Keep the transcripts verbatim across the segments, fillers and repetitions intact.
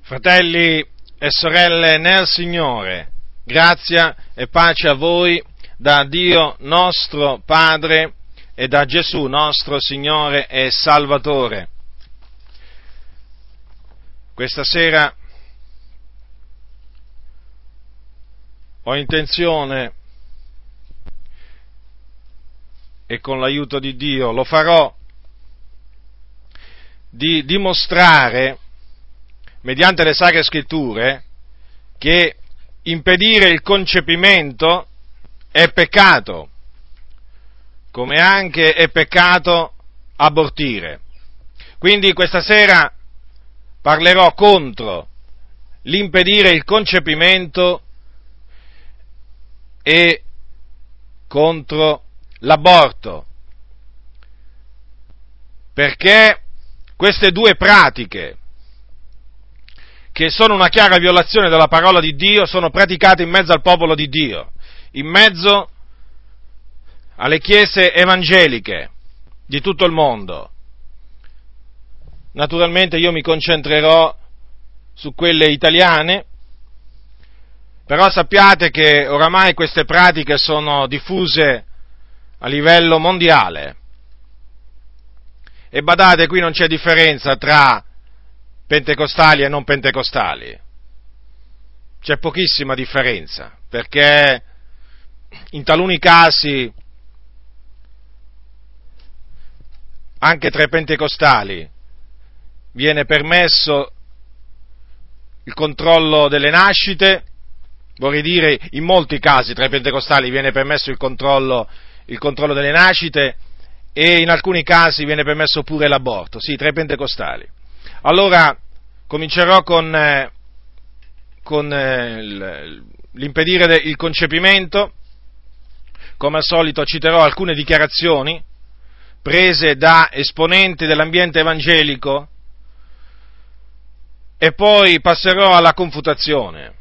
Fratelli e sorelle nel Signore, grazia e pace a voi da Dio nostro Padre e da Gesù nostro Signore e Salvatore. Questa sera ho intenzione, e con l'aiuto di Dio lo farò, di dimostrare, mediante le Sacre Scritture, che impedire il concepimento è peccato, come anche è peccato abortire. Quindi questa sera parlerò contro l'impedire il concepimento e contro l'aborto, perché queste due pratiche, che sono una chiara violazione della parola di Dio, sono praticate in mezzo al popolo di Dio, in mezzo alle chiese evangeliche di tutto il mondo. Naturalmente io mi concentrerò su quelle italiane, però sappiate che oramai queste pratiche sono diffuse a livello mondiale. E badate, qui non c'è differenza tra pentecostali e non pentecostali, c'è pochissima differenza, perché in taluni casi anche tra i pentecostali viene permesso il controllo delle nascite, vorrei dire in molti casi tra i pentecostali viene permesso il controllo, il controllo delle nascite, e in alcuni casi viene permesso pure l'aborto, sì, tra i pentecostali. Allora, comincerò con, eh, con eh, l'impedire il concepimento. Come al solito citerò alcune dichiarazioni prese da esponenti dell'ambiente evangelico e poi passerò alla confutazione.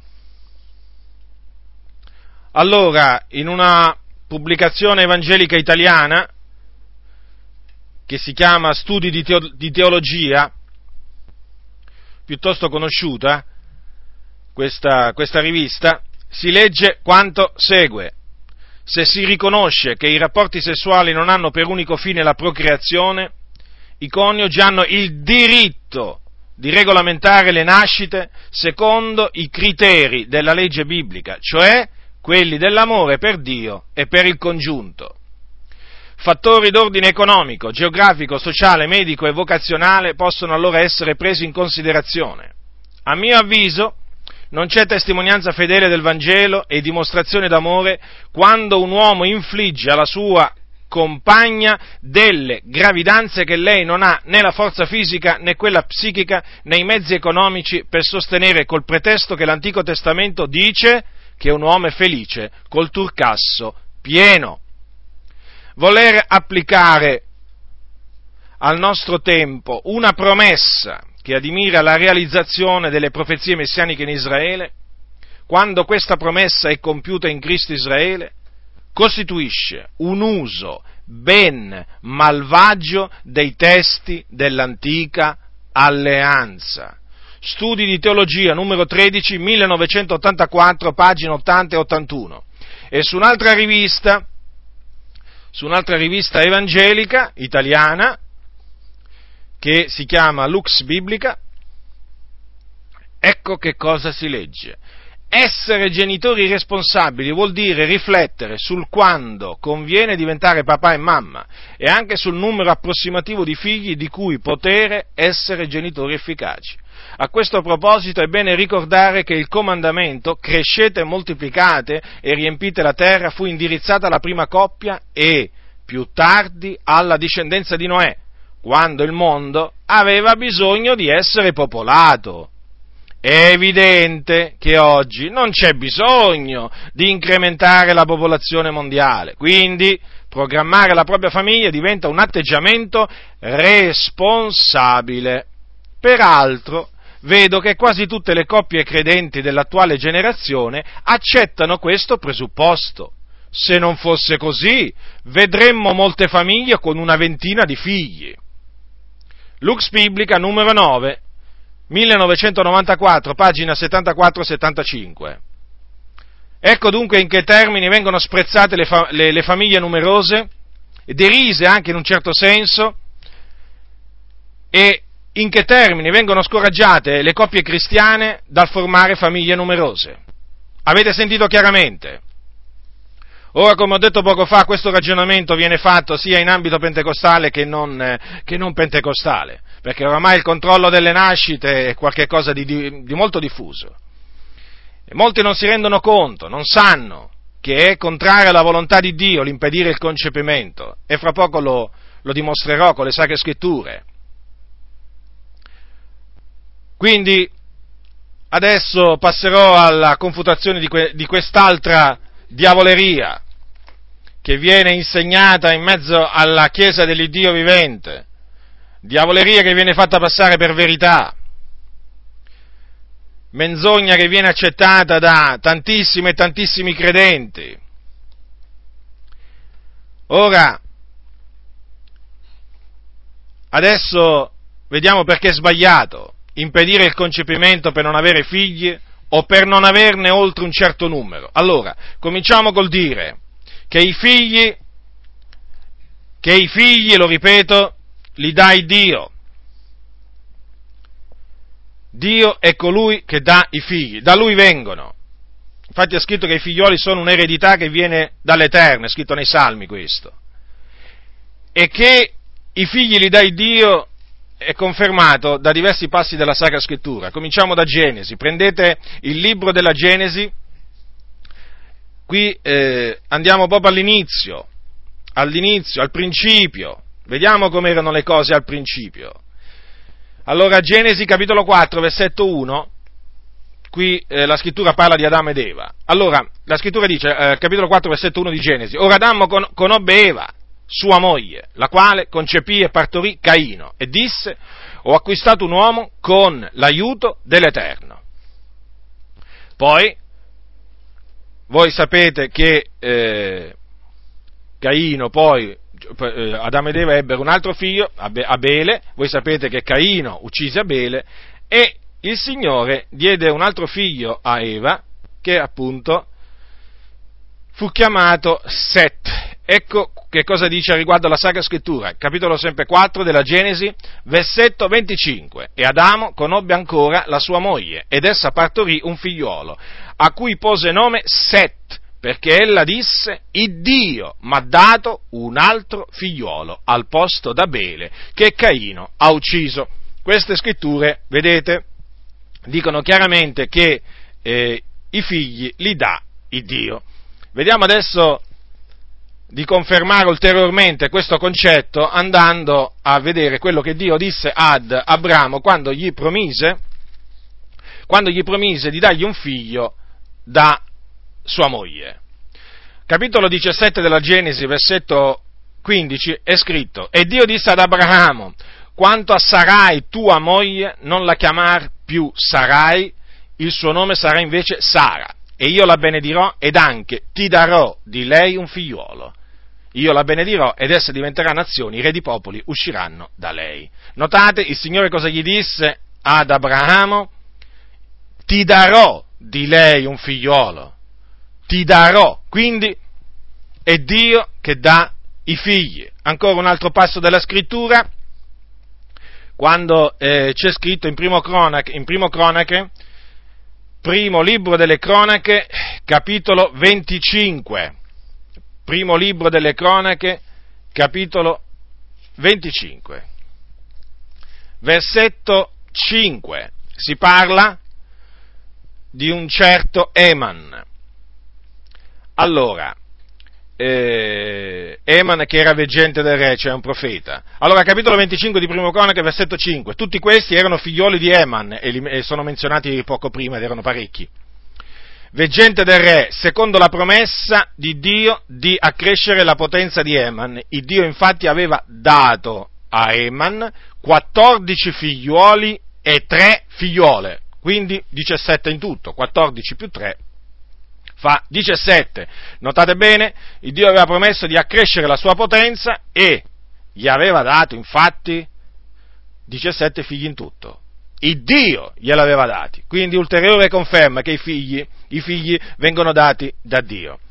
Allora, in una pubblicazione evangelica italiana che si chiama Studi di, Teo- di Teologia, piuttosto conosciuta, questa, questa rivista, si legge quanto segue: se si riconosce che i rapporti sessuali non hanno per unico fine la procreazione, i coniugi hanno il diritto di regolamentare le nascite secondo i criteri della legge biblica, cioè quelli dell'amore per Dio e per il congiunto. Fattori d'ordine economico, geografico, sociale, medico e vocazionale possono allora essere presi in considerazione. A mio avviso, non c'è testimonianza fedele del Vangelo e dimostrazione d'amore quando un uomo infligge alla sua compagna delle gravidanze che lei non ha né la forza fisica né quella psichica né i mezzi economici per sostenere, col pretesto che l'Antico Testamento dice che un uomo è felice col turcasso pieno. Voler applicare al nostro tempo una promessa che adimira la realizzazione delle profezie messianiche in Israele, quando questa promessa è compiuta in Cristo Israele, costituisce un uso ben malvagio dei testi dell'antica alleanza. Studi di teologia numero tredici, millenovecentottantaquattro, pagine ottanta e ottantuno. E su un'altra rivista, su un'altra rivista evangelica italiana, che si chiama Lux Biblica, ecco che cosa si legge. Essere genitori responsabili vuol dire riflettere sul quando conviene diventare papà e mamma e anche sul numero approssimativo di figli di cui poter essere genitori efficaci. A questo proposito è bene ricordare che il comandamento crescete, moltiplicate e riempite la terra fu indirizzato alla prima coppia e più tardi alla discendenza di Noè, quando il mondo aveva bisogno di essere popolato. È evidente che oggi non c'è bisogno di incrementare la popolazione mondiale, quindi programmare la propria famiglia diventa un atteggiamento responsabile. Peraltro, vedo che quasi tutte le coppie credenti dell'attuale generazione accettano questo presupposto. Se non fosse così, vedremmo molte famiglie con una ventina di figli. Lux Biblica numero nove, millenovecentonovantaquattro, pagina settantaquattro settantacinque. Ecco dunque in che termini vengono sprezzate le, fa- le, le famiglie numerose, derise anche in un certo senso, e in che termini vengono scoraggiate le coppie cristiane dal formare famiglie numerose. Avete sentito chiaramente? Ora, come ho detto poco fa, questo ragionamento viene fatto sia in ambito pentecostale che non, eh, che non pentecostale, perché oramai il controllo delle nascite è qualcosa di, di, di molto diffuso. E molti non si rendono conto, non sanno che è contraria alla volontà di Dio l'impedire il concepimento, e fra poco lo, lo dimostrerò con le Sacre Scritture. Quindi, adesso passerò alla confutazione di, que, di quest'altra diavoleria che viene insegnata in mezzo alla Chiesa dell'Iddio vivente, diavoleria che viene fatta passare per verità, menzogna che viene accettata da tantissimi e tantissimi credenti. Ora, adesso vediamo perché è sbagliato impedire il concepimento per non avere figli o per non averne oltre un certo numero. Allora, cominciamo col dire che i figli, che i figli, lo ripeto, li dà il Dio. Dio è colui che dà i figli, da Lui vengono. Infatti è scritto che i figlioli sono un'eredità che viene dall'Eterno, è scritto nei Salmi questo. E che i figli li dà il Dio è confermato da diversi passi della Sacra Scrittura. Cominciamo da Genesi, prendete il libro della Genesi, qui eh, andiamo proprio all'inizio, all'inizio, al principio, vediamo come erano le cose al principio. Allora, Genesi capitolo quattro, versetto uno, qui eh, la scrittura parla di Adamo ed Eva. Allora, la scrittura dice, eh, capitolo quattro, versetto uno di Genesi, ora Adamo con, conobbe Eva, sua moglie, la quale concepì e partorì Caino, e disse, ho acquistato un uomo con l'aiuto dell'Eterno. Poi, voi sapete che eh, Caino poi, eh, Adamo ed Eva ebbero un altro figlio, Abele, voi sapete che Caino uccise Abele, e il Signore diede un altro figlio a Eva, che appunto fu chiamato Set. Ecco che cosa dice riguardo alla Sacra Scrittura, capitolo sempre quattro della Genesi, versetto venticinque. E Adamo conobbe ancora la sua moglie, ed essa partorì un figliuolo, a cui pose nome Set, perché ella disse, Iddio m'ha dato un altro figliuolo al posto d'Abele, che Caino ha ucciso. Queste scritture, vedete, dicono chiaramente che eh, i figli li dà il Dio. Vediamo adesso di confermare ulteriormente questo concetto andando a vedere quello che Dio disse ad Abramo quando gli promise, quando gli promise di dargli un figlio da sua moglie. Capitolo diciassette della Genesi, versetto quindici, è scritto, e Dio disse ad Abramo, quanto a Sarai tua moglie, non la chiamar più Sarai, il suo nome sarà invece Sara, e io la benedirò ed anche ti darò di lei un figliuolo. Io la benedirò ed essa diventerà nazione, i re di popoli usciranno da lei. Notate, il Signore cosa gli disse ad Abramo? Ti darò di lei un figliuolo. Ti darò. Quindi è Dio che dà i figli. Ancora un altro passo della Scrittura, quando eh, c'è scritto in primo cronache, in primo cronache, primo libro delle cronache, capitolo venticinque. Primo libro delle cronache, capitolo venticinque. Versetto cinque. Si parla di un certo Eman. Allora, eh, Eman che era veggente del re, cioè un profeta. Allora, capitolo venticinque di Primo Cronache, versetto cinque. Tutti questi erano figlioli di Eman, e, li, e sono menzionati poco prima, ed erano parecchi. Veggente del re, secondo la promessa di Dio di accrescere la potenza di Eman. Il Dio infatti aveva dato a Eman quattordici figliuoli e tre figliuole, quindi diciassette in tutto, quattordici più tre fa diciassette. Notate bene, il Dio aveva promesso di accrescere la sua potenza e gli aveva dato infatti diciassette figli in tutto. il Dio gliel'aveva dati. Quindi ulteriore conferma che i figli, i figli vengono dati da Dio.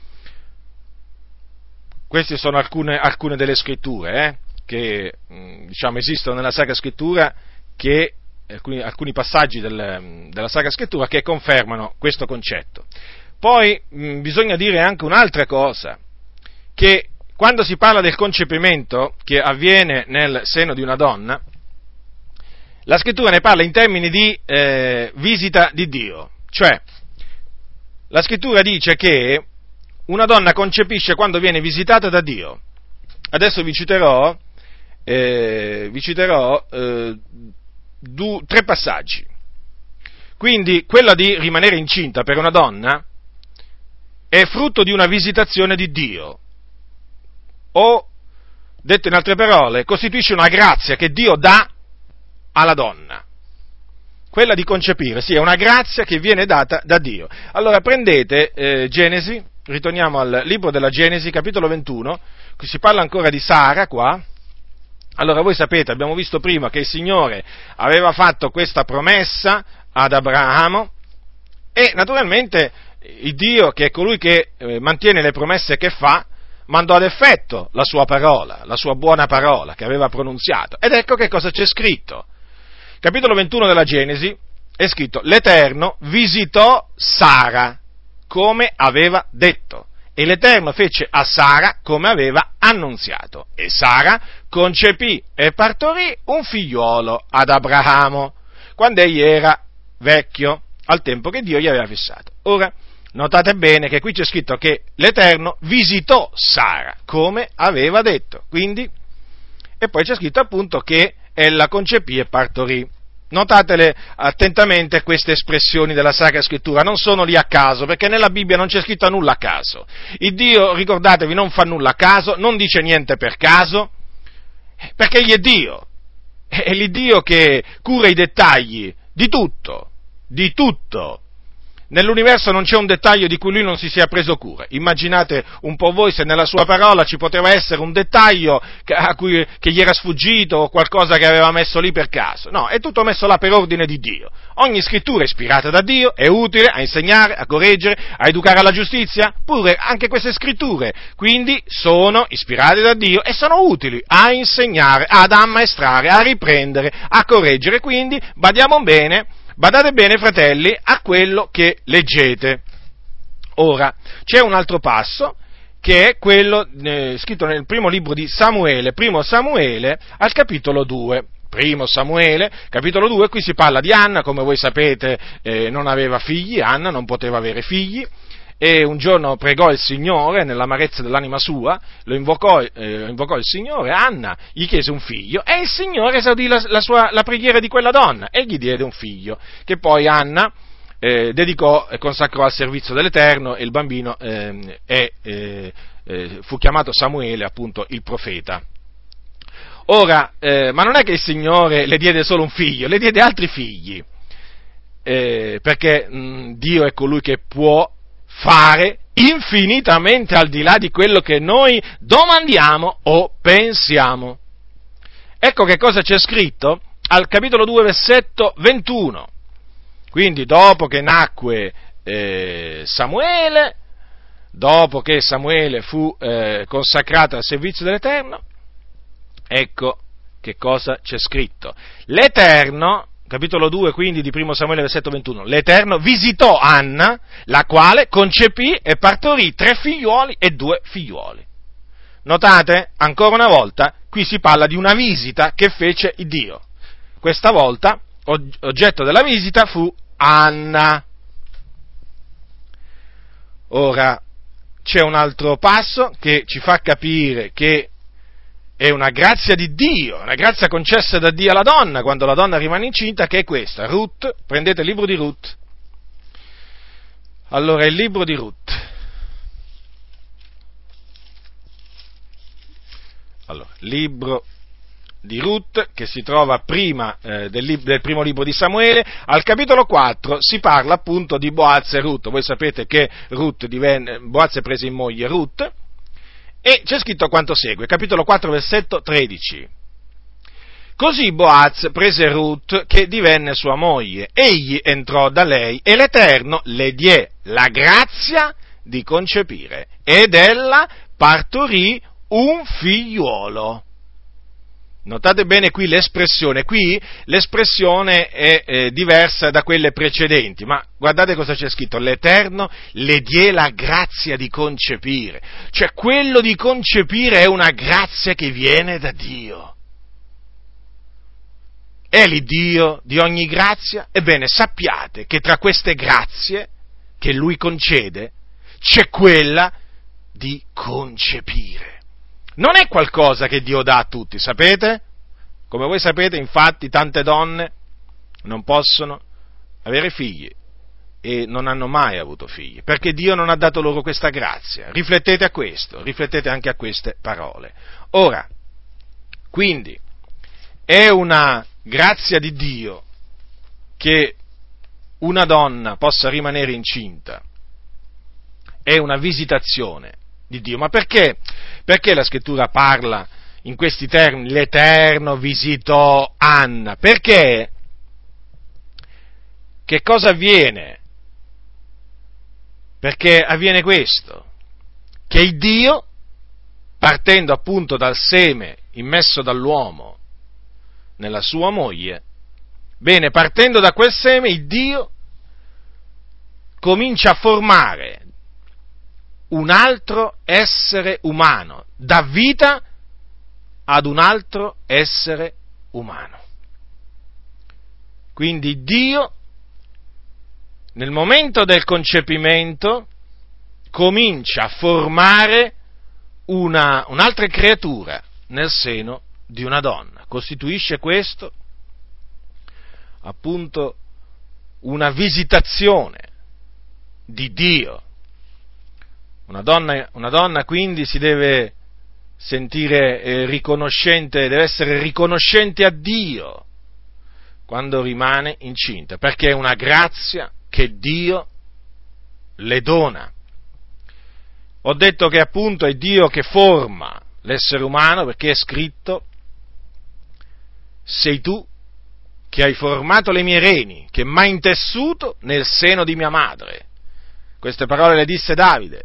Queste sono alcune, alcune delle scritture eh, che diciamo, esistono nella Sacra Scrittura, che, alcuni, alcuni passaggi del, della Sacra Scrittura che confermano questo concetto. Poi mh, bisogna dire anche un'altra cosa, che quando si parla del concepimento che avviene nel seno di una donna, la Scrittura ne parla in termini di eh, visita di Dio, cioè la Scrittura dice che una donna concepisce quando viene visitata da Dio. Adesso vi citerò, eh, vi citerò eh, du, tre passaggi. Quindi quello di rimanere incinta per una donna è frutto di una visitazione di Dio, o, detto in altre parole, costituisce una grazia che Dio dà alla donna. Quella di concepire, sì, è una grazia che viene data da Dio. Allora prendete eh, Genesi, ritorniamo al libro della Genesi, capitolo ventuno, qui si parla ancora di Sara, qua. Allora voi sapete, abbiamo visto prima che il Signore aveva fatto questa promessa ad Abramo, e naturalmente il Dio, che è colui che eh, mantiene le promesse che fa, mandò ad effetto la sua parola, la sua buona parola che aveva pronunziato. Ed ecco che cosa c'è scritto. Capitolo ventuno della Genesi è scritto: l'Eterno visitò Sara come aveva detto, e l'Eterno fece a Sara come aveva annunziato, e Sara concepì e partorì un figliuolo ad Abramo, quando egli era vecchio, al tempo che Dio gli aveva fissato. Ora, notate bene che qui c'è scritto che l'Eterno visitò Sara come aveva detto, quindi, e poi c'è scritto appunto che ella concepì e partorì. Notatele attentamente queste espressioni della Sacra Scrittura, non sono lì a caso, perché nella Bibbia non c'è scritto nulla a caso. Il Dio, ricordatevi, non fa nulla a caso, non dice niente per caso, perché egli è Dio, è l'Iddio che cura i dettagli di tutto, di tutto. Nell'universo non c'è un dettaglio di cui lui non si sia preso cura. Immaginate un po' voi se nella sua parola ci poteva essere un dettaglio che, a cui, che gli era sfuggito, o qualcosa che aveva messo lì per caso. No, è tutto messo là per ordine di Dio. Ogni scrittura è ispirata da Dio, è utile a insegnare, a correggere, a educare alla giustizia. Pure anche queste scritture, quindi, sono ispirate da Dio e sono utili a insegnare, ad ammaestrare, a riprendere, a correggere. Quindi, badiamo bene, Badate bene, fratelli, a quello che leggete. Ora, c'è un altro passo, che è quello eh, scritto nel primo libro di Samuele, primo Samuele, al capitolo due. Primo Samuele, capitolo due, qui si parla di Anna, come voi sapete eh, non aveva figli, Anna non poteva avere figli, e un giorno pregò il Signore nell'amarezza dell'anima sua, lo invocò, eh, invocò il Signore, Anna gli chiese un figlio, e il Signore esaudì la, la, sua, la preghiera di quella donna, e gli diede un figlio, che poi Anna eh, dedicò e consacrò al servizio dell'Eterno, e il bambino eh, è, eh, eh, fu chiamato Samuele, appunto il profeta. Ora, eh, ma non è che il Signore le diede solo un figlio, le diede altri figli, eh, perché mh, Dio è colui che può fare infinitamente al di là di quello che noi domandiamo o pensiamo. Ecco che cosa c'è scritto al capitolo due, versetto ventuno. Quindi dopo che nacque eh, Samuele, dopo che Samuele fu eh, consacrato al servizio dell'Eterno, ecco che cosa c'è scritto. L'Eterno, capitolo due, quindi, di primo Samuele, versetto ventuno, l'Eterno visitò Anna, la quale concepì e partorì tre figliuoli e due figliuoli. Notate, ancora una volta, qui si parla di una visita che fece il Dio. Questa volta, oggetto della visita fu Anna. Ora, c'è un altro passo che ci fa capire che è una grazia di Dio, una grazia concessa da Dio alla donna quando la donna rimane incinta, che è questa. Ruth, prendete il libro di Ruth. Allora, il libro di Ruth. Allora, libro di Ruth, che si trova prima eh, del, lib- del primo libro di Samuele, al capitolo quattro si parla appunto di Boaz e Ruth. Voi sapete che Ruth divenne, Boaz prese in moglie Ruth, e c'è scritto quanto segue, capitolo quattro, versetto tredici. Così Boaz prese Ruth, che divenne sua moglie. Egli entrò da lei e l'Eterno le diè la grazia di concepire ed ella partorì un figliuolo. Notate bene qui l'espressione, qui l'espressione è eh, diversa da quelle precedenti, ma guardate cosa c'è scritto, l'Eterno le diè la grazia di concepire, cioè quello di concepire è una grazia che viene da Dio. È l'Iddio di ogni grazia? Ebbene, sappiate che tra queste grazie che Lui concede c'è quella di concepire. Non è qualcosa che Dio dà a tutti, sapete? Come voi sapete, infatti, tante donne non possono avere figli e non hanno mai avuto figli, perché Dio non ha dato loro questa grazia. Riflettete a questo, riflettete anche a queste parole. Ora, quindi, è una grazia di Dio che una donna possa rimanere incinta, è una visitazione di Dio. Ma perché? Perché la Scrittura parla in questi termini? L'Eterno visitò Anna. Perché? Che cosa avviene? Perché avviene questo, che il Dio, partendo appunto dal seme immesso dall'uomo nella sua moglie, bene, partendo da quel seme, il Dio comincia a formare un altro essere umano, dà vita ad un altro essere umano. Quindi Dio, nel momento del concepimento, comincia a formare una, un'altra creatura nel seno di una donna. Costituisce questo, appunto, una visitazione di Dio. Una donna, una donna quindi si deve sentire eh, riconoscente, deve essere riconoscente a Dio quando rimane incinta, perché è una grazia che Dio le dona. Ho detto che appunto è Dio che forma l'essere umano, perché è scritto: sei tu che hai formato le mie reni, che m'hai intessuto nel seno di mia madre. Queste parole le disse Davide.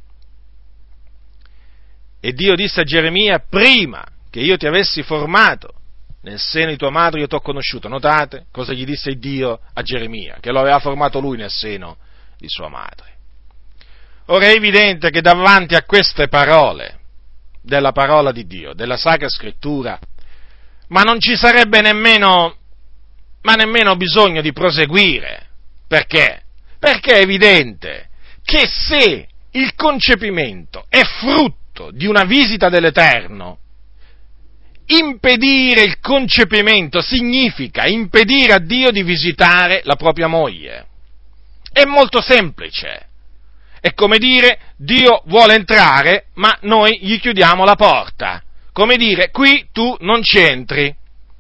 E Dio disse a Geremia: prima che io ti avessi formato nel seno di tua madre io t'ho conosciuto. Notate cosa gli disse Dio a Geremia, che lo aveva formato lui nel seno di sua madre. Ora è evidente che davanti a queste parole della parola di Dio, della Sacra Scrittura, ma non ci sarebbe nemmeno, ma nemmeno bisogno di proseguire. Perché? Perché è evidente che se il concepimento è frutto di una visita dell'Eterno, impedire il concepimento significa impedire a Dio di visitare la propria moglie. È molto semplice. È come dire: Dio vuole entrare, ma noi gli chiudiamo la porta. Come dire: qui tu non ci entri.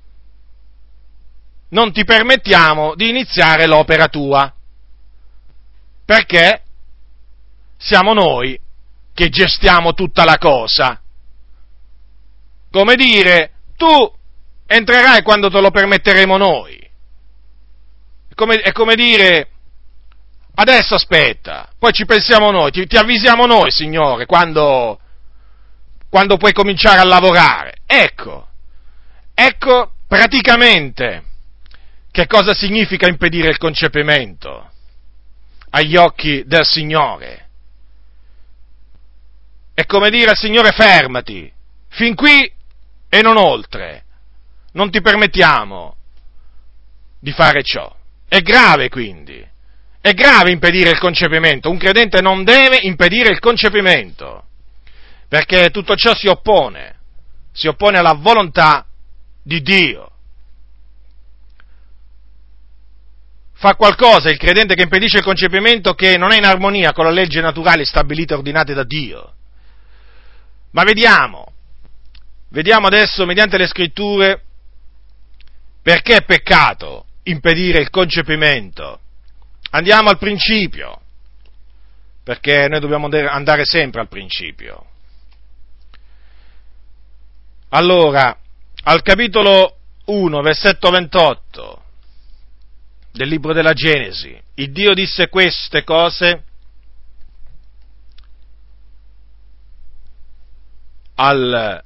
Non ti permettiamo di iniziare l'opera tua. Perché siamo noi che gestiamo tutta la cosa. Come dire: tu entrerai quando te lo permetteremo noi. È come, è come dire: adesso aspetta, poi ci pensiamo noi, ti, ti avvisiamo noi, Signore, quando, quando puoi cominciare a lavorare. Ecco, ecco praticamente che cosa significa impedire il concepimento agli occhi del Signore. È come dire al Signore: fermati, fin qui e non oltre, non ti permettiamo di fare ciò. È grave quindi, è grave impedire il concepimento. Un credente non deve impedire il concepimento, perché tutto ciò si oppone, si oppone alla volontà di Dio. Fa qualcosa il credente che impedisce il concepimento che non è in armonia con le leggi naturali stabilite e ordinate da Dio. Ma vediamo, vediamo adesso mediante le Scritture perché è peccato impedire il concepimento. Andiamo al principio, perché noi dobbiamo andare sempre al principio. Allora, al capitolo uno, versetto ventotto del libro della Genesi, il Dio disse queste cose al,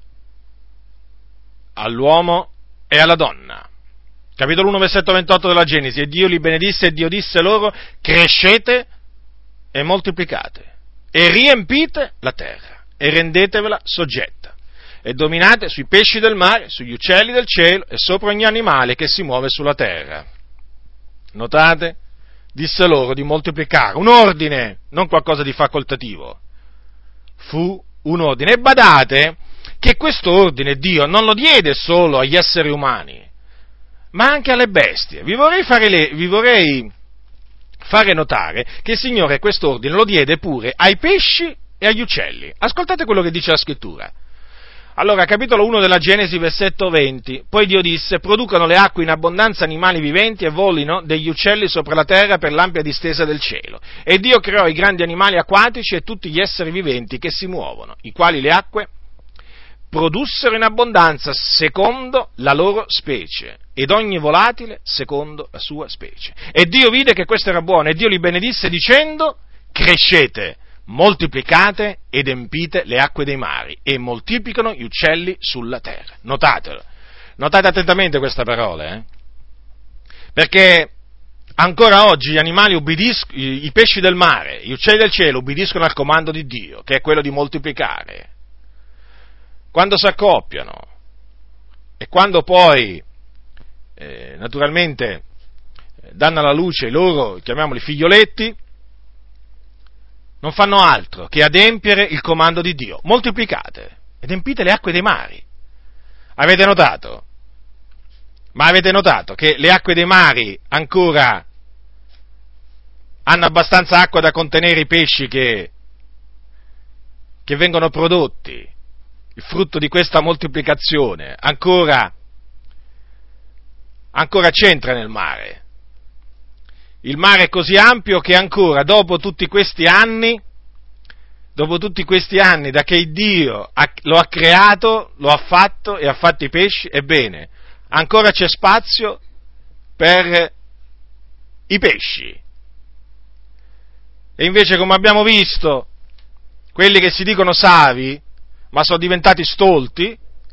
all'uomo e alla donna. Capitolo uno, versetto ventotto della Genesi, e Dio li benedisse e Dio disse loro, crescete e moltiplicate e riempite la terra e rendetevela soggetta e dominate sui pesci del mare, sugli uccelli del cielo e sopra ogni animale che si muove sulla terra. Notate? Disse loro di moltiplicare, un ordine, non qualcosa di facoltativo. Fu un ordine. E badate che questo ordine Dio non lo diede solo agli esseri umani, ma anche alle bestie. Vi vorrei fare, le, vi vorrei fare notare che il Signore questo ordine lo diede pure ai pesci e agli uccelli. Ascoltate quello che dice la Scrittura. Allora, capitolo uno della Genesi, versetto venti, poi Dio disse, producano le acque in abbondanza animali viventi e volino degli uccelli sopra la terra per l'ampia distesa del cielo. E Dio creò i grandi animali acquatici e tutti gli esseri viventi che si muovono, i quali le acque produssero in abbondanza secondo la loro specie, ed ogni volatile secondo la sua specie. E Dio vide che questo era buono, e Dio li benedisse dicendo, crescete, moltiplicate ed empite le acque dei mari, e moltiplicano gli uccelli sulla terra. Notatelo, notate attentamente questa parola, eh? Perché ancora oggi gli animali ubbidiscono, i pesci del mare, gli uccelli del cielo ubbidiscono al comando di Dio, che è quello di moltiplicare. Quando si accoppiano e quando poi, eh, naturalmente, danno alla luce i loro, chiamiamoli figlioletti, non fanno altro che adempiere il comando di Dio. Moltiplicate ed empite le acque dei mari. Avete notato? Ma avete notato che le acque dei mari ancora hanno abbastanza acqua da contenere i pesci che, che vengono prodotti? Il frutto di questa moltiplicazione ancora, ancora c'entra nel mare. Il mare è così ampio che ancora, dopo tutti questi anni, dopo tutti questi anni, da che Dio ha, lo ha creato, lo ha fatto e ha fatto i pesci, ebbene, ancora c'è spazio per i pesci. E invece, come abbiamo visto, quelli che si dicono savi, ma sono diventati stolti,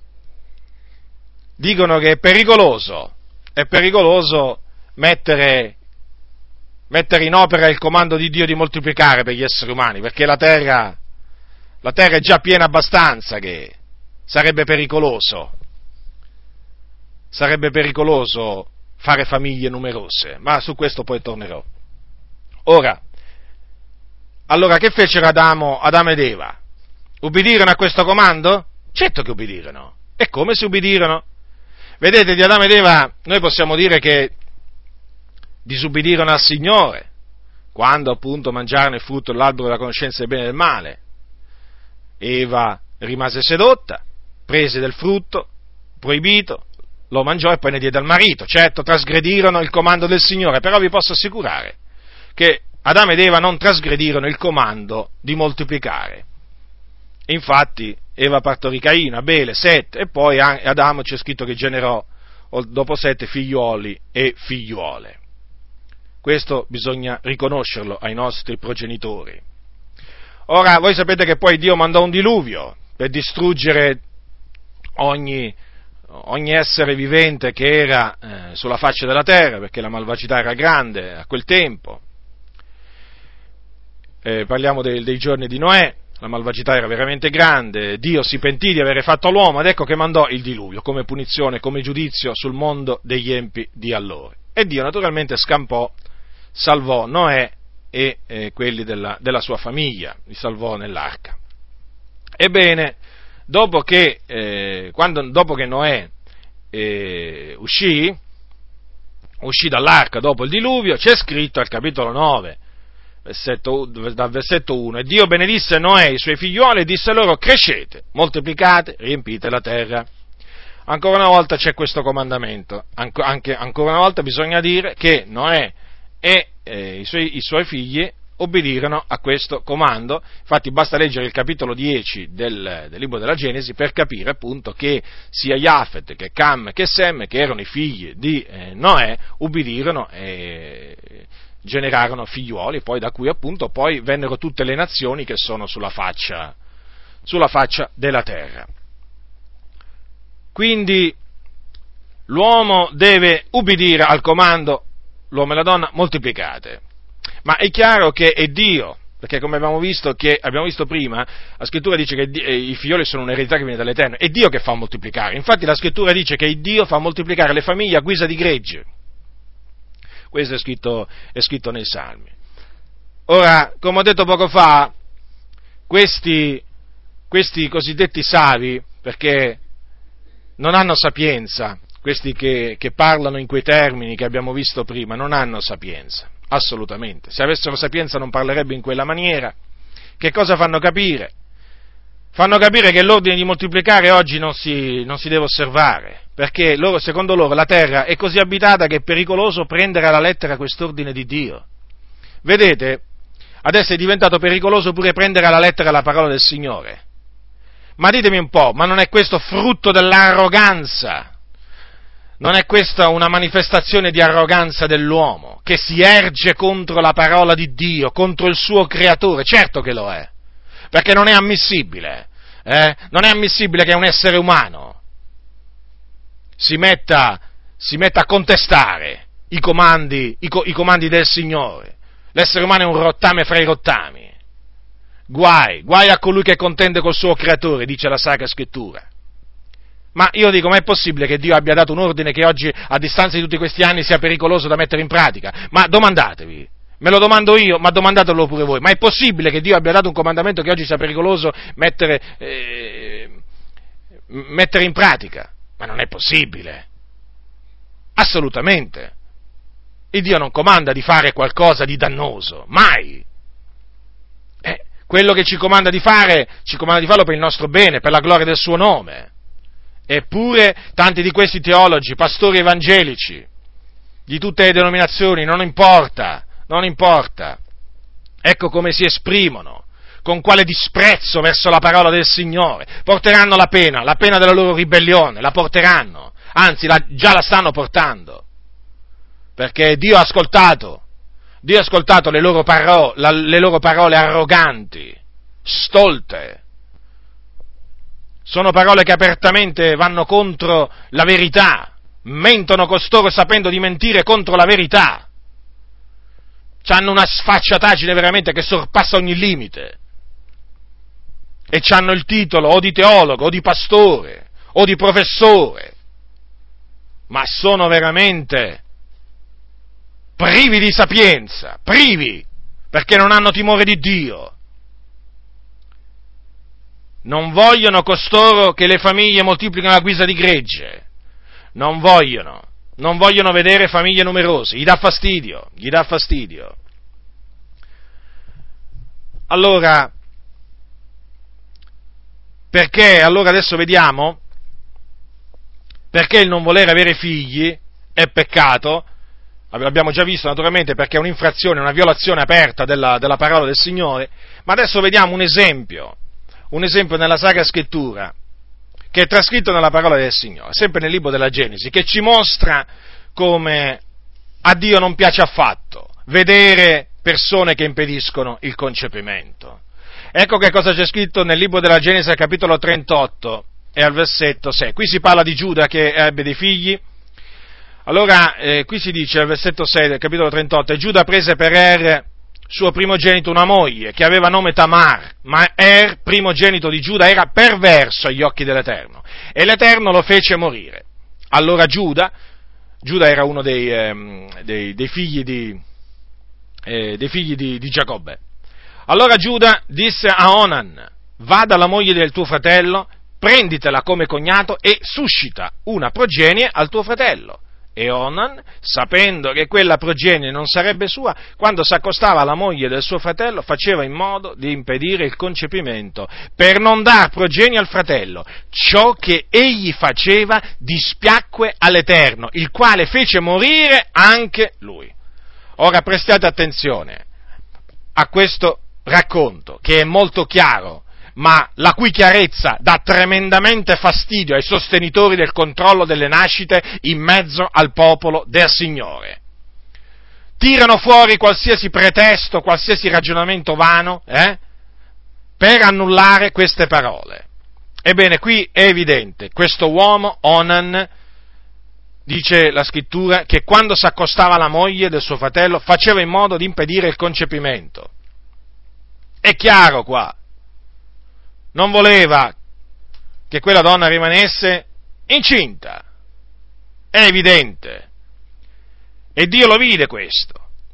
dicono che è pericoloso, è pericoloso mettere, mettere in opera il comando di Dio di moltiplicare per gli esseri umani, perché la terra, la terra è già piena abbastanza, che sarebbe pericoloso, sarebbe pericoloso fare famiglie numerose, ma su questo poi tornerò. Ora, allora che fecero Adamo, Adamo ed Eva? Ubbidirono a questo comando? Certo che ubbidirono. E come si ubbidirono? Vedete, di Adamo ed Eva noi possiamo dire che disubbidirono al Signore, quando appunto mangiarono il frutto dell'albero della conoscenza del bene e del male. Eva rimase sedotta, prese del frutto proibito, lo mangiò e poi ne diede al marito. Certo, trasgredirono il comando del Signore, però vi posso assicurare che Adamo ed Eva non trasgredirono il comando di moltiplicare. Infatti Eva partorì Caino, Abele, Set, e poi Adamo c'è scritto che generò dopo Set figliuoli e figliuole. Questo bisogna riconoscerlo ai nostri progenitori. Ora, voi sapete che poi Dio mandò un diluvio per distruggere ogni, ogni essere vivente che era eh, sulla faccia della terra, perché la malvagità era grande a quel tempo. Eh, parliamo dei, dei giorni di Noè. La malvagità era veramente grande, Dio si pentì di avere fatto l'uomo ed ecco che mandò il diluvio come punizione, come giudizio sul mondo degli empi di allora. E Dio naturalmente scampò, salvò Noè e eh, quelli della, della sua famiglia, li salvò nell'arca. Ebbene, dopo che, eh, quando, dopo che Noè eh, uscì, uscì dall'arca dopo il diluvio, c'è scritto al capitolo nove, Versetto, dal versetto uno, e Dio benedisse Noè e i suoi figliuoli e disse loro, crescete, moltiplicate, riempite la terra. Ancora una volta c'è questo comandamento, anche, ancora una volta bisogna dire che Noè e eh, i, suoi, i suoi figli obbedirono a questo comando. Infatti basta leggere il capitolo dieci del, del libro della Genesi per capire appunto che sia Jafet, che Cam, che Sem, che erano i figli di eh, Noè, ubbidirono e generarono figliuoli, poi da cui appunto poi vennero tutte le nazioni che sono sulla faccia, sulla faccia della terra. Quindi l'uomo deve ubbidire al comando, l'uomo e la donna moltiplicate. Ma è chiaro che è Dio, perché come abbiamo visto, che, abbiamo visto prima, la scrittura dice che i figlioli sono un'eredità che viene dall'Eterno, è Dio che fa moltiplicare. Infatti la scrittura dice che Dio fa moltiplicare le famiglie a guisa di gregge. Questo è scritto, è scritto nei Salmi. Ora, come ho detto poco fa, questi, questi cosiddetti savi, perché non hanno sapienza, questi che, che parlano in quei termini che abbiamo visto prima, non hanno sapienza, assolutamente. Se avessero sapienza non parlerebbero in quella maniera. Che cosa fanno capire? Fanno capire che l'ordine di moltiplicare oggi non si, non si deve osservare, perché loro, secondo loro la terra è così abitata che è pericoloso prendere alla lettera quest'ordine di Dio. Vedete, adesso è diventato pericoloso pure prendere alla lettera la parola del Signore. Ma ditemi un po', ma non è questo frutto dell'arroganza? Non è questa una manifestazione di arroganza dell'uomo, che si erge contro la parola di Dio, contro il suo creatore? Certo che lo è, perché non è ammissibile, eh? Non è ammissibile che un essere umano si metta, si metta a contestare i comandi, i, co, i comandi del Signore. L'essere umano è un rottame fra i rottami. Guai, guai a colui che contende col suo creatore, dice la Sacra Scrittura. Ma io dico, ma è possibile che Dio abbia dato un ordine che oggi, a distanza di tutti questi anni, sia pericoloso da mettere in pratica? Ma domandatevi, me lo domando io, ma domandatelo pure voi, ma è possibile che Dio abbia dato un comandamento che oggi sia pericoloso mettere, eh, mettere in pratica? Ma non è possibile, assolutamente. Il Dio non comanda di fare qualcosa di dannoso, mai. Eh, quello che ci comanda di fare, ci comanda di farlo per il nostro bene, per la gloria del suo nome. Eppure tanti di questi teologi, pastori evangelici, di tutte le denominazioni, non importa, non importa, ecco come si esprimono, con quale disprezzo verso la parola del Signore, porteranno la pena, la pena della loro ribellione, la porteranno, anzi la, già la stanno portando, perché Dio ha ascoltato, Dio ha ascoltato le loro, paro, la, le loro parole arroganti, stolte. Sono parole che apertamente vanno contro la verità, mentono costoro sapendo di mentire contro la verità. C'hanno una sfacciataggine veramente che sorpassa ogni limite. E c'hanno il titolo o di teologo, o di pastore, o di professore. Ma sono veramente privi di sapienza, privi, perché non hanno timore di Dio. Non vogliono costoro che le famiglie moltiplichino a guisa di gregge, non vogliono, non vogliono vedere famiglie numerose, gli dà fastidio, gli dà fastidio. Allora, perché, allora adesso vediamo, perché il non voler avere figli è peccato, l'abbiamo già visto naturalmente perché è un'infrazione, una violazione aperta della, della parola del Signore, ma adesso vediamo un esempio. Un esempio nella Sacra Scrittura, che è trascritto nella parola del Signore, sempre nel libro della Genesi, che ci mostra come a Dio non piace affatto vedere persone che impediscono il concepimento. Ecco che cosa c'è scritto nel libro della Genesi, al capitolo trentotto e al versetto sei. Qui si parla di Giuda che ebbe dei figli. Allora, eh, qui si dice al versetto sei del capitolo trentotto, e Giuda prese per Er, suo primogenito, una moglie che aveva nome Tamar, ma Er, primogenito di Giuda, era perverso agli occhi dell'Eterno, e l'Eterno lo fece morire. Allora Giuda, Giuda era uno dei, eh, dei, dei figli, di, eh, dei figli di, di Giacobbe. Allora Giuda disse a Onan, va dalla moglie del tuo fratello, prenditela come cognato e suscita una progenie al tuo fratello. E Onan, sapendo che quella progenie non sarebbe sua, quando s'accostava alla moglie del suo fratello, faceva in modo di impedire il concepimento, per non dar progenie al fratello. Ciò che egli faceva dispiacque all'Eterno, il quale fece morire anche lui. Ora prestate attenzione, a questo racconto, che è molto chiaro, ma la cui chiarezza dà tremendamente fastidio ai sostenitori del controllo delle nascite in mezzo al popolo del Signore. Tirano fuori qualsiasi pretesto, qualsiasi ragionamento vano, eh, per annullare queste parole. Ebbene, qui è evidente, questo uomo, Onan, dice la scrittura, che quando si accostava alla moglie del suo fratello faceva in modo di impedire il concepimento. È chiaro qua. Non voleva che quella donna rimanesse incinta. È evidente. E Dio lo vide questo.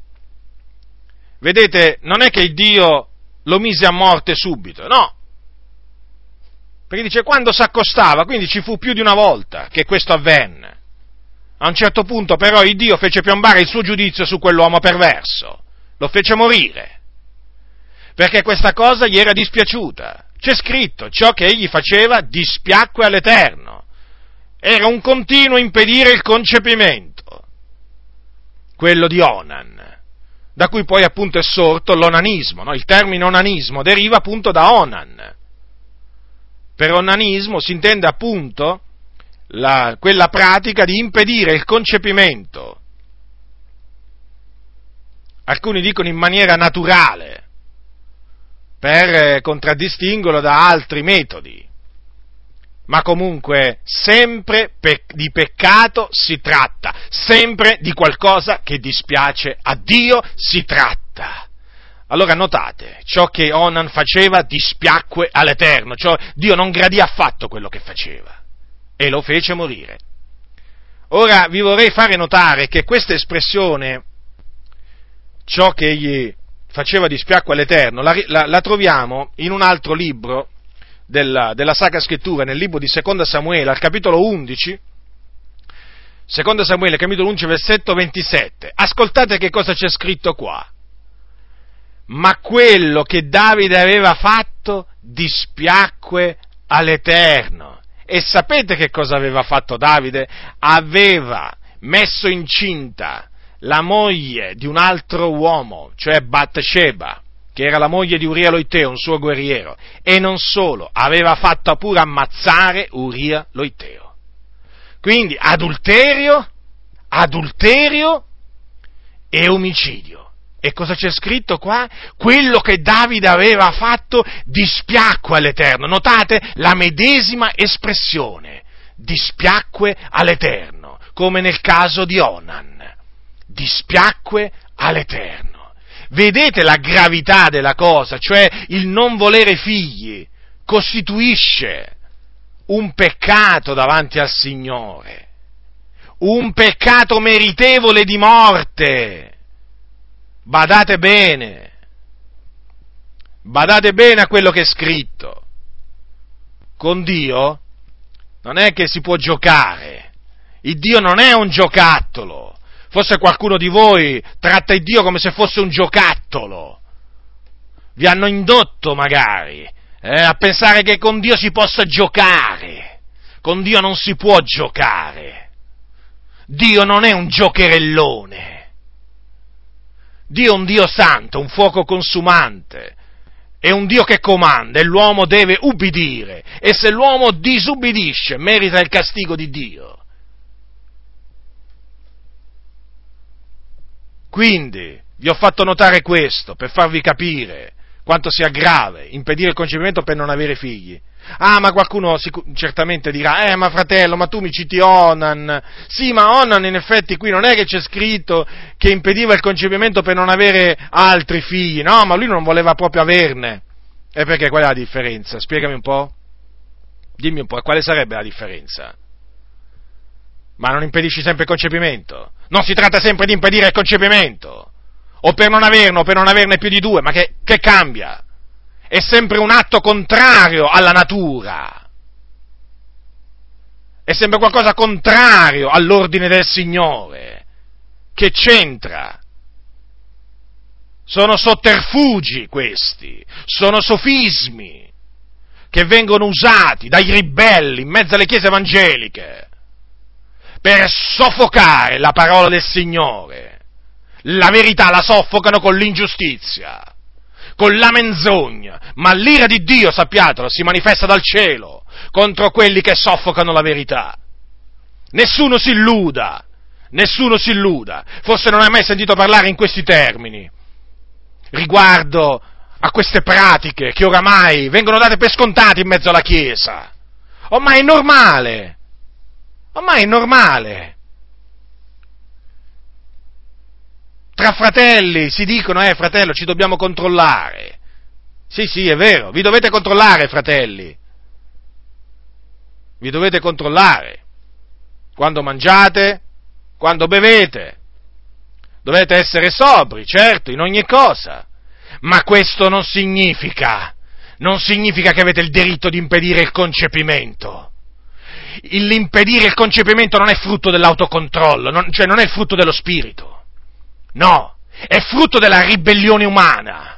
Vedete, non è che il Dio lo mise a morte subito, no. Perché dice quando si accostava, quindi ci fu più di una volta che questo avvenne. A un certo punto però il Dio fece piombare il suo giudizio su quell'uomo perverso. Lo fece morire. Perché questa cosa gli era dispiaciuta. C'è scritto, ciò che egli faceva dispiacque all'Eterno. Era un continuo impedire il concepimento, quello di Onan, da cui poi appunto è sorto l'onanismo, no? Il termine onanismo deriva appunto da Onan. Per onanismo si intende appunto la, quella pratica di impedire il concepimento. Alcuni dicono in maniera naturale, per contraddistinguerlo da altri metodi, ma comunque sempre pe- di peccato si tratta, sempre di qualcosa che dispiace a Dio si tratta. Allora notate, ciò che Onan faceva dispiacque all'Eterno, cioè Dio non gradì affatto quello che faceva e lo fece morire. Ora vi vorrei fare notare che questa espressione, ciò che egli faceva dispiacque all'Eterno, la, la, la troviamo in un altro libro della, della Sacra Scrittura, nel libro di Seconda Samuele, al capitolo undici, Seconda Samuele, capitolo undici, versetto ventisette. Ascoltate che cosa c'è scritto qua. Ma quello che Davide aveva fatto dispiacque all'Eterno. E sapete che cosa aveva fatto Davide? Aveva messo incinta la moglie di un altro uomo, cioè Bathsheba, che era la moglie di Uria l'Itteo, un suo guerriero, e non solo, aveva fatto pure ammazzare Uria l'Itteo. Quindi adulterio, adulterio e omicidio. E cosa c'è scritto qua? Quello che Davide aveva fatto dispiacque all'Eterno. Notate la medesima espressione, dispiacque all'Eterno, come nel caso di Onan. Dispiacque all'Eterno. Vedete la gravità della cosa, cioè il non volere figli costituisce un peccato davanti al Signore, un peccato meritevole di morte. Badate bene, badate bene a quello che è scritto. Con Dio non è che si può giocare, il Dio non è un giocattolo. Forse qualcuno di voi tratta il Dio come se fosse un giocattolo. Vi hanno indotto magari eh, a pensare che con Dio si possa giocare. Con Dio non si può giocare. Dio non è un giocherellone. Dio è un Dio santo, un fuoco consumante. È un Dio che comanda e l'uomo deve ubbidire. E se l'uomo disubbidisce, merita il castigo di Dio. Quindi, vi ho fatto notare questo, per farvi capire quanto sia grave impedire il concepimento per non avere figli. Ah, ma qualcuno sic- certamente dirà, eh, ma fratello, ma tu mi citi Onan. Sì, ma Onan in effetti qui non è che c'è scritto che impediva il concepimento per non avere altri figli, no, ma lui non voleva proprio averne. E perché qual è la differenza? Spiegami un po'. Dimmi un po', quale sarebbe la differenza? Ma non impedisci sempre il concepimento? Non si tratta sempre di impedire il concepimento, o per non averne, o per non averne più di due, ma che, che cambia? È sempre un atto contrario alla natura, è sempre qualcosa contrario all'ordine del Signore, che c'entra. Sono sotterfugi questi, sono sofismi che vengono usati dai ribelli in mezzo alle chiese evangeliche per soffocare la parola del Signore. La verità la soffocano con l'ingiustizia. con la menzogna, ma l'ira di Dio, sappiatelo, si manifesta dal cielo contro quelli che soffocano la verità. Nessuno si illuda, nessuno si illuda, forse non hai mai sentito parlare in questi termini, riguardo a queste pratiche che oramai vengono date per scontate in mezzo alla Chiesa. Ormai è normale, ormai è normale. Tra fratelli si dicono, eh fratello, ci dobbiamo controllare. Sì, sì, è vero, vi dovete controllare, fratelli. Vi dovete controllare. Quando mangiate, quando bevete. Dovete essere sobri, certo, in ogni cosa. Ma questo non significa, non significa che avete il diritto di impedire il concepimento. L'impedire il concepimento non è frutto dell'autocontrollo, non, cioè non è il frutto dello spirito. No, è frutto della ribellione umana,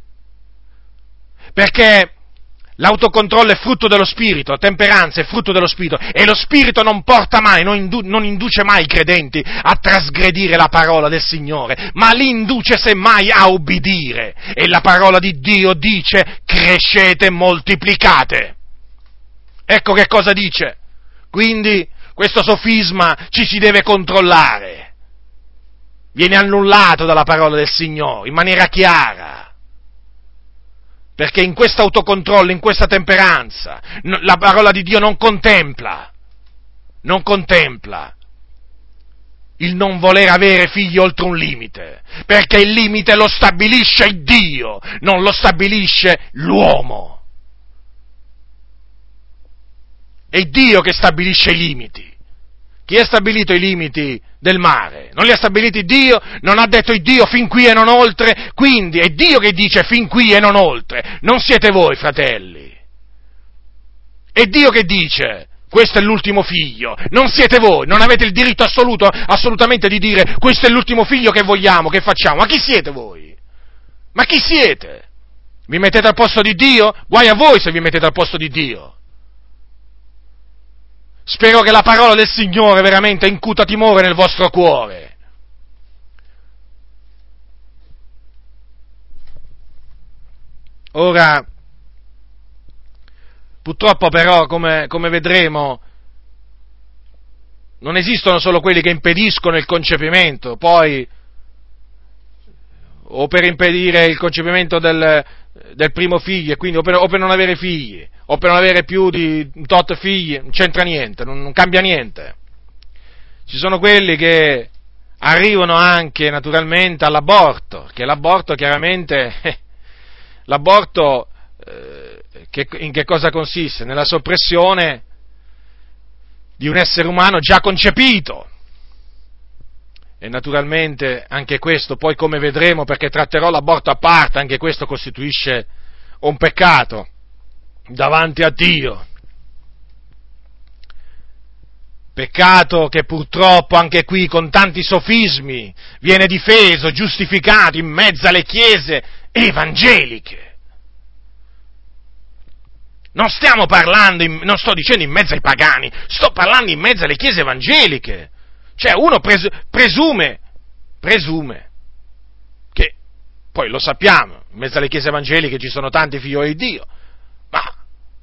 perché l'autocontrollo è frutto dello spirito, la temperanza è frutto dello spirito, e lo spirito non porta mai, non, indu- non induce mai i credenti a trasgredire la parola del Signore, ma li induce semmai a ubbidire, e la parola di Dio dice: crescete e moltiplicate. Ecco che cosa dice. Quindi questo sofisma ci si deve controllare. Viene annullato dalla parola del Signore in maniera chiara, perché in questo autocontrollo, in questa temperanza, la parola di Dio non contempla, non contempla il non voler avere figli oltre un limite, perché il limite lo stabilisce Dio, non lo stabilisce l'uomo. È Dio che stabilisce i limiti. Chi ha stabilito i limiti del mare? Non li ha stabiliti Dio? Non ha detto il Dio fin qui e non oltre? Quindi è Dio che dice fin qui e non oltre. Non siete voi, fratelli. È Dio che dice: questo è l'ultimo figlio. Non siete voi. Non avete il diritto assoluto, assolutamente di dire: questo è l'ultimo figlio che vogliamo, che facciamo. Ma chi siete voi? Ma chi siete? Vi mettete al posto di Dio? Guai a voi se vi mettete al posto di Dio. Spero che la parola del Signore veramente incuta timore nel vostro cuore. Ora, purtroppo però, come, come vedremo, non esistono solo quelli che impediscono il concepimento, poi, o per impedire il concepimento del, del primo figlio, e quindi o per, o per non avere figli, o per non avere più di tot figli, non c'entra niente, non, non cambia niente. Ci sono quelli che arrivano anche naturalmente all'aborto, che l'aborto chiaramente, eh, l'aborto eh, che, in che cosa consiste? Nella soppressione di un essere umano già concepito. E naturalmente anche questo, poi come vedremo, perché tratterò l'aborto a parte, anche questo costituisce un peccato davanti a Dio. Peccato che purtroppo anche qui con tanti sofismi viene difeso, giustificato in mezzo alle chiese evangeliche. Non stiamo parlando, in, non sto dicendo in mezzo ai pagani, sto parlando in mezzo alle chiese evangeliche. Cioè uno pres- presume, presume che, poi lo sappiamo, in mezzo alle chiese evangeliche ci sono tanti figlioli di Dio, ma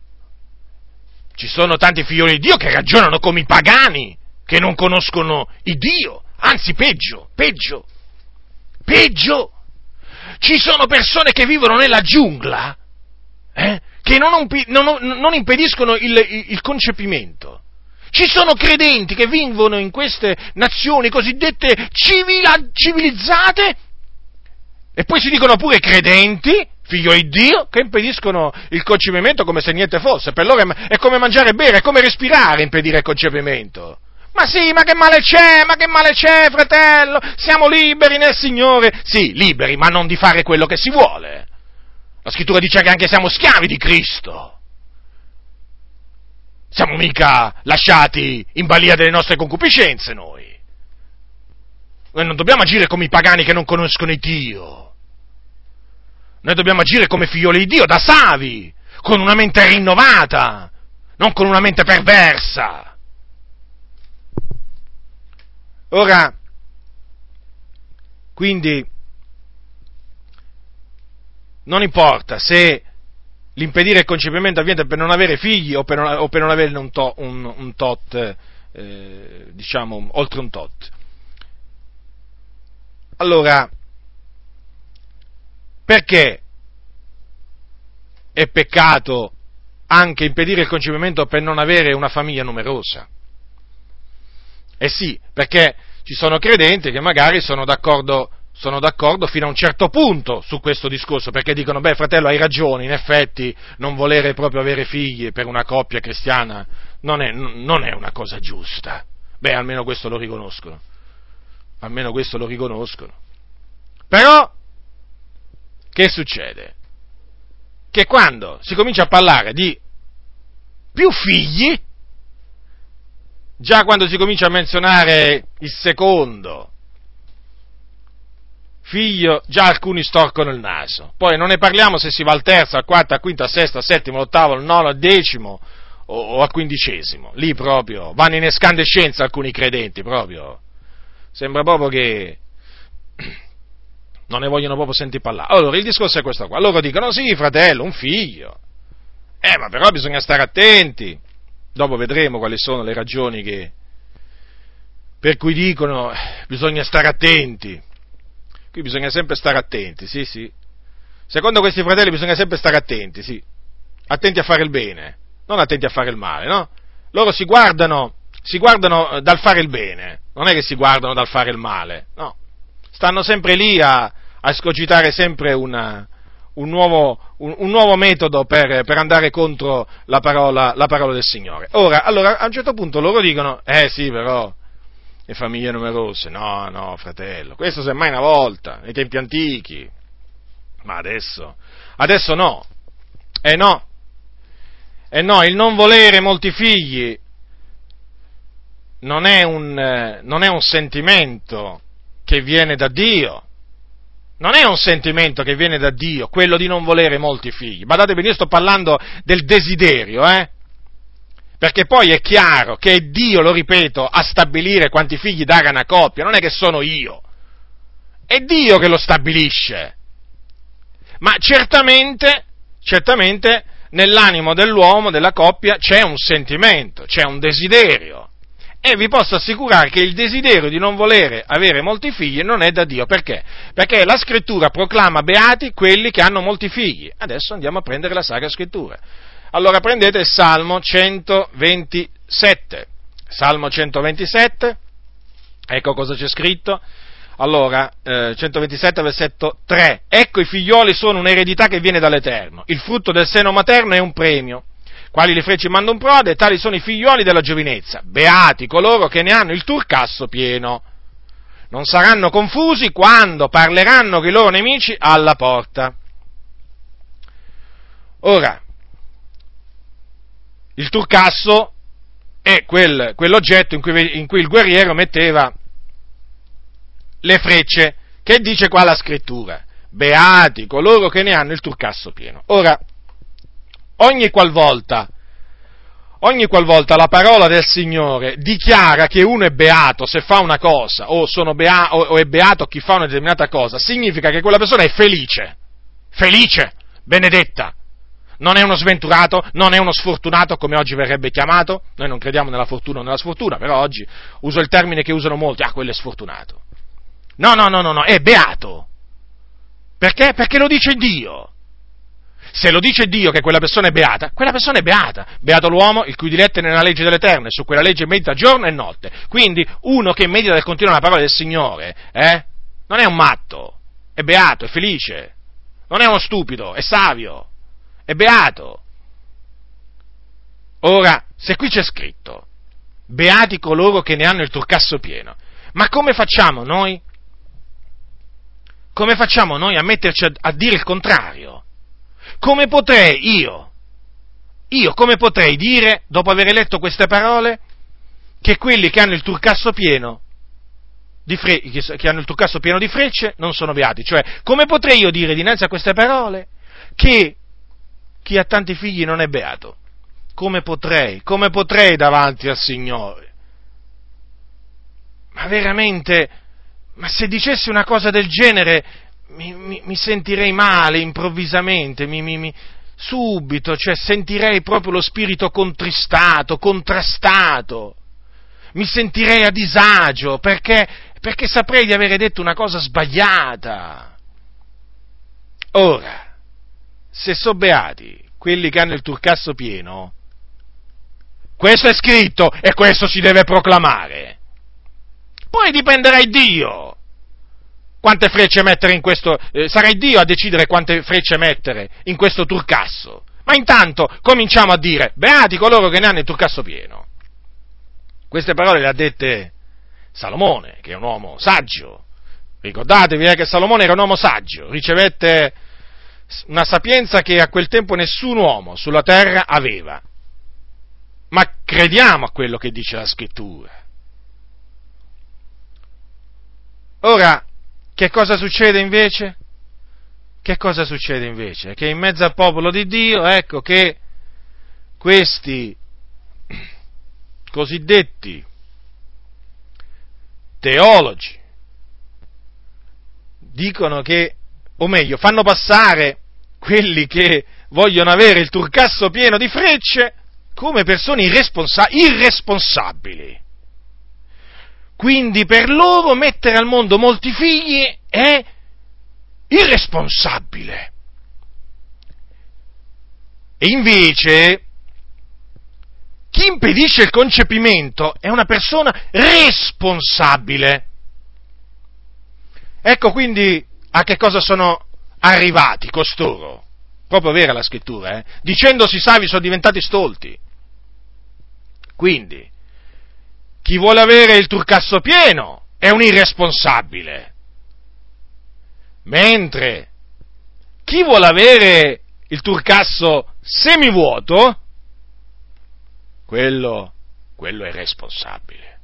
ci sono tanti figlioli di Dio che ragionano come i pagani, che non conoscono il Dio, anzi peggio, peggio, peggio. Ci sono persone che vivono nella giungla, eh, che non, non, non impediscono il, il, il concepimento. Ci sono credenti che vivono in queste nazioni cosiddette civila, civilizzate, e poi si dicono pure credenti, figlio di Dio, che impediscono il concepimento come se niente fosse. Per loro è come mangiare e bere, è come respirare impedire il concepimento. Ma sì, ma che male c'è, ma che male c'è, fratello? Siamo liberi nel Signore. Sì, liberi, ma non di fare quello che si vuole. La scrittura dice che anche siamo schiavi di Cristo. Siamo mica lasciati in balia delle nostre concupiscenze noi. Noi non dobbiamo agire come i pagani che non conoscono il Dio. Noi dobbiamo agire come figlioli di Dio, da savi, con una mente rinnovata, non con una mente perversa. Ora, quindi, non importa se l'impedire il concepimento avviene per non avere figli o per non, o per non averne un, to, un, un tot, eh, diciamo, oltre un tot. Allora, perché è peccato anche impedire il concepimento per non avere una famiglia numerosa? Eh sì, perché ci sono credenti che magari sono d'accordo, sono d'accordo fino a un certo punto su questo discorso, perché dicono, beh fratello, hai ragione, in effetti non volere proprio avere figli per una coppia cristiana non è, non è una cosa giusta. Beh, almeno questo lo riconoscono, almeno questo lo riconoscono. Però, che succede? Che quando si comincia a parlare di più figli, già quando si comincia a menzionare il secondo figlio, già alcuni storcono il naso. Poi non ne parliamo se si va al terzo, al quarto, al quinto, al sesto, al settimo, all'ottavo, al nono, al decimo o, o al quindicesimo. Lì proprio vanno in escandescenza alcuni credenti, proprio. Sembra proprio che non ne vogliono proprio sentire parlare. Allora, il discorso è questo qua. Loro dicono, sì, fratello, un figlio. Eh, ma però bisogna stare attenti. Dopo vedremo quali sono le ragioni che, per cui dicono bisogna stare attenti. Qui bisogna sempre stare attenti, sì, sì. Secondo questi fratelli bisogna sempre stare attenti, sì. Attenti a fare il bene, non attenti a fare il male, no? Loro si guardano, si guardano dal fare il bene, non è che si guardano dal fare il male, no. Stanno sempre lì a, a escogitare sempre una, un, nuovo, un, un nuovo metodo per, per andare contro la parola, la parola del Signore. Ora, allora, a un certo punto loro dicono, eh sì, però, le famiglie numerose, no, no, fratello, questo semmai una volta, nei tempi antichi, ma adesso, adesso no, eh no, eh no, il non volere molti figli non è un, eh, non è un sentimento che viene da Dio, non è un sentimento che viene da Dio, quello di non volere molti figli. Badate bene, io sto parlando del desiderio, eh? Perché poi è chiaro che è Dio, lo ripeto, a stabilire quanti figli dare a una coppia, non è che sono io, è Dio che lo stabilisce. Ma certamente, certamente nell'animo dell'uomo, della coppia, c'è un sentimento, c'è un desiderio. E vi posso assicurare che il desiderio di non volere avere molti figli non è da Dio. Perché? Perché la Scrittura proclama beati quelli che hanno molti figli. Adesso andiamo a prendere la Sacra Scrittura. Allora prendete il Salmo centoventisette. Salmo centoventisette, ecco cosa c'è scritto. Allora, eh, centoventisette versetto tre. Ecco, i figlioli sono un'eredità che viene dall'Eterno. Il frutto del seno materno è un premio. Quali le frecce manda un prode, tali sono i figlioli della giovinezza. Beati coloro che ne hanno il turcasso pieno. Non saranno confusi quando parleranno con i loro nemici alla porta. Ora, il turcasso è quel, quell'oggetto in cui, in cui il guerriero metteva le frecce, che dice qua la Scrittura. Beati coloro che ne hanno il turcasso pieno. Ora, ogni qualvolta, ogni qualvolta la parola del Signore dichiara che uno è beato se fa una cosa, o, sono bea, o, o è beato chi fa una determinata cosa, significa che quella persona è felice, felice, benedetta. Non è uno sventurato, non è uno sfortunato come oggi verrebbe chiamato. Noi non crediamo nella fortuna o nella sfortuna, però oggi uso il termine che usano molti, ah, quello è sfortunato. No, no, no, no, no, è beato. Perché? Perché lo dice Dio. Se lo dice Dio che quella persona è beata, quella persona è beata. Beato l'uomo il cui diletto è nella legge dell'Eterno e su quella legge medita giorno e notte. Quindi uno che medita del continuo la parola del Signore, eh, non è un matto, è beato, è felice. Non è uno stupido, è savio. È beato. Ora, se qui c'è scritto, beati coloro che ne hanno il turcasso pieno, ma come facciamo noi? Come facciamo noi a metterci a, a dire il contrario? Come potrei io, io come potrei dire, dopo aver letto queste parole, che quelli che hanno il turcasso pieno di fre- che hanno il turcasso pieno di frecce non sono beati? Cioè, come potrei io dire dinanzi a queste parole che chi ha tanti figli non è beato? Come potrei? Come potrei davanti al Signore? Ma veramente, ma se dicessi una cosa del genere, mi, mi, mi sentirei male improvvisamente, mi, mi, mi, subito, cioè sentirei proprio lo spirito contristato, contrastato, mi sentirei a disagio, perché, perché saprei di avere detto una cosa sbagliata. Ora, se so beati quelli che hanno il turcasso pieno, questo è scritto e questo si deve proclamare. Poi dipenderà Dio quante frecce mettere in questo, eh, sarà Dio a decidere quante frecce mettere in questo turcasso. Ma intanto cominciamo a dire, beati coloro che ne hanno il turcasso pieno. Queste parole le ha dette Salomone, che è un uomo saggio. Ricordatevi eh, che Salomone era un uomo saggio, ricevette una sapienza che a quel tempo nessun uomo sulla terra aveva. Ma crediamo a quello che dice la Scrittura. Ora, che cosa succede invece? Che cosa succede invece? Che in mezzo al popolo di Dio, ecco che questi cosiddetti teologi dicono che, o meglio, fanno passare quelli che vogliono avere il turcasso pieno di frecce come persone irresponsa- irresponsabili. Quindi per loro mettere al mondo molti figli è irresponsabile. E invece chi impedisce il concepimento è una persona responsabile. Ecco quindi a che cosa sono arrivati costoro. Proprio vera la scrittura, eh? Dicendosi savi sono diventati stolti. Quindi, chi vuole avere il turcasso pieno è un irresponsabile, mentre chi vuole avere il turcasso semivuoto, quello, quello è responsabile.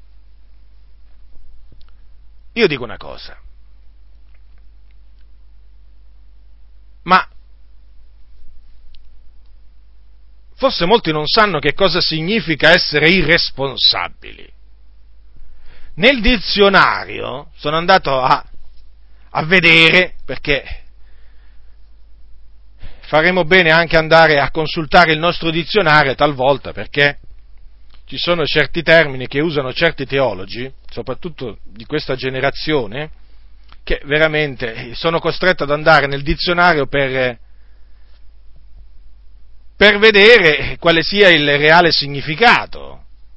Io dico una cosa, ma forse molti non sanno che cosa significa essere irresponsabili. Nel dizionario sono andato a, a vedere, perché faremo bene anche andare a consultare il nostro dizionario talvolta, perché ci sono certi termini che usano certi teologi, soprattutto di questa generazione, che veramente sono costretto ad andare nel dizionario per, per vedere quale sia il reale significato.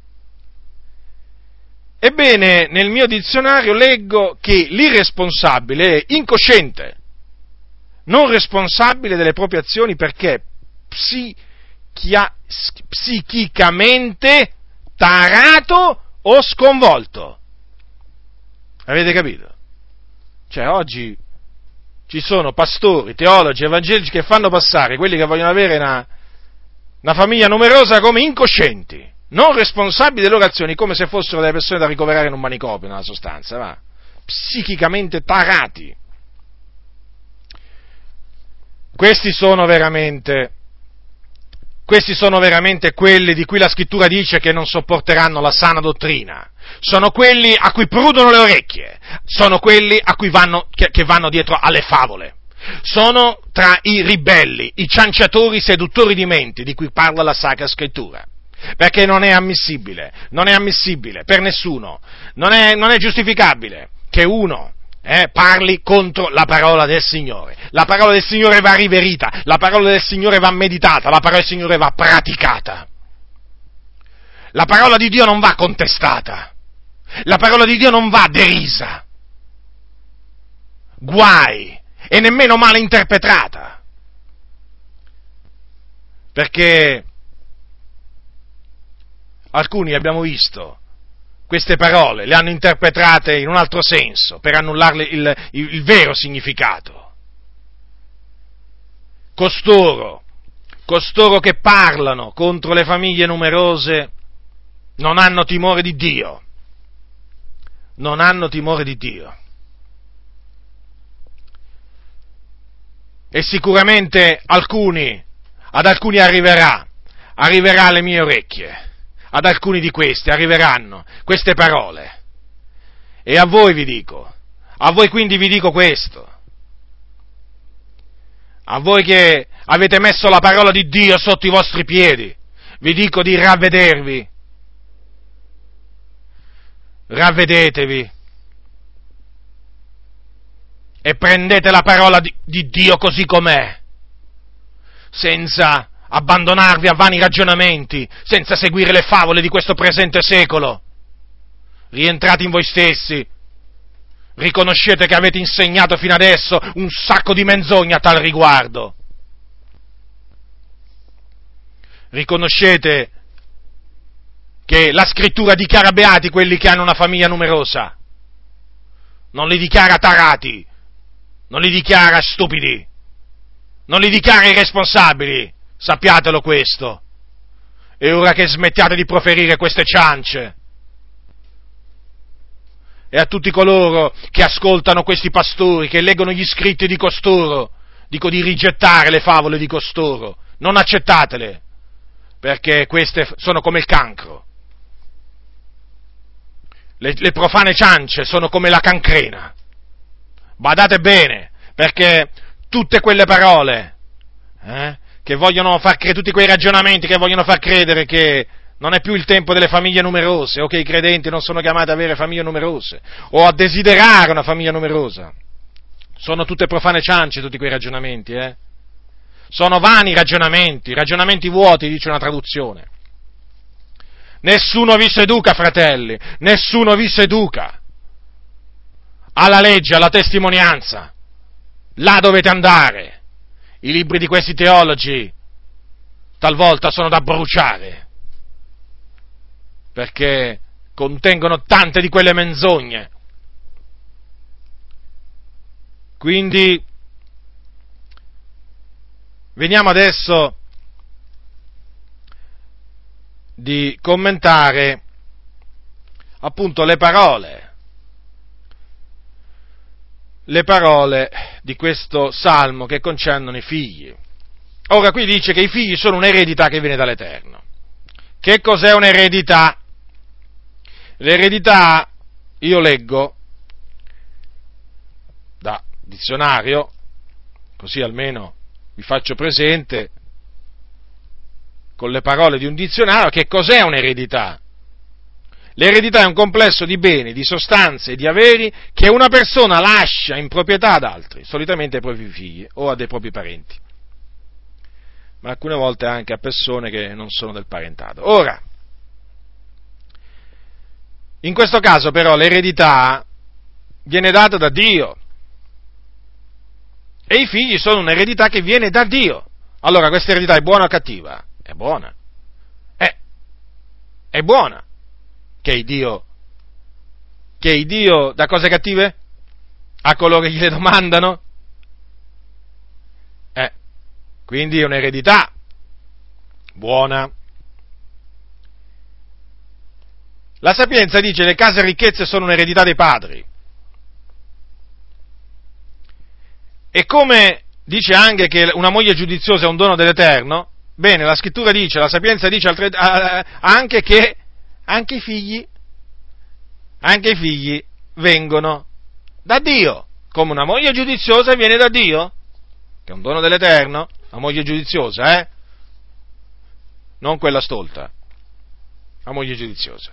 Ebbene, nel mio dizionario leggo che l'irresponsabile è incosciente, non responsabile delle proprie azioni perché psichia, psichicamente tarato o sconvolto. Avete capito? Cioè, oggi ci sono pastori, teologi, evangelici che fanno passare quelli che vogliono avere una, una famiglia numerosa come incoscienti, non responsabili delle loro azioni, come se fossero delle persone da ricoverare in un manicomio, nella sostanza, va? Psichicamente tarati. Questi sono veramente, questi sono veramente quelli di cui la Scrittura dice che non sopporteranno la sana dottrina. Sono quelli a cui prudono le orecchie, sono quelli a cui vanno, che, che vanno dietro alle favole. Sono tra i ribelli, i cianciatori, i seduttori di menti di cui parla la Sacra Scrittura. Perché non è ammissibile, non è ammissibile per nessuno, non è, non è giustificabile che uno eh, parli contro la parola del Signore. La parola del Signore va riverita, la parola del Signore va meditata, la parola del Signore va praticata. La parola di Dio non va contestata, la parola di Dio non va derisa, guai, e nemmeno male interpretata. Perché alcuni, abbiamo visto, queste parole le hanno interpretate in un altro senso, per annullarle il, il, il vero significato. Costoro, costoro che parlano contro le famiglie numerose, non hanno timore di Dio. Non hanno timore di Dio. E sicuramente alcuni, ad alcuni arriverà, arriverà alle mie orecchie. Ad alcuni di questi arriveranno queste parole. E a voi vi dico, a voi quindi vi dico questo: A voi che avete messo la parola di Dio sotto i vostri piedi, vi dico di ravvedervi. Ravvedetevi e prendete la parola di, di Dio così com'è, senza abbandonarvi a vani ragionamenti, senza seguire le favole di questo presente secolo. Rientrate in voi stessi, riconoscete che avete insegnato fino adesso un sacco di menzogne a tal riguardo. Riconoscete che la scrittura dichiara beati quelli che hanno una famiglia numerosa, non li dichiara tarati, non li dichiara stupidi, non li dichiara irresponsabili, sappiatelo questo. E ora che smettiate di proferire queste ciance, e a tutti coloro che ascoltano questi pastori, che leggono gli scritti di costoro, dico di rigettare le favole di costoro, non accettatele, perché queste sono come il cancro. Le, le profane ciance sono come la cancrena. Badate bene, perché tutte quelle parole eh, che vogliono far credere, tutti quei ragionamenti che vogliono far credere che non è più il tempo delle famiglie numerose, o che i credenti non sono chiamati ad avere famiglie numerose, o a desiderare una famiglia numerosa, sono tutte profane ciance, tutti quei ragionamenti, eh? Sono vani ragionamenti, ragionamenti vuoti, dice una traduzione. Nessuno vi seduca, fratelli, nessuno vi seduca. Alla legge, alla testimonianza, là dovete andare. I libri di questi teologi talvolta sono da bruciare, perché contengono tante di quelle menzogne. Quindi veniamo adesso di commentare appunto le parole, le parole di questo salmo che concernono i figli. Ora qui dice che i figli sono un'eredità che viene dall'Eterno. Che cos'è un'eredità? L'eredità, io leggo da dizionario, così almeno vi faccio presente con le parole di un dizionario che cos'è un'eredità. L'eredità è un complesso di beni, di sostanze e di averi che una persona lascia in proprietà ad altri, solitamente ai propri figli o a dei propri parenti, ma alcune volte anche a persone che non sono del parentato. Ora, in questo caso però l'eredità viene data da Dio e i figli sono un'eredità che viene da Dio. Allora, questa eredità è buona o cattiva? È buona. È, è buona. Che il Dio, che il Dio dà cose cattive a coloro che gliele domandano? Eh, quindi è un'eredità buona. La Sapienza dice che le case e ricchezze sono un'eredità dei padri. E come dice anche che una moglie giudiziosa è un dono dell'Eterno, bene, la Scrittura dice, la Sapienza dice altre, anche che anche i figli, anche i figli vengono da Dio, come una moglie giudiziosa viene da Dio, che è un dono dell'Eterno, la moglie giudiziosa, eh? Non quella stolta, la moglie giudiziosa.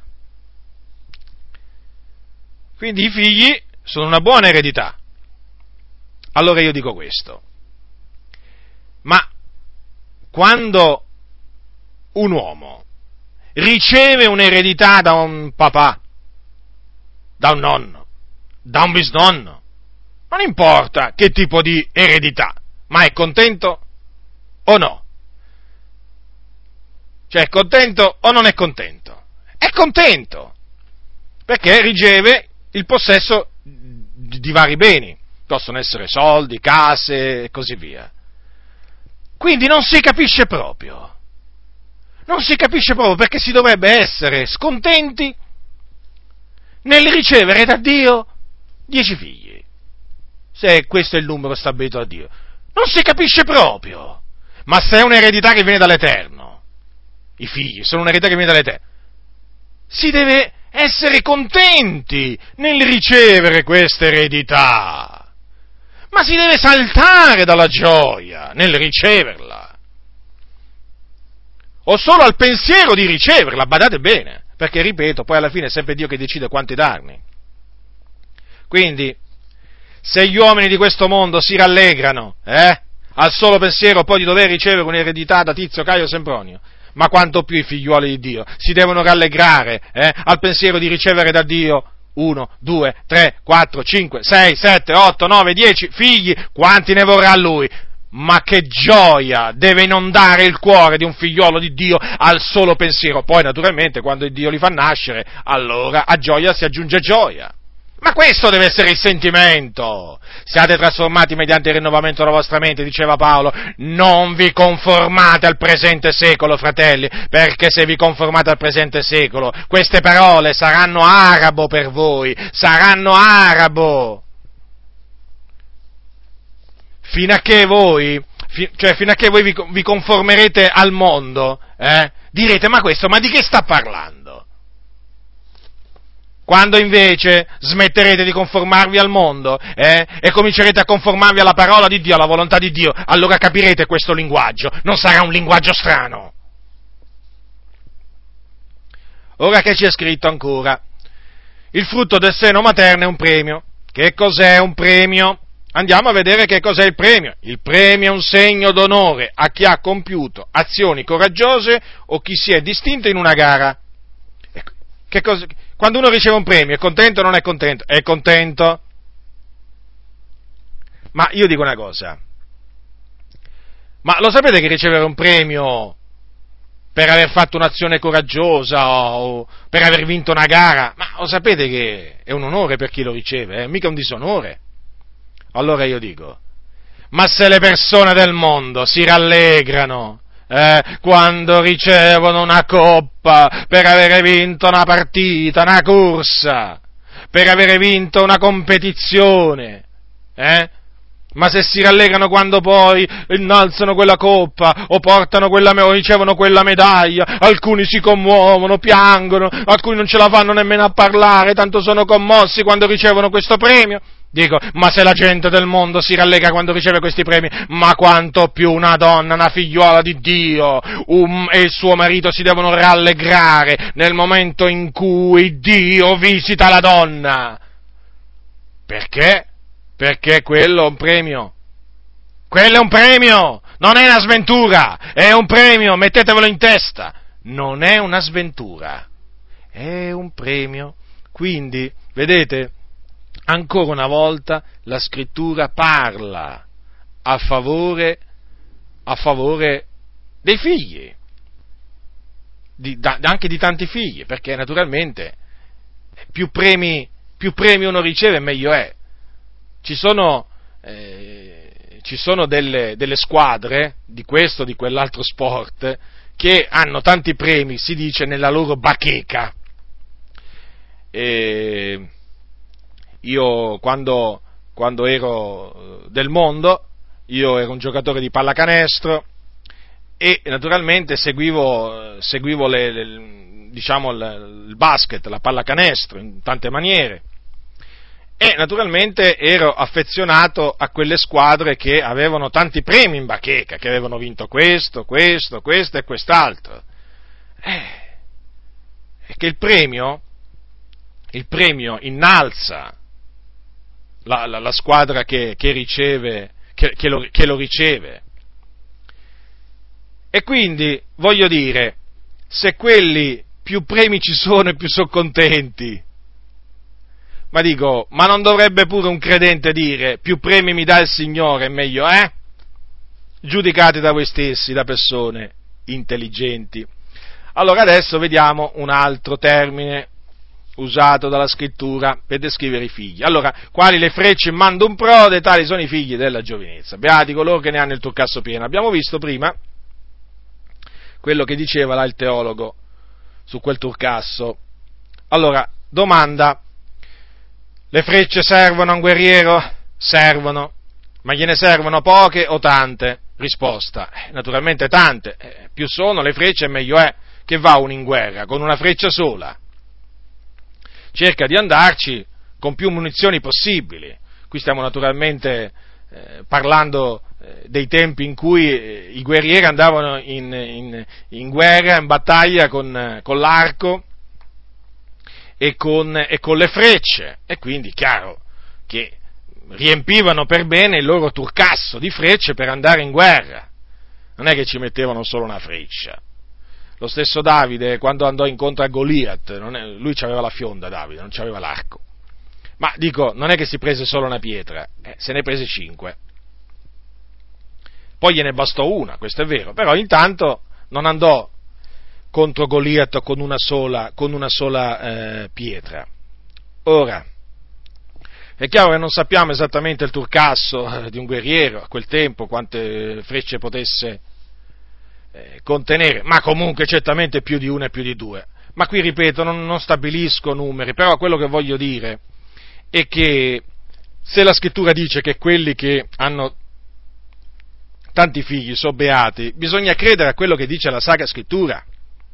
Quindi i figli sono una buona eredità. Allora io dico questo, ma quando un uomo riceve un'eredità da un papà, da un nonno, da un bisnonno, non importa che tipo di eredità, ma è contento o no? Cioè è contento o non è contento? È contento, perché riceve il possesso di vari beni. Possono essere soldi, case e così via. Quindi non si capisce proprio. Non si capisce proprio perché si dovrebbe essere scontenti nel ricevere da Dio dieci figli, se questo è il numero stabilito da Dio. Non si capisce proprio. Ma se è un'eredità che viene dall'Eterno, i figli sono un'eredità che viene dall'Eterno, si deve essere contenti nel ricevere questa eredità. ma si deve saltare dalla gioia nel riceverla, o solo al pensiero di riceverla, badate bene, perché ripeto, poi alla fine è sempre Dio che decide quanti darne. Quindi, se gli uomini di questo mondo si rallegrano, eh, al solo pensiero poi di dover ricevere un'eredità da Tizio, Caio, Sempronio, ma quanto più i figliuoli di Dio si devono rallegrare, eh, al pensiero di ricevere da Dio uno, due, tre, quattro, cinque, sei, sette, otto, nove, dieci figli, quanti ne vorrà lui? Ma che gioia deve inondare il cuore di un figliolo di Dio al solo pensiero. Poi naturalmente quando Dio li fa nascere, allora a gioia si aggiunge gioia. Ma questo deve essere il sentimento. Siate trasformati mediante il rinnovamento della vostra mente, diceva Paolo. Non vi conformate al presente secolo, fratelli, perché se vi conformate al presente secolo, queste parole saranno arabo per voi, saranno arabo. Fino a che voi, fi, cioè fino a che voi vi, vi conformerete al mondo, eh, direte, ma questo, ma di che sta parlando? Quando invece smetterete di conformarvi al mondo eh, e comincerete a conformarvi alla parola di Dio, alla volontà di Dio, allora capirete questo linguaggio, non sarà un linguaggio strano. Ora che c'è scritto ancora, il frutto del seno materno è un premio. Che cos'è un premio? Andiamo a vedere che cos'è il premio. Il premio è un segno d'onore a chi ha compiuto azioni coraggiose o chi si è distinto in una gara. Che cosa... Quando uno riceve un premio, è contento o non è contento? È contento. Ma io dico una cosa, ma lo sapete che ricevere un premio per aver fatto un'azione coraggiosa o per aver vinto una gara, ma lo sapete che è un onore per chi lo riceve, eh? Mica un disonore. Allora io dico, ma se le persone del mondo si rallegrano Eh, quando ricevono una coppa per avere vinto una partita, una corsa, per avere vinto una competizione, eh? Ma se si rallegrano quando poi innalzano quella coppa o portano quella o ricevono quella medaglia, alcuni si commuovono, piangono, alcuni non ce la fanno nemmeno a parlare, tanto sono commossi quando ricevono questo premio. Dico, ma se la gente del mondo si rallegra quando riceve questi premi, ma quanto più una donna, una figliuola di Dio um, e il suo marito si devono rallegrare nel momento in cui Dio visita la donna. Perché? Perché quello è un premio. Quello è un premio, non è una sventura, è un premio, mettetevelo in testa. Non è una sventura, è un premio. Quindi, vedete, ancora una volta la Scrittura parla a favore, a favore dei figli, di, da, anche di tanti figli, perché naturalmente più premi, più premi uno riceve meglio è. Ci sono, eh, ci sono delle, delle squadre di questo o di quell'altro sport che hanno tanti premi, si dice, nella loro bacheca. E io quando, quando ero del mondo, io ero un giocatore di pallacanestro e naturalmente seguivo, seguivo le, le, diciamo il, il basket, la pallacanestro in tante maniere. E naturalmente ero affezionato a quelle squadre che avevano tanti premi in bacheca, che avevano vinto questo, questo, questo e quest'altro. Eh, è che il premio, il premio innalza la, la, la squadra che, che riceve, che, che, lo, che lo riceve. E quindi, voglio dire, se quelli più premi ci sono e più sono contenti, ma dico, ma non dovrebbe pure un credente dire, più premi mi dà il Signore, meglio è? Giudicati da voi stessi, da persone intelligenti. Allora adesso vediamo un altro termine usato dalla Scrittura per descrivere i figli. Allora, quali le frecce in mando un prode, tali sono i figli della giovinezza. Beati coloro che ne hanno il turcasso pieno. Abbiamo visto prima quello che diceva là il teologo su quel turcasso. Allora, domanda: le frecce servono a un guerriero? Servono. Ma gliene servono poche o tante? Risposta: eh, naturalmente tante. Eh, più sono le frecce meglio è. Che va uno in guerra con una freccia sola? Cerca di andarci con più munizioni possibili. Qui stiamo naturalmente eh, parlando eh, dei tempi in cui eh, i guerrieri andavano in, in, in guerra, in battaglia con, con l'arco e con, e con le frecce, e quindi chiaro che riempivano per bene il loro turcasso di frecce per andare in guerra. Non è che ci mettevano solo una freccia. Lo stesso Davide, quando andò incontro a Goliat, non è, lui c'aveva la fionda, Davide, non c'aveva l'arco. Ma dico, non è che si prese solo una pietra, eh, se ne prese cinque. Poi gliene bastò una, questo è vero, però intanto non andò contro Goliat con una sola, con una sola eh, pietra. Ora, è chiaro che non sappiamo esattamente il turcasso di un guerriero a quel tempo, quante frecce potesse eh, contenere, ma comunque certamente più di una e più di due. Ma qui, ripeto, non, non stabilisco numeri, però quello che voglio dire è che se la Scrittura dice che quelli che hanno tanti figli sono beati, bisogna credere a quello che dice la Sacra Scrittura.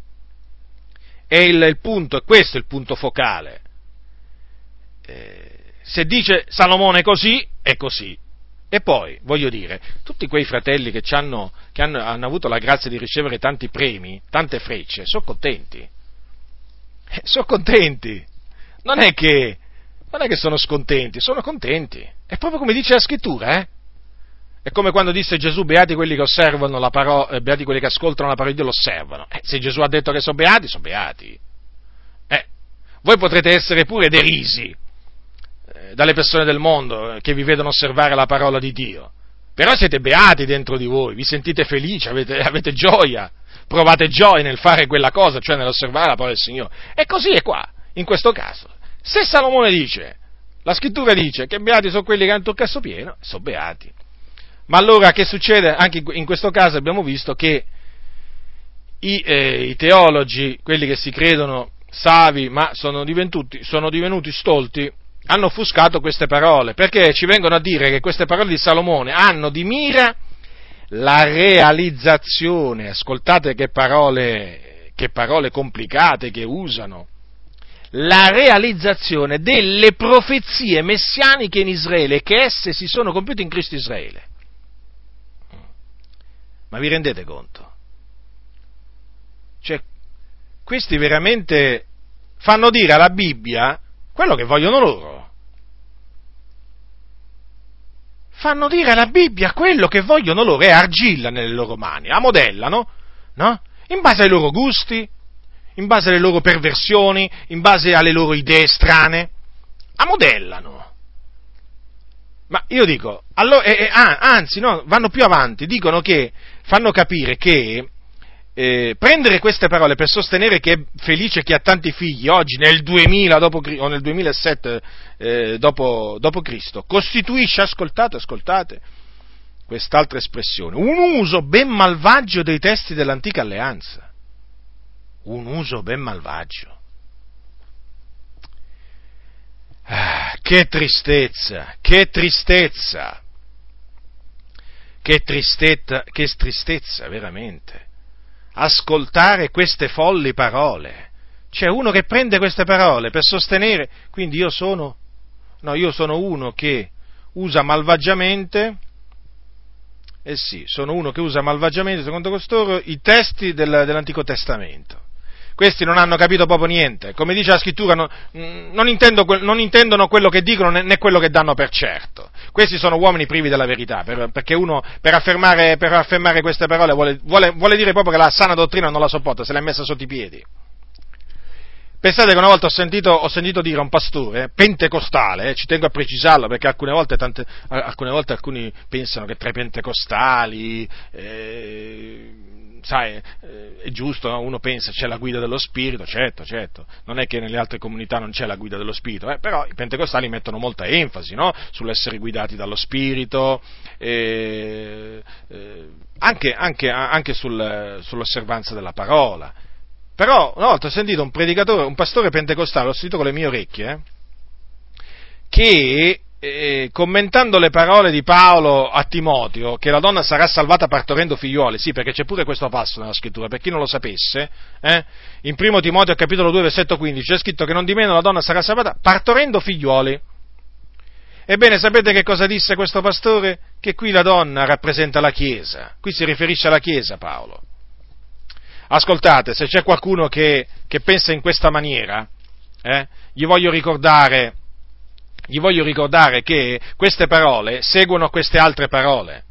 E il, il punto, è questo il punto focale. Eh, Se dice Salomone così, è così. E poi, voglio dire, tutti quei fratelli che, hanno, che hanno, hanno avuto la grazia di ricevere tanti premi, tante frecce, sono contenti. Eh, sono contenti. Non è che, non è che sono scontenti, sono contenti. È proprio come dice la Scrittura, eh? È come quando disse Gesù, beati quelli che osservano la parola, eh, beati quelli che ascoltano la parola di Dio e l'osservano. Eh, se Gesù ha detto che sono beati, sono beati. Eh, voi potrete essere pure derisi dalle persone del mondo che vi vedono osservare la parola di Dio, però siete beati dentro di voi, vi sentite felici, avete, avete gioia, provate gioia nel fare quella cosa, cioè nell'osservare la parola del Signore. E così è qua, in questo caso. Se Salomone dice, la Scrittura dice che beati sono quelli che hanno il turcasso pieno, sono beati. Ma allora che succede? Anche in questo caso abbiamo visto che i, eh, i teologi, quelli che si credono savi ma sono divenuti, sono divenuti stolti, hanno offuscato queste parole, perché ci vengono a dire che queste parole di Salomone hanno di mira la realizzazione, ascoltate che parole, che parole complicate che usano, la realizzazione delle profezie messianiche in Israele, che esse si sono compiute in Cristo Israele. Ma vi rendete conto? Cioè, questi veramente fanno dire alla Bibbia quello che vogliono loro. Fanno dire alla Bibbia quello che vogliono loro, e argilla nelle loro mani, la modellano, no? In base ai loro gusti, in base alle loro perversioni, in base alle loro idee strane, la modellano. Ma io dico, allora, eh, eh, anzi, no, vanno più avanti, dicono che, fanno capire che Eh, prendere queste parole per sostenere che è felice chi ha tanti figli oggi nel duemila dopo, o nel duemilasette eh, dopo, dopo Cristo costituisce, ascoltate, ascoltate quest'altra espressione, un uso ben malvagio dei testi dell'antica alleanza. Un uso ben malvagio. Ah, che tristezza, che tristezza, che tristezza, che tristezza veramente. Ascoltare queste folli parole. C'è uno che prende queste parole per sostenere, quindi io sono, no, io sono uno che usa malvagiamente, eh sì, sono uno che usa malvagiamente, secondo costoro, i testi del, dell'Antico Testamento. Questi non hanno capito proprio niente, come dice la Scrittura, no, non, intendo, non intendono quello che dicono né quello che danno per certo. Questi sono uomini privi della verità, per, perché uno per affermare, per affermare queste parole vuole, vuole, vuole dire proprio che la sana dottrina non la sopporta, se l'è messa sotto i piedi. Pensate che una volta ho sentito, ho sentito dire a un pastore pentecostale, eh, ci tengo a precisarlo perché alcune volte, tante, alcune volte alcuni pensano che tra i pentecostali, eh, sai, eh, è giusto, no? Uno pensa c'è la guida dello Spirito, certo, certo, non è che nelle altre comunità non c'è la guida dello Spirito, eh, però i pentecostali mettono molta enfasi, no? Sull'essere guidati dallo Spirito, eh, eh, anche, anche, anche sul, sull'osservanza della parola. Però una volta ho sentito un predicatore, un pastore pentecostale, l'ho sentito con le mie orecchie, eh, che eh, commentando le parole di Paolo a Timoteo, che la donna sarà salvata partorendo figliuoli, sì, perché c'è pure questo passo nella scrittura, per chi non lo sapesse, eh, in primo Timoteo capitolo due versetto quindici c'è scritto che non di meno la donna sarà salvata partorendo figliuoli. Ebbene, sapete che cosa disse questo pastore? Che qui la donna rappresenta la Chiesa. Qui si riferisce alla Chiesa, Paolo. Ascoltate, se c'è qualcuno che, che pensa in questa maniera, eh, gli voglio ricordare, gli voglio ricordare che queste parole seguono queste altre parole.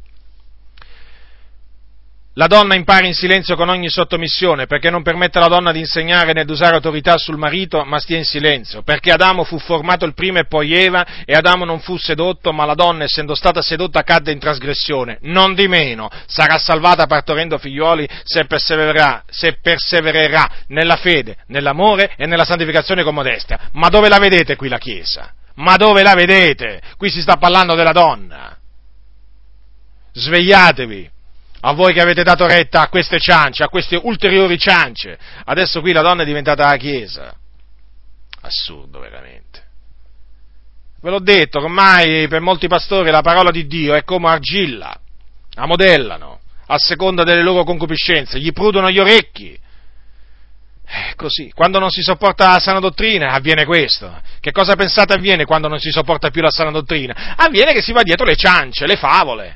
La donna impari in silenzio con ogni sottomissione, perché non permette alla donna di insegnare né di usare autorità sul marito, ma stia in silenzio, perché Adamo fu formato il primo e poi Eva, e Adamo non fu sedotto, ma la donna, essendo stata sedotta, cadde in trasgressione. Non di meno, sarà salvata partorendo figliuoli se persevererà, se persevererà nella fede, nell'amore e nella santificazione con modestia. Ma dove la vedete qui la Chiesa? Ma dove la vedete? Qui si sta parlando della donna. Svegliatevi! A voi che avete dato retta a queste ciance, a queste ulteriori ciance, adesso qui la donna è diventata la Chiesa. Assurdo, veramente. Ve l'ho detto, ormai per molti pastori la parola di Dio è come argilla, la modellano, a seconda delle loro concupiscenze, gli prudono gli orecchi. Eh, così, quando non si sopporta la sana dottrina avviene questo. Che cosa pensate avviene quando non si sopporta più la sana dottrina? Avviene che si va dietro le ciance, le favole.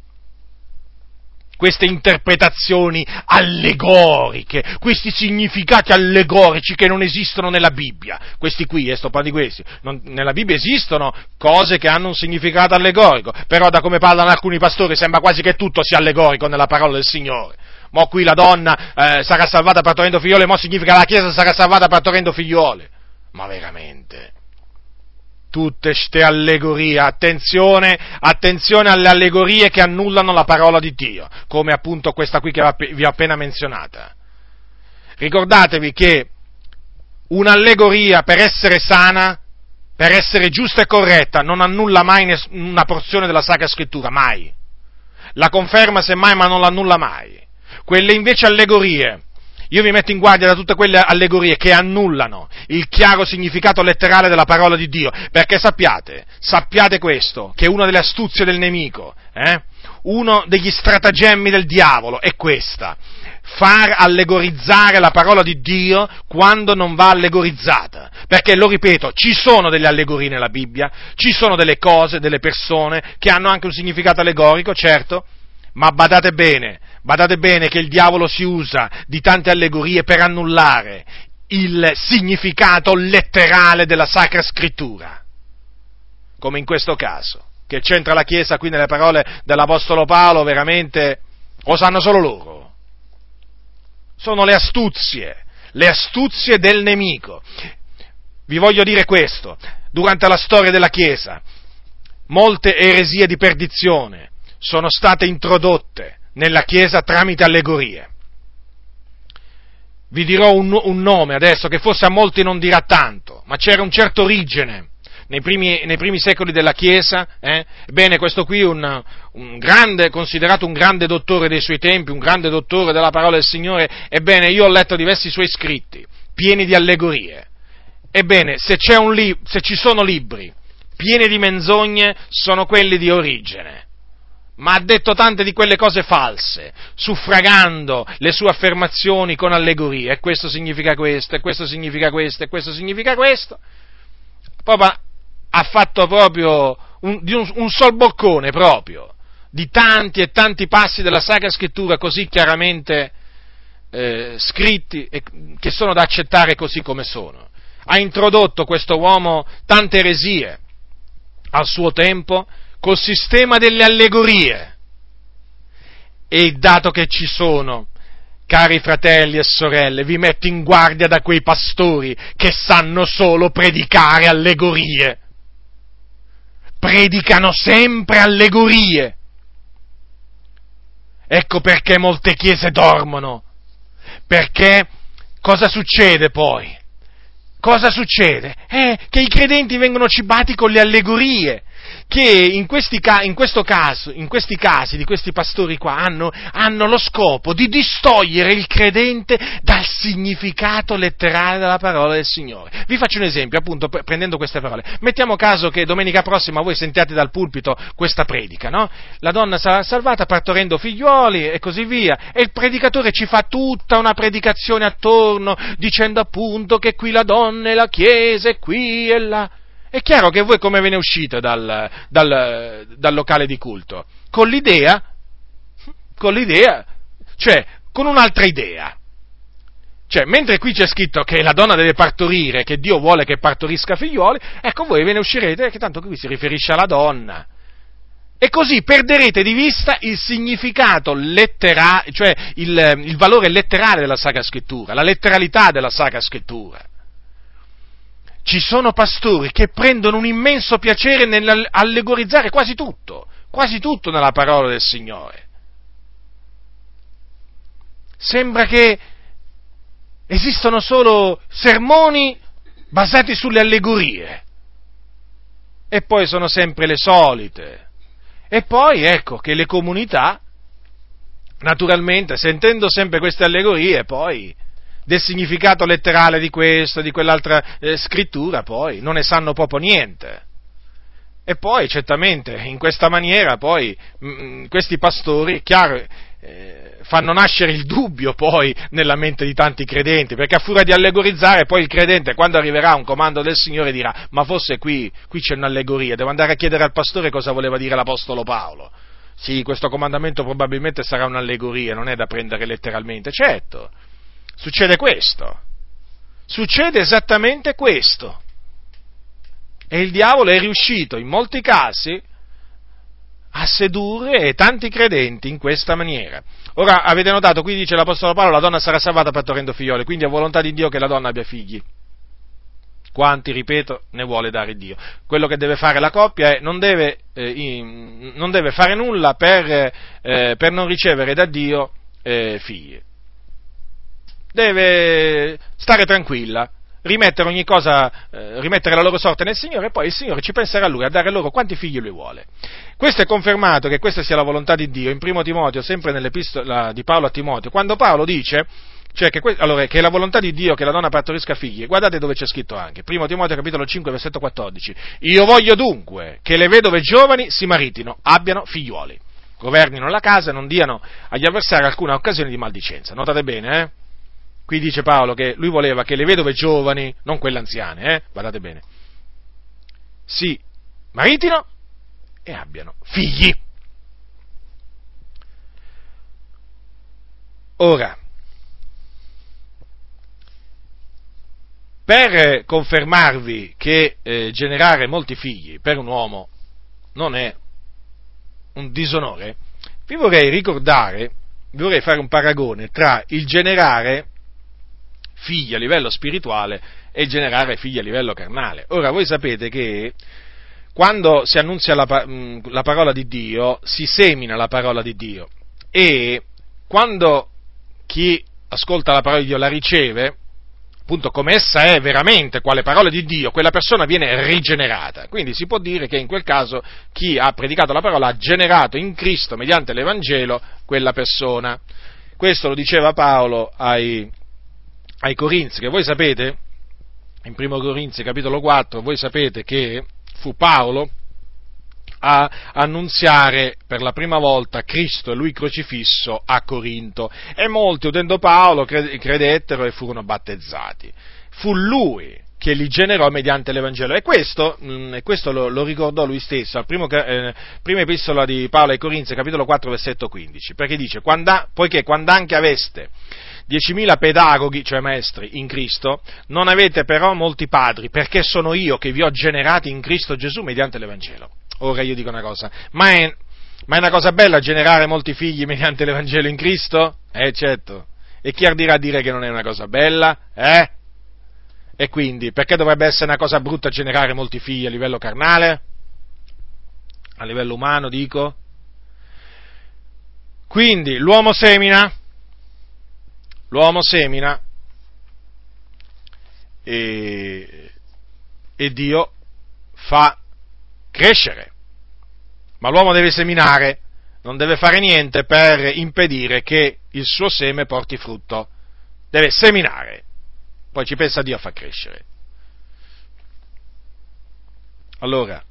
Queste interpretazioni allegoriche, questi significati allegorici che non esistono nella Bibbia, questi qui, eh, sto parlando di questi, non, nella Bibbia esistono cose che hanno un significato allegorico, però da come parlano alcuni pastori sembra quasi che tutto sia allegorico nella parola del Signore. Mo' qui la donna eh, sarà salvata partorendo figliole, mo' significa la Chiesa sarà salvata partorendo figliole. Ma veramente? Tutte ste allegorie, attenzione, attenzione alle allegorie che annullano la parola di Dio, come appunto questa qui che vi ho appena menzionata. Ricordatevi che un'allegoria, per essere sana, per essere giusta e corretta, non annulla mai una porzione della Sacra Scrittura, mai. La conferma semmai, ma non l'annulla mai. Quelle invece allegorie, io vi metto in guardia da tutte quelle allegorie che annullano il chiaro significato letterale della parola di Dio, perché sappiate, sappiate questo, che una delle astuzie del nemico, eh, uno degli stratagemmi del diavolo è questa: far allegorizzare la parola di Dio quando non va allegorizzata, perché, lo ripeto, ci sono delle allegorie nella Bibbia, ci sono delle cose, delle persone che hanno anche un significato allegorico, certo, ma badate bene, badate bene che il diavolo si usa di tante allegorie per annullare il significato letterale della Sacra Scrittura, come in questo caso, che c'entra la Chiesa qui nelle parole dell'Apostolo Paolo, veramente lo sanno solo loro. Sono le astuzie, le astuzie del nemico. Vi voglio dire questo: durante la storia della Chiesa, molte eresie di perdizione sono state introdotte nella Chiesa tramite allegorie. Vi dirò un, un nome adesso che forse a molti non dirà tanto, ma c'era un certo Origene nei primi, nei primi secoli della Chiesa, eh? Ebbene, questo qui un, un grande, considerato un grande dottore dei suoi tempi, un grande dottore della parola del Signore. Ebbene, io ho letto diversi suoi scritti, pieni di allegorie. Ebbene, se c'è un li, se ci sono libri pieni di menzogne, sono quelli di Origene. Ma ha detto tante di quelle cose false, suffragando le sue affermazioni con allegorie, e questo significa questo, e questo significa questo, e questo significa questo. Proprio ha fatto proprio un, di un, un sol boccone proprio, di tanti e tanti passi della Sacra Scrittura così chiaramente eh, scritti, e che sono da accettare così come sono. Ha introdotto questo uomo tante eresie al suo tempo, col sistema delle allegorie. E dato che ci sono, cari fratelli e sorelle, vi metto in guardia da quei pastori che sanno solo predicare allegorie. Predicano sempre allegorie. Ecco perché molte chiese dormono. Perché cosa succede poi? Cosa succede? Eh, che i credenti vengono cibati con le allegorie, che in, questi, in questo caso, in questi casi di questi pastori qua hanno, hanno lo scopo di distogliere il credente dal significato letterale della parola del Signore. Vi faccio un esempio, appunto, prendendo queste parole. Mettiamo caso che domenica prossima voi sentiate dal pulpito questa predica, no? La donna sarà salvata partorendo figliuoli e così via, e il predicatore ci fa tutta una predicazione attorno, dicendo appunto che qui la donna è la Chiesa, e qui e là. È chiaro che voi come ve ne uscite dal, dal, dal locale di culto? Con l'idea, con l'idea, cioè con un'altra idea. Cioè, mentre qui c'è scritto che la donna deve partorire, che Dio vuole che partorisca figlioli, ecco voi ve ne uscirete, che tanto qui si riferisce alla donna. E così perderete di vista il significato letterale, cioè il, il valore letterale della Sacra Scrittura, la letteralità della Sacra Scrittura. Ci sono pastori che prendono un immenso piacere nell'allegorizzare quasi tutto, quasi tutto nella parola del Signore. Sembra che esistono solo sermoni basati sulle allegorie, e poi sono sempre le solite. E poi ecco che le comunità, naturalmente, sentendo sempre queste allegorie, poi del significato letterale di questa, di quell'altra eh, scrittura, poi non ne sanno proprio niente. E poi, certamente, in questa maniera, poi, mh, questi pastori, chiaro, eh, fanno nascere il dubbio, poi, nella mente di tanti credenti, perché a furia di allegorizzare, poi il credente, quando arriverà un comando del Signore, dirà, ma forse qui, qui c'è un'allegoria, devo andare a chiedere al pastore cosa voleva dire l'Apostolo Paolo. Sì, questo comandamento probabilmente sarà un'allegoria, non è da prendere letteralmente, certo. Succede questo, succede esattamente questo, e il diavolo è riuscito in molti casi a sedurre tanti credenti in questa maniera. Ora avete notato, qui dice l'Apostolo Paolo, la donna sarà salvata partorendo figlioli, quindi è volontà di Dio che la donna abbia figli. Quanti, ripeto, ne vuole dare Dio. Quello che deve fare la coppia è non deve, eh, in, non deve fare nulla per, eh, per non ricevere da Dio eh, figli. Deve stare tranquilla, rimettere ogni cosa, eh, rimettere la loro sorte nel Signore, e poi il Signore ci penserà Lui a dare loro quanti figli Lui vuole. Questo è confermato che questa sia la volontà di Dio in primo Timoteo, sempre nell'epistola di Paolo a Timoteo, quando Paolo dice, cioè che, que- allora, che è la volontà di Dio che la donna partorisca figli. Guardate dove c'è scritto anche, primo Timoteo capitolo cinque versetto quattordici, io voglio dunque che le vedove giovani si maritino, abbiano figliuoli, governino la casa e non diano agli avversari alcuna occasione di maldicenza. Notate bene, eh? Qui dice Paolo che lui voleva che le vedove giovani, non quelle anziane, eh, guardate bene, si maritino e abbiano figli. Ora, per confermarvi che eh, generare molti figli per un uomo non è un disonore, vi vorrei ricordare, vi vorrei fare un paragone tra il generare figli a livello spirituale e generare figli a livello carnale. Ora, voi sapete che quando si annunzia la, la parola di Dio, si semina la parola di Dio, e quando chi ascolta la parola di Dio la riceve, appunto come essa è veramente, quale parola di Dio, quella persona viene rigenerata. Quindi si può dire che in quel caso chi ha predicato la parola ha generato in Cristo, mediante l'Evangelo, quella persona. Questo lo diceva Paolo ai ai Corinzi, che voi sapete, in primo Corinzi capitolo quattro, voi sapete che fu Paolo a annunziare per la prima volta Cristo e Lui crocifisso a Corinto, e molti, udendo Paolo, credettero e furono battezzati. Fu lui che li generò mediante l'Evangelo, e questo, mh, questo lo, lo ricordò lui stesso al primo, eh, prima epistola di Paolo ai Corinzi, capitolo quattro, versetto quindici, perché dice, quando, poiché quando anche aveste diecimila pedagoghi, cioè maestri, in Cristo, non avete però molti padri, perché sono io che vi ho generati in Cristo Gesù mediante l'Evangelo. Ora io dico una cosa, ma è, ma è una cosa bella generare molti figli mediante l'Evangelo in Cristo? Eh, certo. E chi ardirà a dire che non è una cosa bella? Eh? E quindi, perché dovrebbe essere una cosa brutta generare molti figli a livello carnale? A livello umano, dico? Quindi, l'uomo semina, l'uomo semina e, e Dio fa crescere, ma l'uomo deve seminare, non deve fare niente per impedire che il suo seme porti frutto, deve seminare, poi ci pensa Dio a far crescere. Allora,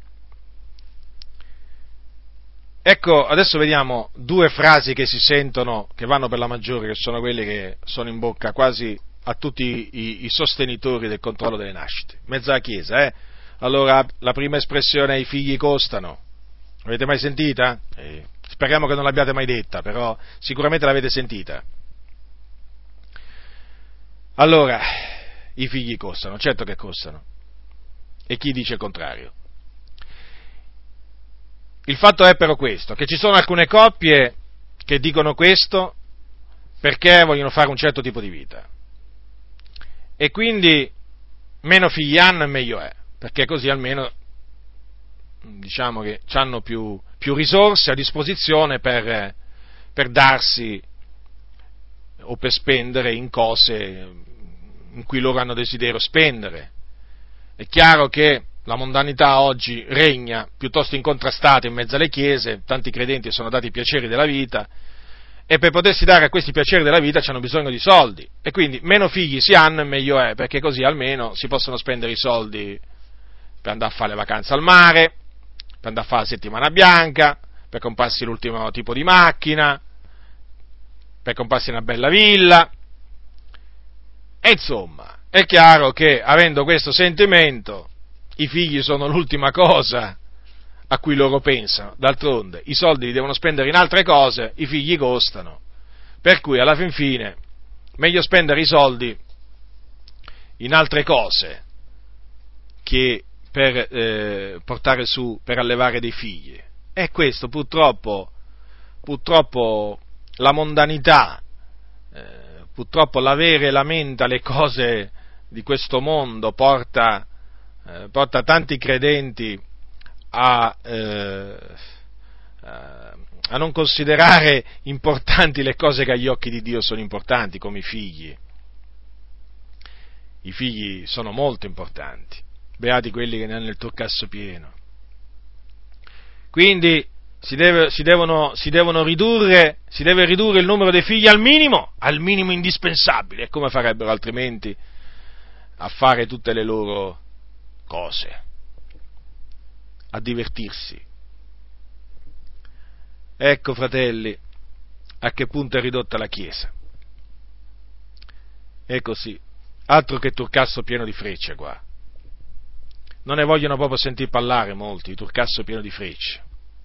ecco, adesso vediamo due frasi che si sentono, che vanno per la maggiore, che sono quelle che sono in bocca quasi a tutti i, i sostenitori del controllo delle nascite, mezzo alla Chiesa, eh? allora la prima espressione "i figli costano", avete mai sentita? Eh, speriamo che non l'abbiate mai detta, però sicuramente l'avete sentita. Allora, i figli costano, certo che costano. E chi dice il contrario? Il fatto è però questo, che ci sono alcune coppie che dicono questo perché vogliono fare un certo tipo di vita. E quindi meno figli hanno e meglio è, perché così almeno diciamo che hanno più, più risorse a disposizione per, per darsi o per spendere in cose in cui loro hanno desiderio spendere. È chiaro che la mondanità oggi regna piuttosto incontrastata in mezzo alle chiese, tanti credenti sono dati i piaceri della vita, e per potersi dare a questi piaceri della vita hanno bisogno di soldi, e quindi meno figli si hanno e meglio è, perché così almeno si possono spendere i soldi per andare a fare le vacanze al mare, per andare a fare la settimana bianca, per comprarsi l'ultimo tipo di macchina, per comprarsi una bella villa. E insomma, è chiaro che avendo questo sentimento, i figli sono l'ultima cosa a cui loro pensano. D'altronde i soldi li devono spendere in altre cose, i figli costano, per cui alla fin fine meglio spendere i soldi in altre cose che per eh, portare su, per allevare dei figli. E questo purtroppo, purtroppo la mondanità, eh, purtroppo l'avere la mente alle cose di questo mondo porta, eh, porta tanti credenti a, eh, a non considerare importanti le cose che agli occhi di Dio sono importanti, come i figli. I figli sono molto importanti, beati quelli che ne hanno il turcasso pieno. Quindi si, deve, si, devono, si devono ridurre, si deve ridurre il numero dei figli al minimo, al minimo indispensabile, e come farebbero altrimenti a fare tutte le loro cose, a divertirsi. Ecco, fratelli, a che punto è ridotta la Chiesa. È così, altro che turcasso pieno di frecce qua. Non ne vogliono proprio sentir parlare molti, di turcasso pieno di frecce.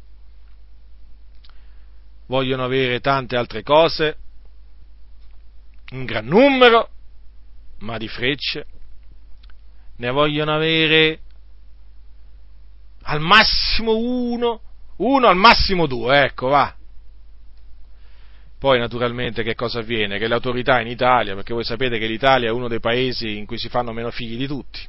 Vogliono avere tante altre cose, un gran numero, ma di frecce ne vogliono avere al massimo uno, uno al massimo due, ecco, va. Poi naturalmente che cosa avviene? Che le autorità in Italia, perché voi sapete che l'Italia è uno dei paesi in cui si fanno meno figli di tutti,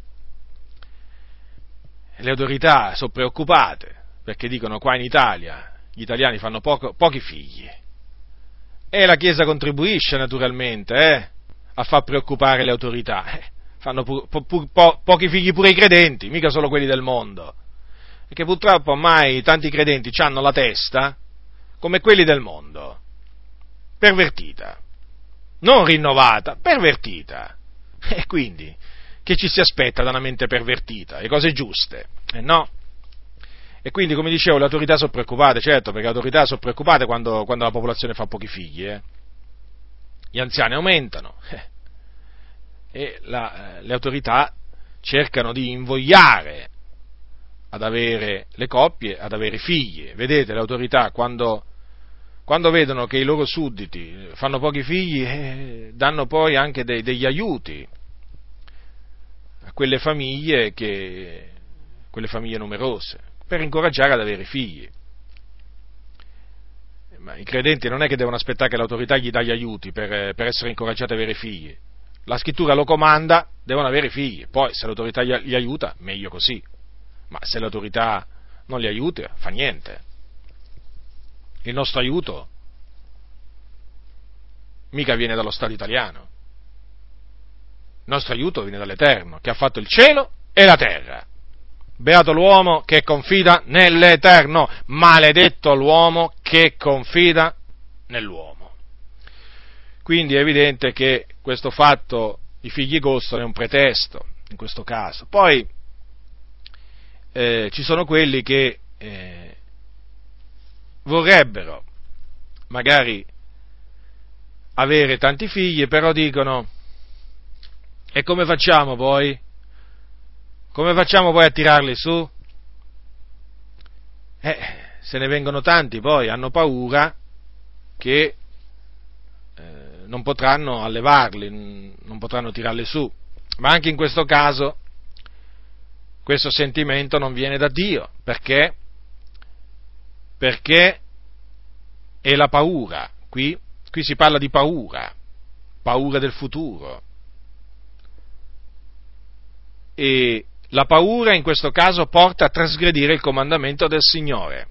le autorità sono preoccupate, perché dicono qua in Italia gli italiani fanno poco, pochi figli, e la Chiesa contribuisce naturalmente eh, a far preoccupare le autorità, eh, fanno pu- pu- po- pochi figli pure i credenti, mica solo quelli del mondo, perché purtroppo ormai tanti credenti hanno la testa come quelli del mondo, pervertita, non rinnovata, pervertita, e quindi che ci si aspetta da una mente pervertita? Le cose giuste? Eh no. E quindi, come dicevo, le autorità sono preoccupate, certo, perché le autorità sono preoccupate quando, quando la popolazione fa pochi figli, eh. Gli anziani aumentano, eh. e la, le autorità cercano di invogliare ad avere le coppie, ad avere figli. Vedete, le autorità quando, quando vedono che i loro sudditi fanno pochi figli, eh, danno poi anche dei, degli aiuti a quelle famiglie che, quelle famiglie numerose, per incoraggiare ad avere figli. Ma i credenti non è che devono aspettare che l'autorità gli dà gli aiuti per, per essere incoraggiati ad avere figli. La scrittura lo comanda, devono avere figli, poi se l'autorità gli, gli aiuta, meglio così, ma se l'autorità non li aiuta, fa niente. Il nostro aiuto mica viene dallo Stato italiano, il nostro aiuto viene dall'Eterno, che ha fatto il cielo e la terra. Beato l'uomo che confida nell'Eterno, maledetto l'uomo che confida nell'uomo. Quindi è evidente che questo fatto, i figli costano, è un pretesto in questo caso. Poi eh, ci sono quelli che eh, vorrebbero magari avere tanti figli, però dicono: e come facciamo poi? come facciamo poi a tirarli su? Eh, se ne vengono tanti, poi hanno paura che eh, non potranno allevarli, non potranno tirarli su. Ma anche in questo caso questo sentimento non viene da Dio, perché? Perché è la paura, qui, qui si parla di paura, paura del futuro. E la paura in questo caso porta a trasgredire il comandamento del Signore.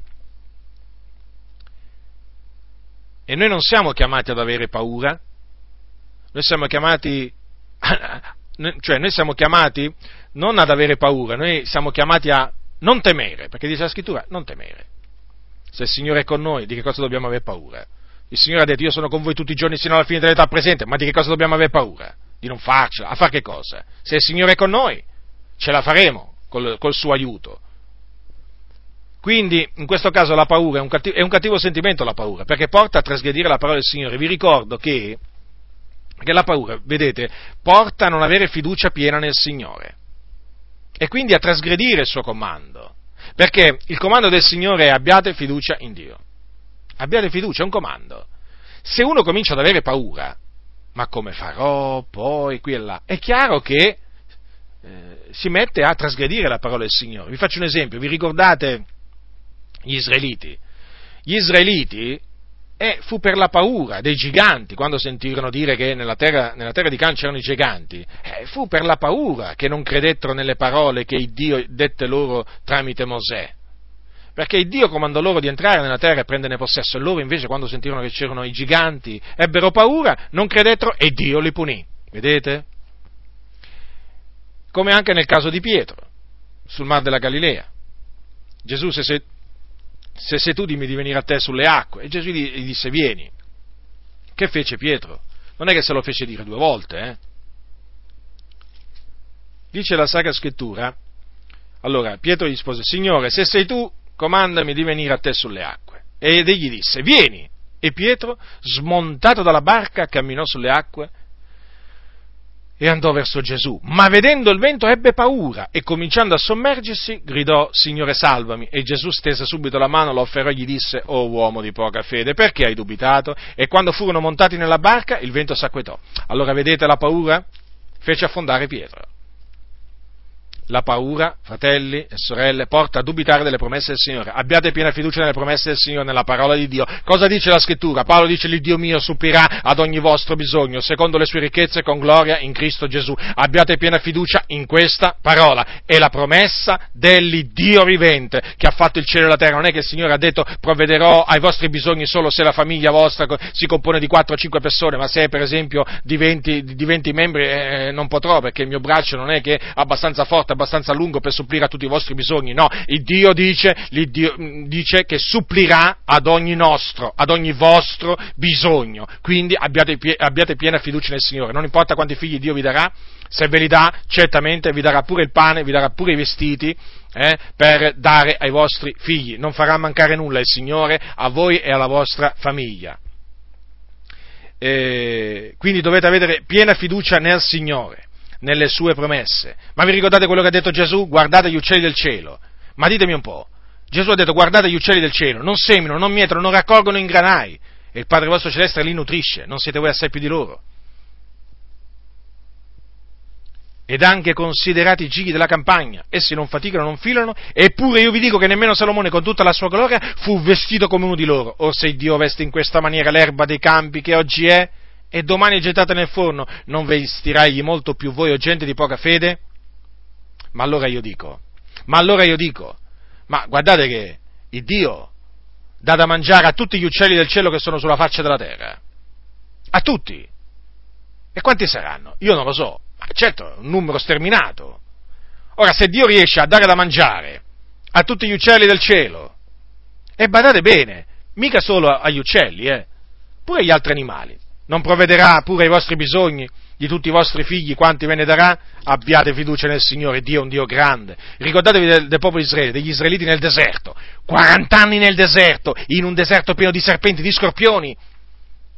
E noi non siamo chiamati ad avere paura, noi siamo chiamati, cioè noi siamo chiamati non ad avere paura, noi siamo chiamati a non temere, perché dice la Scrittura, non temere. Se il Signore è con noi, di che cosa dobbiamo avere paura? Il Signore ha detto, io sono con voi tutti i giorni sino alla fine dell'età presente, ma di che cosa dobbiamo avere paura? Di non farcela, a far che cosa? Se il Signore è con noi, ce la faremo col, col suo aiuto. Quindi, in questo caso, la paura è un, cattivo, è un cattivo sentimento, la paura, perché porta a trasgredire la parola del Signore. Vi ricordo che, che la paura, vedete, porta a non avere fiducia piena nel Signore, e quindi a trasgredire il suo comando, perché il comando del Signore è abbiate fiducia in Dio. Abbiate fiducia, è un comando. Se uno comincia ad avere paura, ma come farò, poi, qui e là, è chiaro che eh, si mette a trasgredire la parola del Signore. Vi faccio un esempio, vi ricordate gli Israeliti? Gli Israeliti eh, fu per la paura dei giganti, quando sentirono dire che nella terra, nella terra di Canaan c'erano i giganti, eh, fu per la paura che non credettero nelle parole che il Dio dette loro tramite Mosè. Perché il Dio comandò loro di entrare nella terra e prenderne possesso, e loro invece, quando sentirono che c'erano i giganti, ebbero paura, non credettero e Dio li punì. Vedete? Come anche nel caso di Pietro, sul Mar della Galilea. Gesù, se, se, se sei tu, dimmi di venire a te sulle acque. E Gesù gli disse, vieni. Che fece Pietro? Non è che se lo fece dire due volte, eh? Dice la Sacra Scrittura, allora, Pietro gli rispose, Signore, se sei tu, comandami di venire a te sulle acque. Ed egli disse, vieni. E Pietro, smontato dalla barca, camminò sulle acque e andò verso Gesù. Ma vedendo il vento ebbe paura e cominciando a sommergersi, gridò, Signore, salvami. E Gesù stese subito la mano, lo afferrò e gli disse, o uomo di poca fede, perché hai dubitato? E quando furono montati nella barca, il vento s'acquietò. Allora vedete la paura? Fece affondare Pietro. La paura, fratelli e sorelle, porta a dubitare delle promesse del Signore. Abbiate piena fiducia nelle promesse del Signore, nella parola di Dio. Cosa dice la Scrittura? Paolo dice, l'Iddio mio supplirà ad ogni vostro bisogno, secondo le sue ricchezze con gloria in Cristo Gesù. Abbiate piena fiducia in questa parola. È la promessa dell'Iddio vivente che ha fatto il cielo e la terra. Non è che il Signore ha detto, provvederò ai vostri bisogni solo se la famiglia vostra si compone di quattro o cinque persone, ma se per esempio di venti, di venti membri eh, non potrò, perché il mio braccio non è che è abbastanza forte, abbastanza lungo per supplire a tutti i vostri bisogni. No, il Dio dice, l'Iddio dice che supplirà ad ogni nostro, ad ogni vostro bisogno. Quindi abbiate, abbiate piena fiducia nel Signore. Non importa quanti figli Dio vi darà, se ve li dà, certamente vi darà pure il pane, vi darà pure i vestiti eh, per dare ai vostri figli. Non farà mancare nulla il Signore a voi e alla vostra famiglia. Eh, quindi dovete avere piena fiducia nel Signore, nelle sue promesse. Ma vi ricordate quello che ha detto Gesù? Guardate gli uccelli del cielo. Ma ditemi un po', Gesù ha detto guardate gli uccelli del cielo, non seminano, non mietono, non raccolgono in granai, e il Padre vostro celeste li nutrisce, non siete voi assai più di loro? Ed anche considerati i gigli della campagna, essi non faticano, non filano, eppure io vi dico che nemmeno Salomone con tutta la sua gloria fu vestito come uno di loro. Or se Dio veste in questa maniera l'erba dei campi che oggi è, e domani è gettata nel forno, non vestirà egli molto più voi, o gente di poca fede? Ma allora io dico, ma allora io dico, ma guardate che il Dio dà da mangiare a tutti gli uccelli del cielo che sono sulla faccia della terra, a tutti. E quanti saranno? Io non lo so, ma certo è un numero sterminato. Ora, se Dio riesce a dare da mangiare a tutti gli uccelli del cielo, e badate bene, mica solo agli uccelli, eh, pure agli altri animali, non provvederà pure ai vostri bisogni di tutti i vostri figli quanti ve ne darà? Abbiate fiducia nel Signore, Dio è un Dio grande. Ricordatevi del, del popolo di Israele, degli israeliti nel deserto, quaranta anni nel deserto, in un deserto pieno di serpenti, di scorpioni,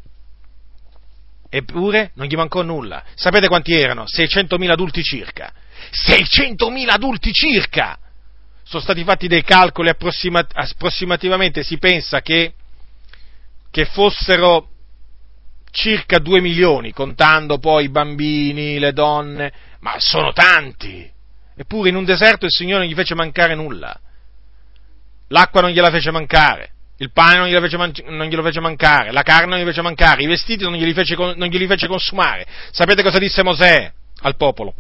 eppure non gli mancò nulla. Sapete quanti erano? seicentomila adulti circa. seicentomila adulti circa. Sono stati fatti dei calcoli approssima- approssimativamente, si pensa che, che fossero circa due milioni, contando poi i bambini, le donne, ma sono tanti. Eppure in un deserto il Signore non gli fece mancare nulla. L'acqua non gliela fece mancare, il pane non glielo fece, man- non glielo fece mancare, la carne non gli fece mancare, i vestiti non glieli fece, non glieli fece consumare. Sapete cosa disse Mosè al popolo?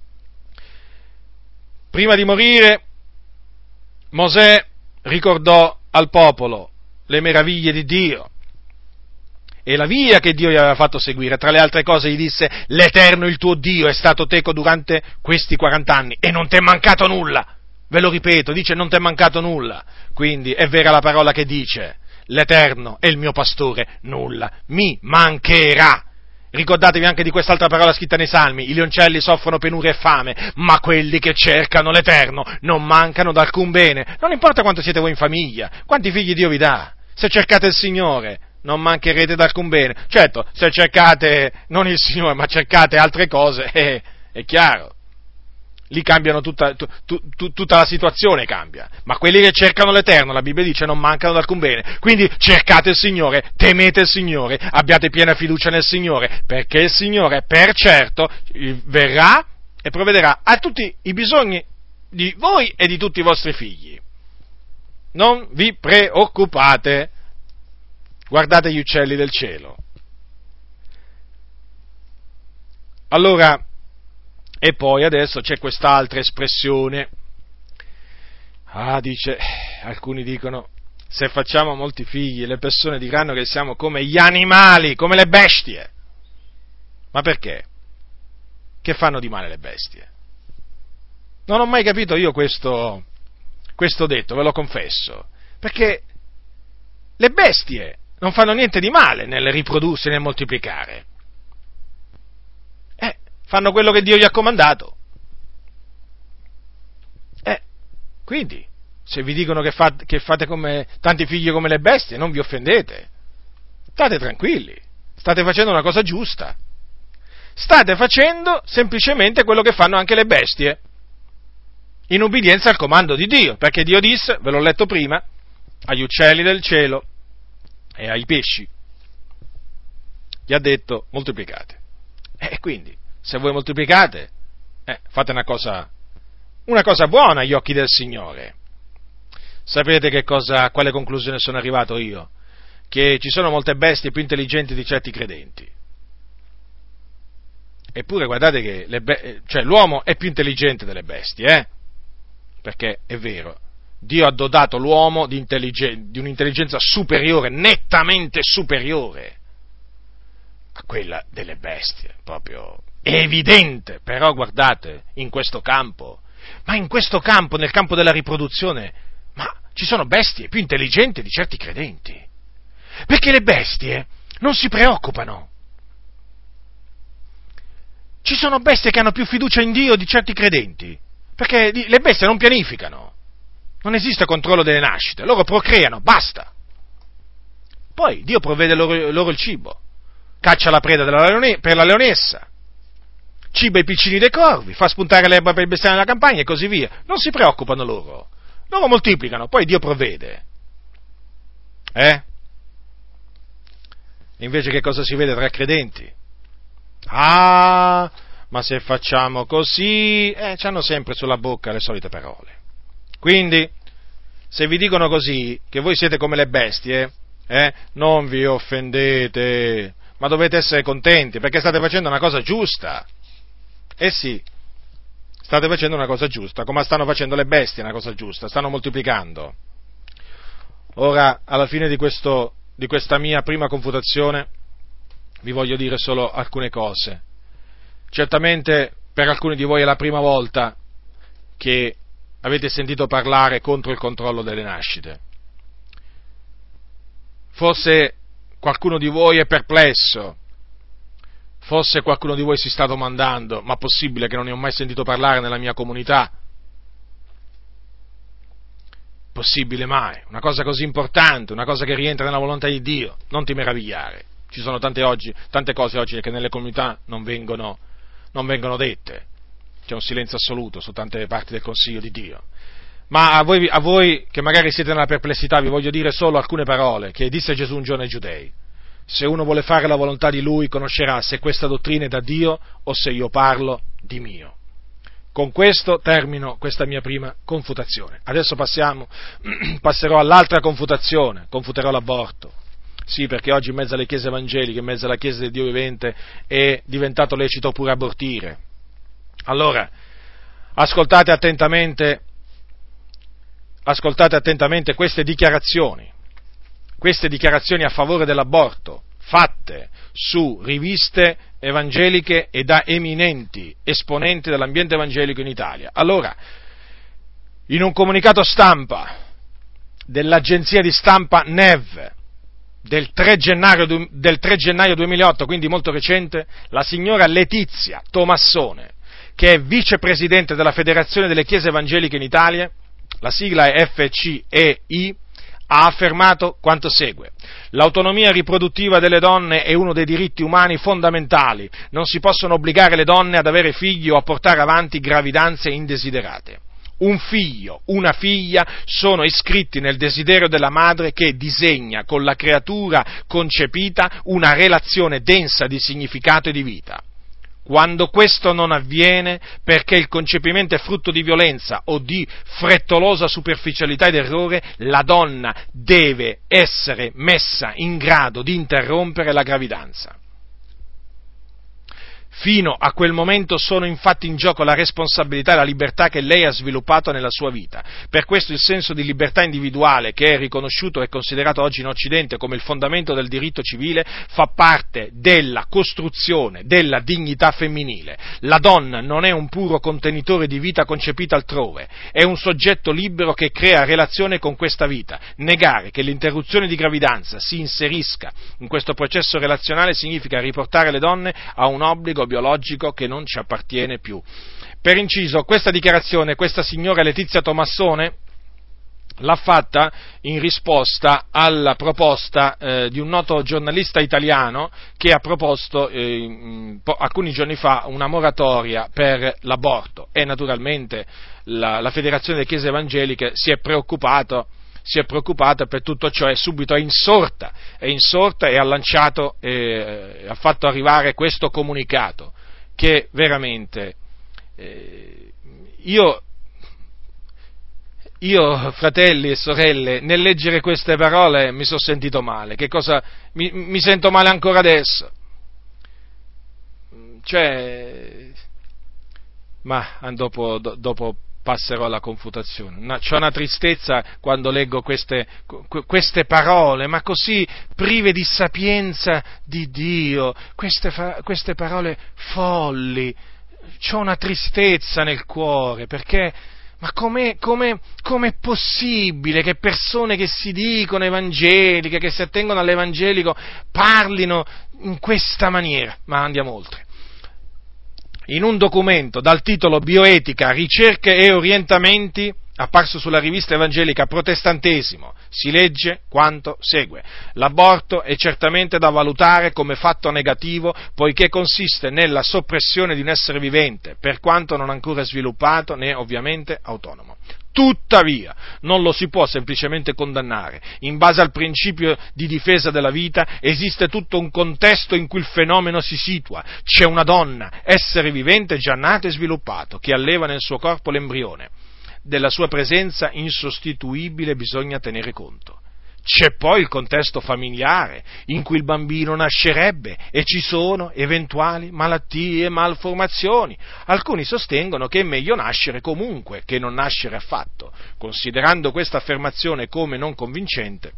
Prima di morire, Mosè ricordò al popolo le meraviglie di Dio e la via che Dio gli aveva fatto seguire. Tra le altre cose gli disse: l'Eterno il tuo Dio è stato teco durante questi quarant'anni e non ti è mancato nulla. Ve lo ripeto, dice non ti è mancato nulla. Quindi è vera la parola che dice: l'Eterno è il mio pastore, nulla mi mancherà. Ricordatevi anche di quest'altra parola scritta nei Salmi: i lioncelli soffrono penuria e fame, ma quelli che cercano l'Eterno non mancano d'alcun bene. Non importa quanto siete voi in famiglia, quanti figli Dio vi dà, se cercate il Signore non mancherete d'alcun bene. Certo, se cercate non il Signore, ma cercate altre cose, eh, è chiaro, lì cambiano tutta, tu, tu, tutta la situazione cambia, ma quelli che cercano l'Eterno, la Bibbia dice, non mancano d'alcun bene. Quindi cercate il Signore, temete il Signore, abbiate piena fiducia nel Signore, perché il Signore per certo verrà e provvederà a tutti i bisogni di voi e di tutti i vostri figli. Non vi preoccupate, guardate gli uccelli del cielo. Allora, e poi adesso c'è quest'altra espressione. Ah, dice, alcuni dicono, se facciamo molti figli le persone diranno che siamo come gli animali, come le bestie. Ma perché? Che fanno di male le bestie? Non ho mai capito io questo, questo detto, ve lo confesso, perché le bestie non fanno niente di male nel riprodursi e nel moltiplicare. Eh, fanno quello che Dio gli ha comandato. Eh, quindi, se vi dicono che, fate, che fate come tanti figli come le bestie, non vi offendete. State tranquilli, state facendo una cosa giusta. State facendo semplicemente quello che fanno anche le bestie, in ubbidienza al comando di Dio, perché Dio disse, ve l'ho letto prima, agli uccelli del cielo e ai pesci, gli ha detto moltiplicate. E quindi, se voi moltiplicate, eh, fate una cosa, una cosa buona agli occhi del Signore. Sapete che cosa, a quale conclusione sono arrivato io? Che ci sono molte bestie più intelligenti di certi credenti. Eppure guardate che le be- cioè, l'uomo è più intelligente delle bestie, eh? Perché è vero, Dio ha dotato l'uomo di, intelligen- di un'intelligenza superiore, nettamente superiore a quella delle bestie, proprio evidente. Però guardate, in questo campo, ma in questo campo, nel campo della riproduzione, ma ci sono bestie più intelligenti di certi credenti, perché le bestie non si preoccupano. Ci sono bestie che hanno più fiducia in Dio di certi credenti, perché le bestie non pianificano, non esiste controllo delle nascite, loro procreano, basta. Poi Dio provvede loro, loro il cibo, caccia la preda della leone, per la leonessa, ciba i piccini dei corvi, fa spuntare l'erba per il bestiame della campagna e così via. Non si preoccupano loro, loro moltiplicano, poi Dio provvede. Eh? E invece che cosa si vede tra credenti? Ah, ma se facciamo così, eh, c'hanno sempre sulla bocca le solite parole. Quindi, se vi dicono così, che voi siete come le bestie, eh, non vi offendete, ma dovete essere contenti, perché state facendo una cosa giusta. Eh sì, state facendo una cosa giusta, come stanno facendo le bestie una cosa giusta, stanno moltiplicando. Ora, alla fine di, questo, di questa mia prima confutazione, vi voglio dire solo alcune cose. Certamente per alcuni di voi è la prima volta che avete sentito parlare contro il controllo delle nascite. Forse qualcuno di voi è perplesso, forse qualcuno di voi si sta domandando: ma possibile che non ne ho mai sentito parlare nella mia comunità? Possibile mai? Una cosa così importante, una cosa che rientra nella volontà di Dio, non ti meravigliare. Ci sono tante, oggi, tante cose oggi che nelle comunità non vengono, non vengono dette. c'è un silenzio assoluto su tante parti del Consiglio di Dio. Ma a voi, a voi che magari siete nella perplessità vi voglio dire solo alcune parole che disse Gesù un giorno ai Giudei. Se uno vuole fare la volontà di Lui, conoscerà se questa dottrina è da Dio o se io parlo di mio. Con questo termino questa mia prima confutazione. Adesso passiamo, passerò all'altra confutazione, confuterò l'aborto. Sì, perché oggi in mezzo alle chiese evangeliche, in mezzo alla Chiesa del Dio vivente, è diventato lecito pure abortire. Allora, ascoltate attentamente, ascoltate attentamente queste dichiarazioni, queste dichiarazioni a favore dell'aborto, fatte su riviste evangeliche e da eminenti esponenti dell'ambiente evangelico in Italia. Allora, in un comunicato stampa dell'agenzia di stampa N E V del tre gennaio, del tre gennaio duemilaotto, quindi molto recente, la signora Letizia Tomassone, che è vicepresidente della Federazione delle Chiese Evangeliche in Italia, la sigla è F C E I, ha affermato quanto segue: l'autonomia riproduttiva delle donne è uno dei diritti umani fondamentali, non si possono obbligare le donne ad avere figli o a portare avanti gravidanze indesiderate. Un figlio, una figlia sono iscritti nel desiderio della madre che disegna con la creatura concepita una relazione densa di significato e di vita. Quando questo non avviene, perché il concepimento è frutto di violenza o di frettolosa superficialità ed errore, la donna deve essere messa in grado di interrompere la gravidanza. Fino a quel momento sono infatti in gioco la responsabilità e la libertà che lei ha sviluppato nella sua vita. Per questo il senso di libertà individuale, che è riconosciuto e considerato oggi in Occidente come il fondamento del diritto civile, fa parte della costruzione della dignità femminile. La donna non è un puro contenitore di vita concepita altrove, è un soggetto libero che crea relazione con questa vita. Negare che l'interruzione di gravidanza si inserisca in questo processo relazionale significa riportare le donne a un obbligo biologico che non ci appartiene più. Per inciso, questa dichiarazione, questa signora Letizia Tomassone l'ha fatta in risposta alla proposta eh, di un noto giornalista italiano che ha proposto eh, po- alcuni giorni fa una moratoria per l'aborto, e naturalmente la, la Federazione delle Chiese Evangeliche si è preoccupato si è preoccupata per tutto ciò, è subito è insorta, è insorta e ha lanciato, eh, ha fatto arrivare questo comunicato, che veramente, eh, io, io, fratelli e sorelle, nel leggere queste parole mi sono sentito male, che cosa, mi, mi sento male ancora adesso, cioè, ma dopo, dopo passerò alla confutazione. C'ho una tristezza quando leggo queste, queste parole, ma così prive di sapienza di Dio, queste, queste parole folli. C'ho una tristezza nel cuore, perché, ma com'è, com'è, com'è possibile che persone che si dicono evangeliche, che si attengono all'evangelico, parlino in questa maniera? Ma andiamo oltre. In un documento dal titolo Bioetica, ricerche e orientamenti, apparso sulla rivista evangelica Protestantesimo, si legge quanto segue: l'aborto è certamente da valutare come fatto negativo, poiché consiste nella soppressione di un essere vivente, per quanto non ancora sviluppato né ovviamente autonomo. Tuttavia, non lo si può semplicemente condannare. In base al principio di difesa della vita esiste tutto un contesto in cui il fenomeno si situa. C'è una donna, essere vivente già nato e sviluppato, che alleva nel suo corpo l'embrione. Della sua presenza insostituibile bisogna tenere conto. C'è poi il contesto familiare, in cui il bambino nascerebbe e ci sono eventuali malattie e malformazioni. Alcuni sostengono che è meglio nascere comunque che non nascere affatto. Considerando questa affermazione come non convincente,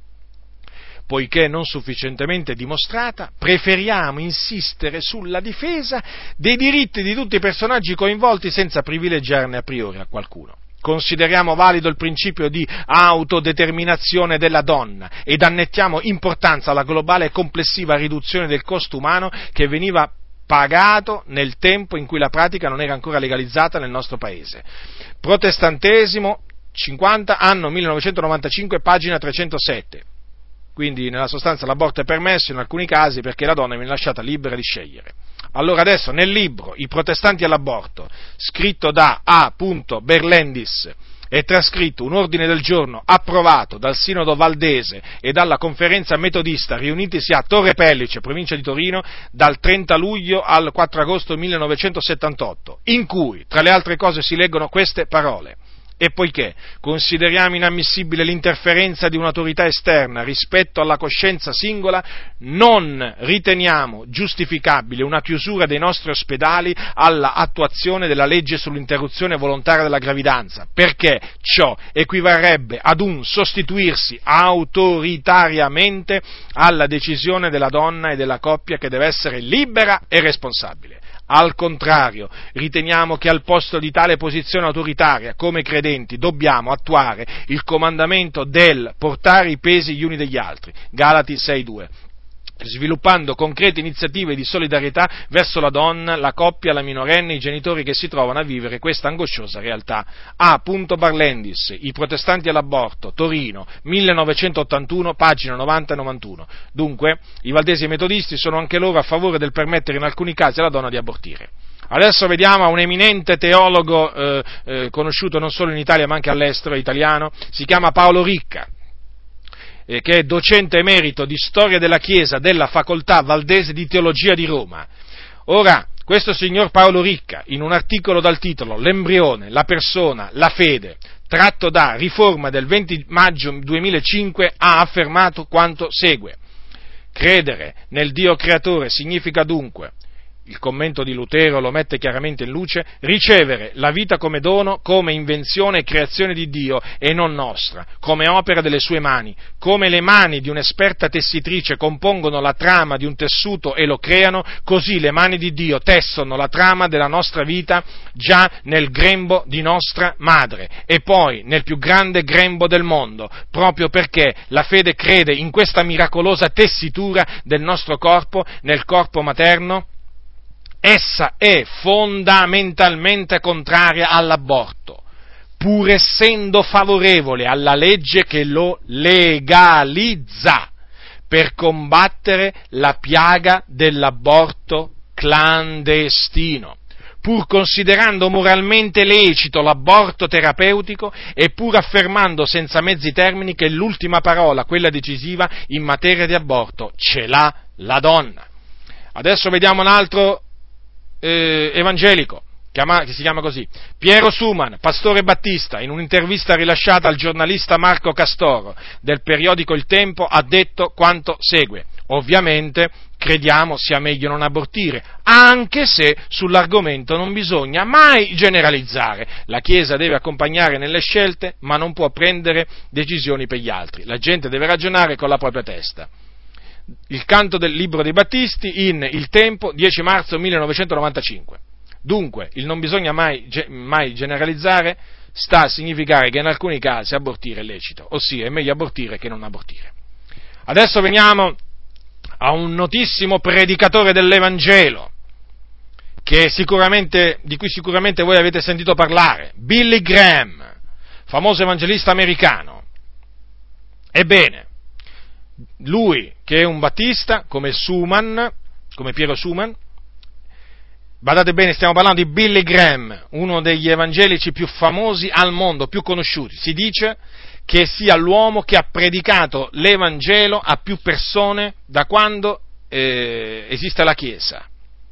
poiché non sufficientemente dimostrata, preferiamo insistere sulla difesa dei diritti di tutti i personaggi coinvolti senza privilegiarne a priori a qualcuno. Consideriamo valido il principio di autodeterminazione della donna ed annettiamo importanza alla globale e complessiva riduzione del costo umano che veniva pagato nel tempo in cui la pratica non era ancora legalizzata nel nostro paese. Protestantesimo, cinquanta, anno millenovecentonovantacinque, pagina trecentosette. Quindi, nella sostanza, l'aborto è permesso in alcuni casi perché la donna viene lasciata libera di scegliere. Allora adesso nel libro I protestanti all'aborto, scritto da A. Berlendis e trascritto un ordine del giorno approvato dal Sinodo Valdese e dalla Conferenza Metodista riunitisi a Torre Pellice, provincia di Torino, dal trenta luglio al quattro agosto millenovecentosettantotto, in cui, tra le altre cose, si leggono queste parole: e poiché consideriamo inammissibile l'interferenza di un'autorità esterna rispetto alla coscienza singola, non riteniamo giustificabile una chiusura dei nostri ospedali alla attuazione della legge sull'interruzione volontaria della gravidanza, perché ciò equivarrebbe ad un sostituirsi autoritariamente alla decisione della donna e della coppia, che deve essere libera e responsabile. Al contrario, riteniamo che al posto di tale posizione autoritaria, come credenti, dobbiamo attuare il comandamento del portare i pesi gli uni degli altri, Galati sei due, sviluppando concrete iniziative di solidarietà verso la donna, la coppia, la minorenne e i genitori che si trovano a vivere questa angosciosa realtà. A. Barlendis, I protestanti all'aborto, Torino, millenovecentottantuno, pagina novanta e novantuno. Dunque, i valdesi e metodisti sono anche loro a favore del permettere in alcuni casi alla donna di abortire. Adesso vediamo un eminente teologo eh, eh, conosciuto non solo in Italia ma anche all'estero, italiano, si chiama Paolo Ricca, che è docente emerito di storia della Chiesa della Facoltà Valdese di Teologia di Roma. Ora, questo signor Paolo Ricca, in un articolo dal titolo L'embrione, la persona, la fede, tratto da Riforma del venti maggio duemilacinque, ha affermato quanto segue: credere nel Dio creatore significa dunque, il commento di Lutero lo mette chiaramente in luce, ricevere la vita come dono, come invenzione e creazione di Dio e non nostra, come opera delle sue mani, come le mani di un'esperta tessitrice compongono la trama di un tessuto e lo creano, così le mani di Dio tessono la trama della nostra vita già nel grembo di nostra madre e poi nel più grande grembo del mondo, proprio perché la fede crede in questa miracolosa tessitura del nostro corpo, nel corpo materno. Essa è fondamentalmente contraria all'aborto, pur essendo favorevole alla legge che lo legalizza, per combattere la piaga dell'aborto clandestino, pur considerando moralmente lecito l'aborto terapeutico e pur affermando senza mezzi termini che l'ultima parola, quella decisiva in materia di aborto, ce l'ha la donna. Adesso vediamo un altro Eh, evangelico, chiama, che si chiama così, Piero Suman, pastore battista, in un'intervista rilasciata al giornalista Marco Castoro del periodico Il Tempo, ha detto quanto segue: ovviamente crediamo sia meglio non abortire, anche se sull'argomento non bisogna mai generalizzare. La Chiesa deve accompagnare nelle scelte, ma non può prendere decisioni per gli altri. La gente deve ragionare con la propria testa. Il canto del libro dei Battisti in Il Tempo, dieci marzo millenovecentonovantacinque. Dunque, il non bisogna mai, mai generalizzare sta a significare che in alcuni casi abortire è lecito, ossia è meglio abortire che non abortire. Adesso veniamo a un notissimo predicatore dell'Evangelo, che sicuramente, di cui sicuramente voi avete sentito parlare, Billy Graham, famoso evangelista americano. Ebbene, lui, che è un battista, come Suman, come Piero Suman, badate bene, stiamo parlando di Billy Graham, uno degli evangelici più famosi al mondo, più conosciuti. Si dice che sia l'uomo che ha predicato l'Evangelo a più persone da quando eh, esiste la Chiesa.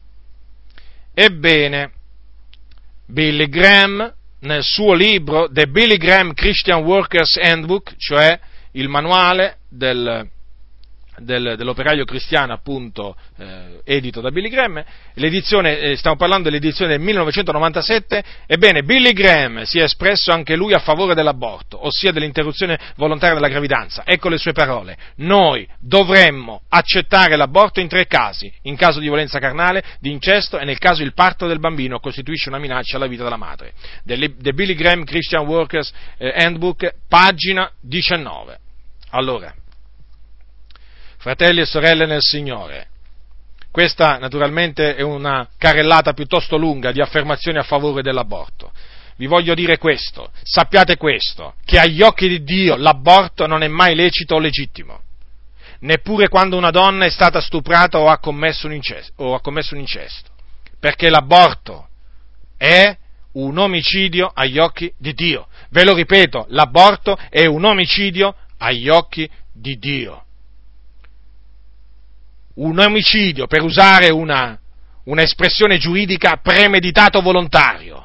Ebbene, Billy Graham, nel suo libro The Billy Graham Christian Workers Handbook, cioè il manuale del, del, dell'operaio cristiano, appunto, eh, edito da Billy Graham, l'edizione, eh, stiamo parlando dell'edizione del millenovecentonovantasette, ebbene, Billy Graham si è espresso anche lui a favore dell'aborto, ossia dell'interruzione volontaria della gravidanza. Ecco le sue parole: noi dovremmo accettare l'aborto in tre casi: in caso di violenza carnale, di incesto e nel caso il parto del bambino costituisce una minaccia alla vita della madre. The Billy Graham Christian Workers Handbook, pagina diciannove. Allora, fratelli e sorelle nel Signore, questa naturalmente è una carrellata piuttosto lunga di affermazioni a favore dell'aborto. Vi voglio dire questo, sappiate questo, che agli occhi di Dio l'aborto non è mai lecito o legittimo, neppure quando una donna è stata stuprata o ha commesso un incesto. O ha commesso un incesto. perché l'aborto è un omicidio agli occhi di Dio. Ve lo ripeto, l'aborto è un omicidio agli occhi di Dio. Un omicidio, per usare una, una espressione giuridica, premeditato volontario.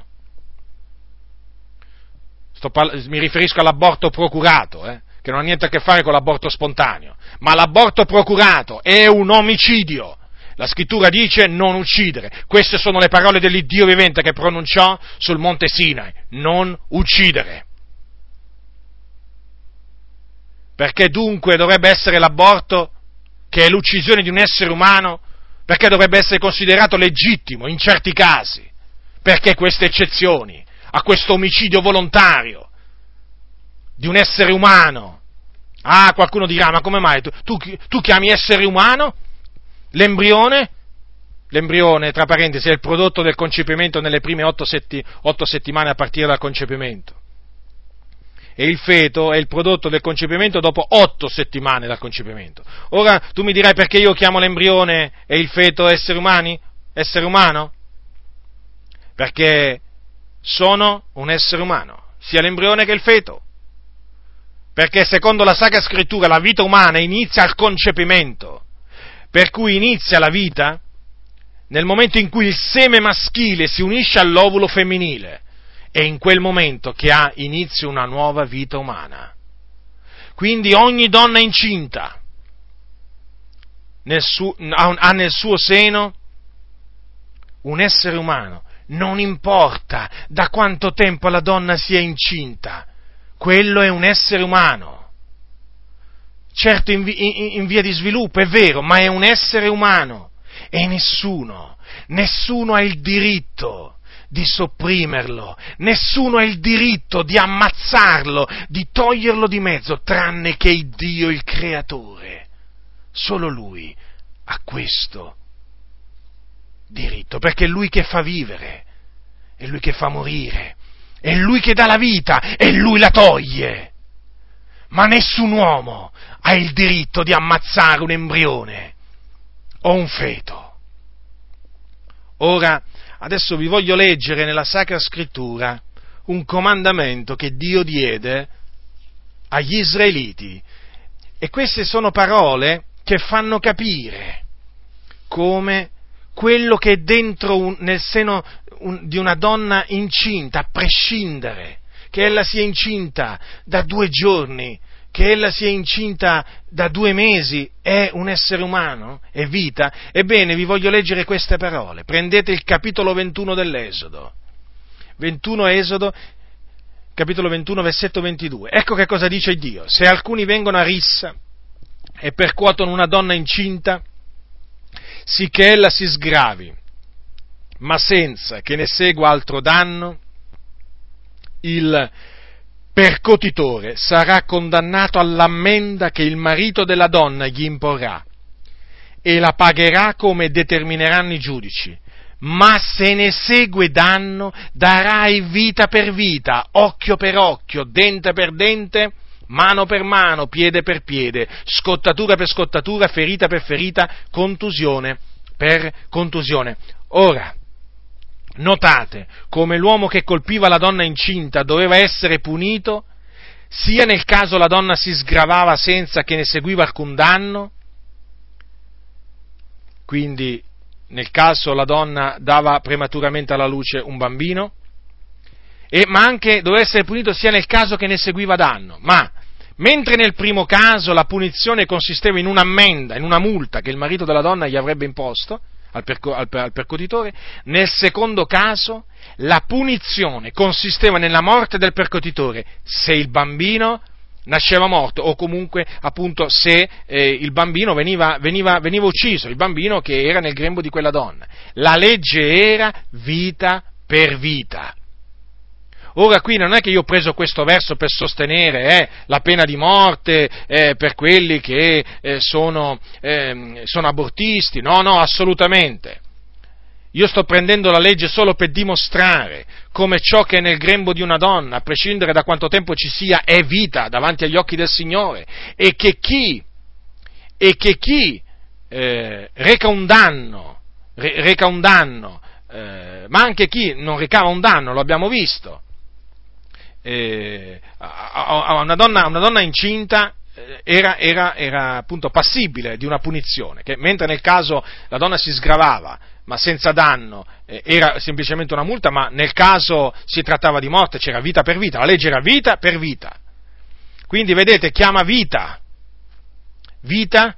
Sto parla- mi riferisco all'aborto procurato, eh, che non ha niente a che fare con l'aborto spontaneo, ma l'aborto procurato è un omicidio. La scrittura dice non uccidere. Queste sono le parole dell'Iddio vivente che pronunciò sul monte Sinai. Non uccidere. Perché dunque dovrebbe essere l'aborto, che è l'uccisione di un essere umano, perché dovrebbe essere considerato legittimo in certi casi? Perché queste eccezioni a questo omicidio volontario di un essere umano? Ah, qualcuno dirà, ma come mai? Tu, tu, tu chiami essere umano l'embrione? L'embrione, tra parentesi, è il prodotto del concepimento nelle prime otto, setti, otto settimane a partire dal concepimento. E il feto è il prodotto del concepimento dopo otto settimane dal concepimento. Ora, tu mi dirai perché io chiamo l'embrione e il feto esseri umani? Essere umano? Perché sono un essere umano, sia l'embrione che il feto. Perché secondo la Sacra Scrittura la vita umana inizia al concepimento, per cui inizia la vita nel momento in cui il seme maschile si unisce all'ovulo femminile, è in quel momento che ha inizio una nuova vita umana. Quindi ogni donna incinta nel suo, ha nel suo seno un essere umano, non importa da quanto tempo la donna sia incinta, quello è un essere umano. Certo in, in, in via di sviluppo, è vero, ma è un essere umano e nessuno, nessuno ha il diritto di sopprimerlo, nessuno ha il diritto di ammazzarlo, di toglierlo di mezzo, tranne che il Dio, il Creatore. Solo Lui ha questo diritto, perché è Lui che fa vivere, è Lui che fa morire, è Lui che dà la vita e Lui la toglie. Ma nessun uomo ha il diritto di ammazzare un embrione o un feto. Ora, adesso vi voglio leggere nella Sacra Scrittura un comandamento che Dio diede agli Israeliti, e queste sono parole che fanno capire come quello che è dentro un, nel seno un, di una donna incinta, a prescindere che ella sia incinta da due giorni, che ella sia incinta da due mesi, è un essere umano, è vita. Ebbene, vi voglio leggere queste parole. Prendete il capitolo ventuno dell'Esodo, ventuno Esodo, capitolo ventuno, versetto ventidue. Ecco che cosa dice Dio: se alcuni vengono a rissa e percuotono una donna incinta, sicché ella si sgravi, ma senza che ne segua altro danno, il percotitore sarà condannato all'ammenda che il marito della donna gli imporrà e la pagherà come determineranno i giudici. Ma se ne segue danno, darai vita per vita, occhio per occhio, dente per dente, mano per mano, piede per piede, scottatura per scottatura, ferita per ferita, contusione per contusione. Ora, notate come l'uomo che colpiva la donna incinta doveva essere punito, sia nel caso la donna si sgravava senza che ne seguiva alcun danno, quindi nel caso la donna dava prematuramente alla luce un bambino, e, ma anche doveva essere punito sia nel caso che ne seguiva danno. Ma mentre nel primo caso la punizione consisteva in un'ammenda, in una multa che il marito della donna gli avrebbe imposto al, perco- al, al percotitore, nel secondo caso la punizione consisteva nella morte del percotitore se il bambino nasceva morto, o comunque appunto se eh, il bambino veniva, veniva, veniva ucciso, il bambino che era nel grembo di quella donna. La legge era vita per vita. Ora qui non è che io ho preso questo verso per sostenere eh, la pena di morte eh, per quelli che eh, sono, eh, sono abortisti, no, no, assolutamente. Io sto prendendo la legge solo per dimostrare come ciò che è nel grembo di una donna, a prescindere da quanto tempo ci sia, è vita davanti agli occhi del Signore, e che chi, e che chi eh, reca un danno, re, reca un danno eh, ma anche chi non recava un danno, lo abbiamo visto. Eh, a, a una, donna, una donna incinta era, era, era appunto passibile di una punizione, che mentre nel caso la donna si sgravava, ma senza danno, eh, era semplicemente una multa, ma nel caso si trattava di morte, c'era vita per vita, la legge era vita per vita. Quindi vedete, chiama vita, vita,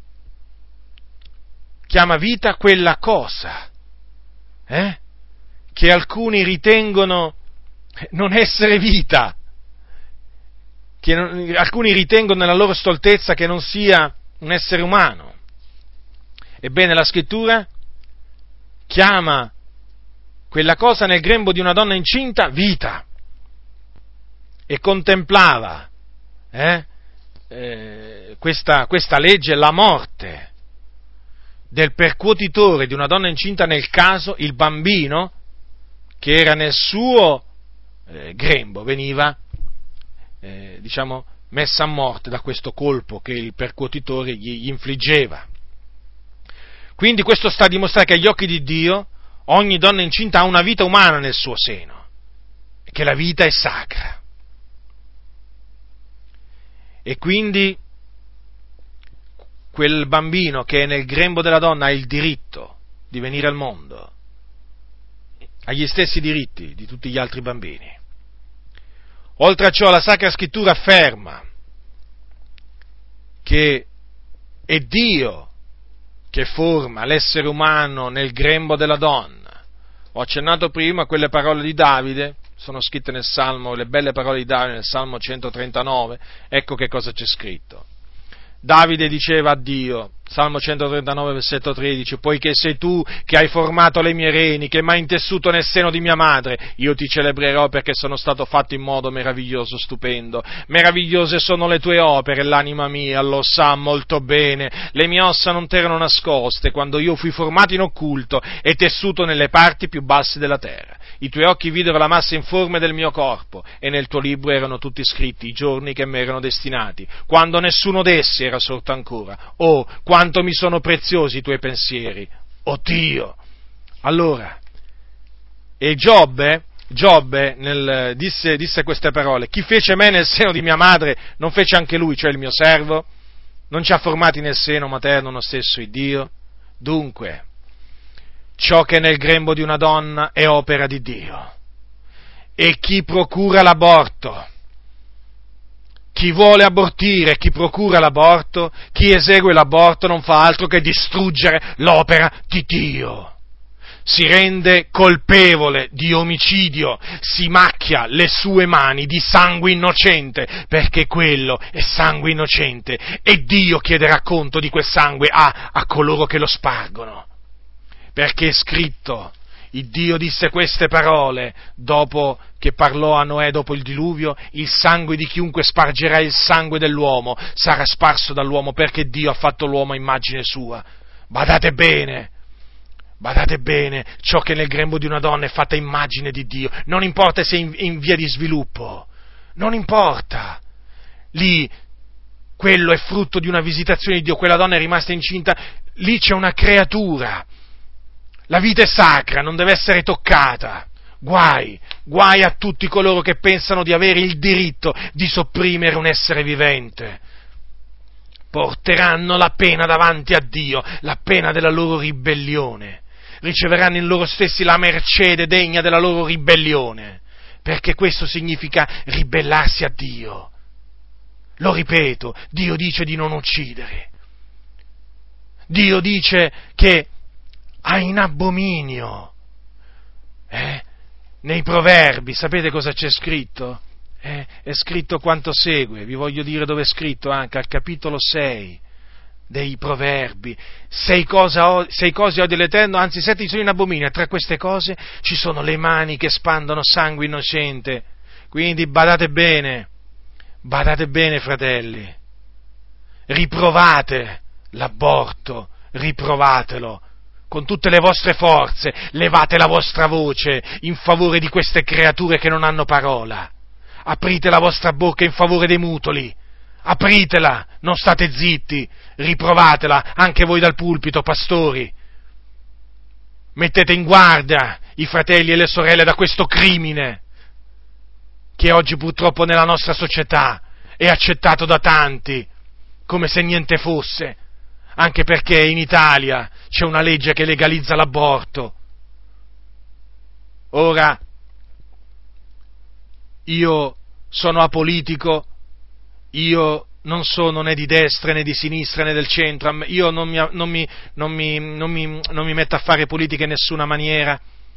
chiama vita quella cosa, eh? che alcuni ritengono non essere vita, che non, alcuni ritengono nella loro stoltezza che non sia un essere umano. Ebbene, la Scrittura chiama quella cosa nel grembo di una donna incinta vita, e contemplava eh, eh, questa, questa legge la morte del percuotitore di una donna incinta, nel caso il bambino che era nel suo eh, grembo veniva Eh, diciamo, messa a morte da questo colpo che il percuotitore gli, gli infliggeva. Quindi questo sta a dimostrare che agli occhi di Dio ogni donna incinta ha una vita umana nel suo seno, e che la vita è sacra. E quindi quel bambino che è nel grembo della donna ha il diritto di venire al mondo, ha gli stessi diritti di tutti gli altri bambini. Oltre a ciò, la Sacra Scrittura afferma che è Dio che forma l'essere umano nel grembo della donna. Ho accennato prima a quelle parole di Davide, sono scritte nel Salmo, le belle parole di Davide nel Salmo centotrentanove, ecco che cosa c'è scritto. Davide diceva a Dio, Salmo centotrentanove, versetto tredici, poiché sei tu che hai formato le mie reni, che mi hai intessuto nel seno di mia madre, io ti celebrerò perché sono stato fatto in modo meraviglioso, stupendo. Meravigliose sono le tue opere, l'anima mia lo sa molto bene. Le mie ossa non t'erano nascoste quando io fui formato in occulto e tessuto nelle parti più basse della terra. I tuoi occhi videro la massa informe del mio corpo, e nel tuo libro erano tutti scritti i giorni che mi erano destinati, quando nessuno d'essi era sorto ancora. Oh, quanto mi sono preziosi i tuoi pensieri, oh Dio! Allora, e Giobbe, Giobbe nel, disse, disse queste parole: chi fece me nel seno di mia madre non fece anche lui, cioè il mio servo? Non ci ha formati nel seno materno lo stesso il Dio? Dunque, ciò che è nel grembo di una donna è opera di Dio. E chi procura l'aborto, chi vuole abortire, chi procura l'aborto, chi esegue l'aborto non fa altro che distruggere l'opera di Dio. Si rende colpevole di omicidio, si macchia le sue mani di sangue innocente, perché quello è sangue innocente, e Dio chiederà conto di quel sangue a, a coloro che lo spargono. Perché è scritto, il Dio disse queste parole dopo che parlò a Noè dopo il diluvio: il sangue di chiunque spargerà il sangue dell'uomo sarà sparso dall'uomo, perché Dio ha fatto l'uomo a immagine sua. Badate bene, badate bene, ciò che nel grembo di una donna è fatta immagine di Dio, non importa se è in, in via di sviluppo, non importa, lì quello è frutto di una visitazione di Dio, quella donna è rimasta incinta, lì c'è una creatura. La vita è sacra, non deve essere toccata. Guai, guai a tutti coloro che pensano di avere il diritto di sopprimere un essere vivente. Porteranno la pena davanti a Dio, la pena della loro ribellione. Riceveranno in loro stessi la mercede degna della loro ribellione, perché questo significa ribellarsi a Dio. Lo ripeto, Dio dice di non uccidere. Dio dice che ha in abominio, eh? Nei proverbi, sapete cosa c'è scritto? Eh, è scritto quanto segue, vi voglio dire dove è scritto, anche al capitolo sei dei proverbi: sei cose, sei cose odia l'Eterno, anzi sette sono in abominio, e tra queste cose ci sono le mani che spandono sangue innocente. Quindi badate bene, badate bene fratelli, riprovate l'aborto, riprovatelo con tutte le vostre forze, levate la vostra voce in favore di queste creature che non hanno parola, aprite la vostra bocca in favore dei mutoli, apritela, non state zitti, riprovatela anche voi dal pulpito, pastori, mettete in guardia i fratelli e le sorelle da questo crimine che oggi purtroppo nella nostra società è accettato da tanti come se niente fosse, anche perché in Italia c'è una legge che legalizza l'aborto. Ora, io sono apolitico, io non sono né di destra né di sinistra né del centro, io non mi, non mi, non mi, non mi, non mi metto a fare politica in nessuna maniera,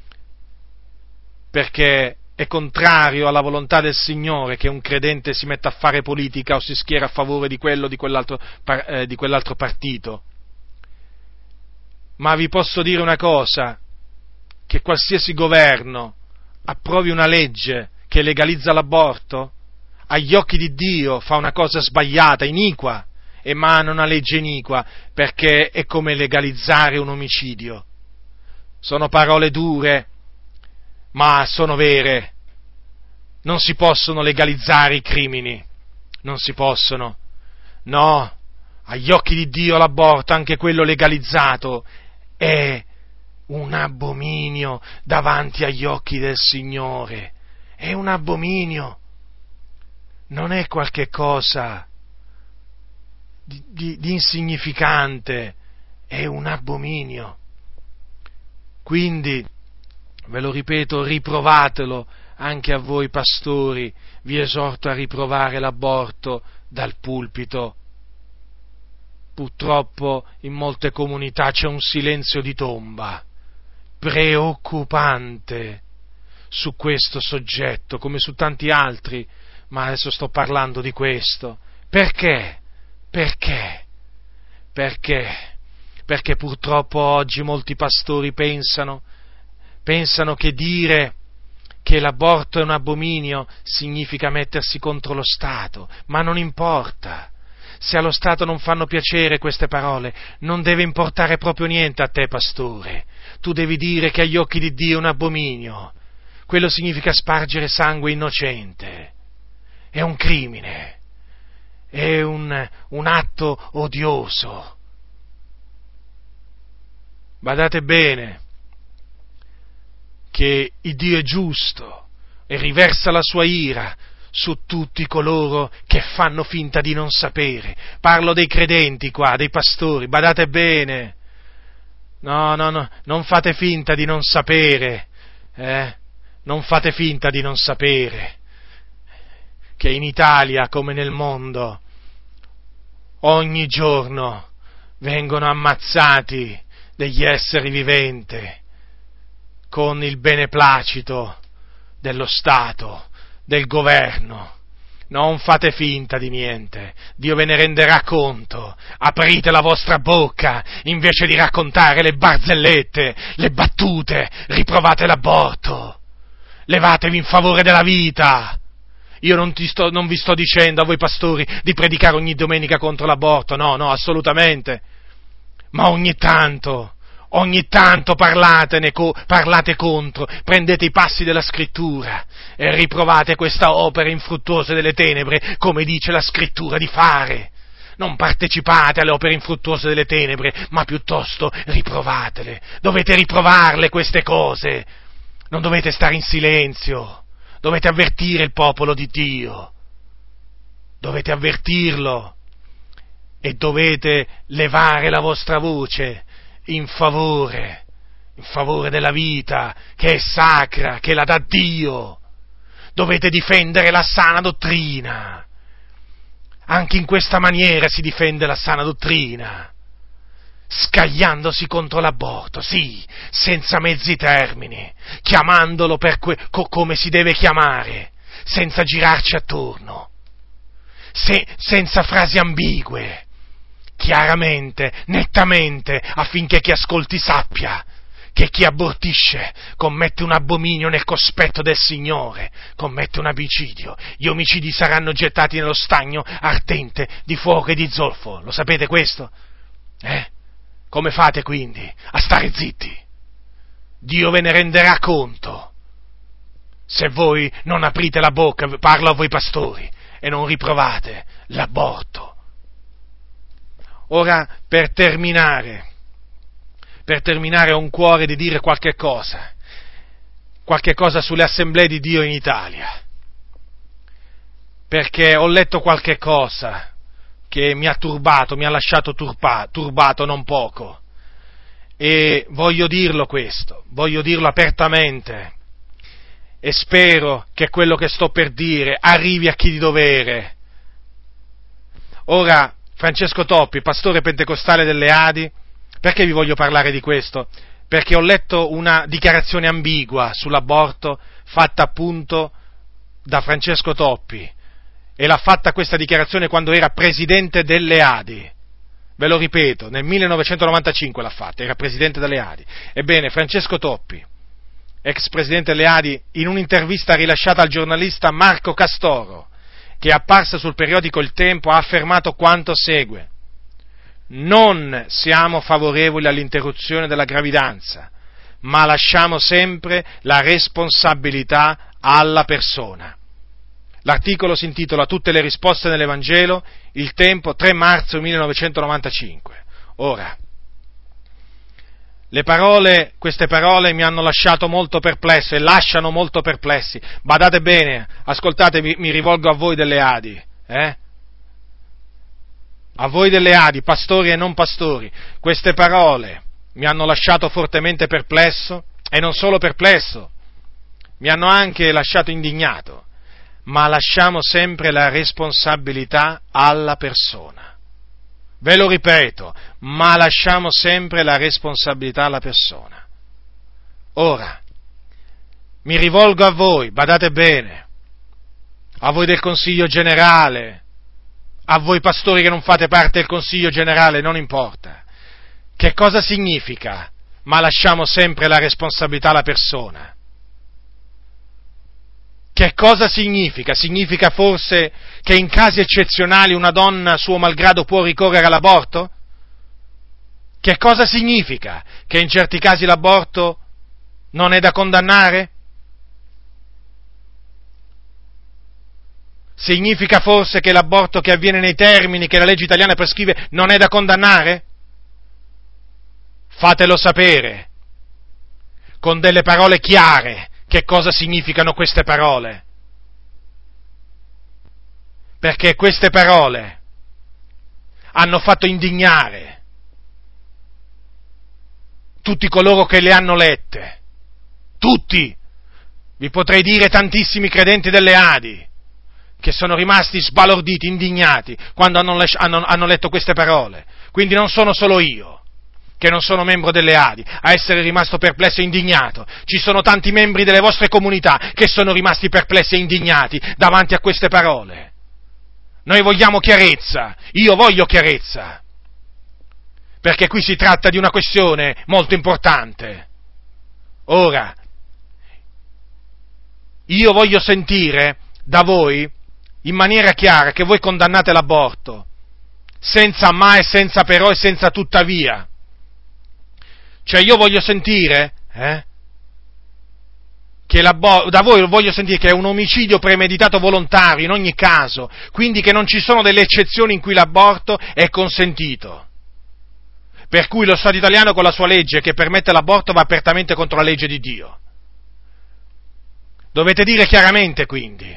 perché è contrario alla volontà del Signore che un credente si metta a fare politica o si schiera a favore di quello o di quell'altro, eh, di quell'altro partito. Ma vi posso dire una cosa, che qualsiasi governo approvi una legge che legalizza l'aborto, agli occhi di Dio fa una cosa sbagliata, iniqua, emana una legge iniqua, perché è come legalizzare un omicidio. Sono parole dure, ma sono vere. Non si possono legalizzare i crimini, non si possono. No, agli occhi di Dio l'aborto, anche quello legalizzato, è un abominio davanti agli occhi del Signore. È un abominio. Non è qualche cosa di, di, di insignificante, è un abominio. Quindi, ve lo ripeto, riprovatelo anche a voi pastori, vi esorto a riprovare l'aborto dal pulpito. Purtroppo in molte comunità c'è un silenzio di tomba, preoccupante, su questo soggetto, come su tanti altri, ma adesso sto parlando di questo. Perché? Perché? Perché? Perché purtroppo oggi molti pastori pensano, pensano che dire che l'aborto è un abominio significa mettersi contro lo Stato, ma non importa. Se allo Stato non fanno piacere queste parole, non deve importare proprio niente a te, pastore. Tu devi dire che agli occhi di Dio è un abominio. Quello significa spargere sangue innocente. È un crimine. È un, un atto odioso. Badate bene che il Dio è giusto e riversa la sua ira su tutti coloro che fanno finta di non sapere. Parlo dei credenti qua, dei pastori, badate bene. No, no, no, non fate finta di non sapere, eh? Non fate finta di non sapere che in Italia, come nel mondo, ogni giorno vengono ammazzati degli esseri viventi con il beneplacito dello Stato, del governo. Non fate finta di niente, Dio ve ne renderà conto. Aprite la vostra bocca, invece di raccontare le barzellette, le battute, riprovate l'aborto. Levatevi in favore della vita. Io non, ti sto, non vi sto dicendo a voi pastori di predicare ogni domenica contro l'aborto, no, no, assolutamente. Ma ogni tanto, ogni tanto parlatene, parlate contro, prendete i passi della Scrittura e riprovate questa opera infruttuosa delle tenebre, come dice la Scrittura di fare. Non partecipate alle opere infruttuose delle tenebre, ma piuttosto riprovatele. Dovete riprovarle queste cose. Non dovete stare in silenzio, dovete avvertire il popolo di Dio, dovete avvertirlo e dovete levare la vostra voce in favore, in favore della vita che è sacra, che la dà Dio. Dovete difendere la sana dottrina. Anche in questa maniera si difende la sana dottrina, scagliandosi contro l'aborto, sì, senza mezzi termini, chiamandolo per que- co- come si deve chiamare, senza girarci attorno, se- senza frasi ambigue, chiaramente, nettamente, affinché chi ascolti sappia che chi abortisce commette un abominio nel cospetto del Signore, commette un omicidio. Gli omicidi saranno gettati nello stagno ardente di fuoco e di zolfo. Lo sapete questo? Eh? Come fate quindi a stare zitti? Dio ve ne renderà conto se voi non aprite la bocca, parlo a voi pastori, e non riprovate l'aborto. Ora, per terminare, per terminare ho un cuore di dire qualche cosa, qualche cosa sulle assemblee di Dio in Italia, perché ho letto qualche cosa che mi ha turbato, mi ha lasciato turba, turbato non poco, e voglio dirlo questo, voglio dirlo apertamente, e spero che quello che sto per dire arrivi a chi di dovere. Ora, Francesco Toppi, pastore pentecostale delle Adi, perché vi voglio parlare di questo? Perché ho letto una dichiarazione ambigua sull'aborto fatta appunto da Francesco Toppi, e l'ha fatta questa dichiarazione quando era presidente delle Adi. Ve lo ripeto, nel millenovecentonovantacinque l'ha fatta, era presidente delle Adi. Ebbene, Francesco Toppi, ex presidente delle Adi, in un'intervista rilasciata al giornalista Marco Castoro, che è apparsa sul periodico Il Tempo, ha affermato quanto segue: non siamo favorevoli all'interruzione della gravidanza, ma lasciamo sempre la responsabilità alla persona. L'articolo si intitola Tutte le risposte nell'Evangelo, Il Tempo, tre marzo millenovecentonovantacinque. Ora, le parole, queste parole mi hanno lasciato molto perplesso e lasciano molto perplessi. Badate bene, ascoltate, mi, mi rivolgo a voi delle Adi, eh? A voi delle Adi, pastori e non pastori, queste parole mi hanno lasciato fortemente perplesso, e non solo perplesso, mi hanno anche lasciato indignato, ma lasciamo sempre la responsabilità alla persona. Ve lo ripeto, ma lasciamo sempre la responsabilità alla persona. Ora, mi rivolgo a voi, badate bene, a voi del Consiglio Generale, a voi pastori che non fate parte del Consiglio Generale, non importa. Che cosa significa? Ma lasciamo sempre la responsabilità alla persona. Che cosa significa? Significa forse che in casi eccezionali una donna, suo malgrado, può ricorrere all'aborto? Che cosa significa? Che in certi casi l'aborto non è da condannare? Significa forse che l'aborto che avviene nei termini che la legge italiana prescrive non è da condannare? Fatelo sapere, con delle parole chiare, che cosa significano queste parole. Perché queste parole hanno fatto indignare tutti coloro che le hanno lette. Tutti! Vi potrei dire tantissimi credenti delle Adi che sono rimasti sbalorditi, indignati, quando hanno, hanno, hanno letto queste parole. Quindi non sono solo io, che non sono membro delle Adi, a essere rimasto perplesso e indignato. Ci sono tanti membri delle vostre comunità che sono rimasti perplessi e indignati davanti a queste parole. Noi vogliamo chiarezza, io voglio chiarezza, perché qui si tratta di una questione molto importante. Ora, io voglio sentire da voi, in maniera chiara, che voi condannate l'aborto, senza ma e senza però e senza tuttavia. Cioè io voglio sentire, eh, che l'abor- da voi voglio sentire che è un omicidio premeditato volontario in ogni caso, quindi che non ci sono delle eccezioni in cui l'aborto è consentito. Per cui lo Stato italiano con la sua legge che permette l'aborto va apertamente contro la legge di Dio. Dovete dire chiaramente quindi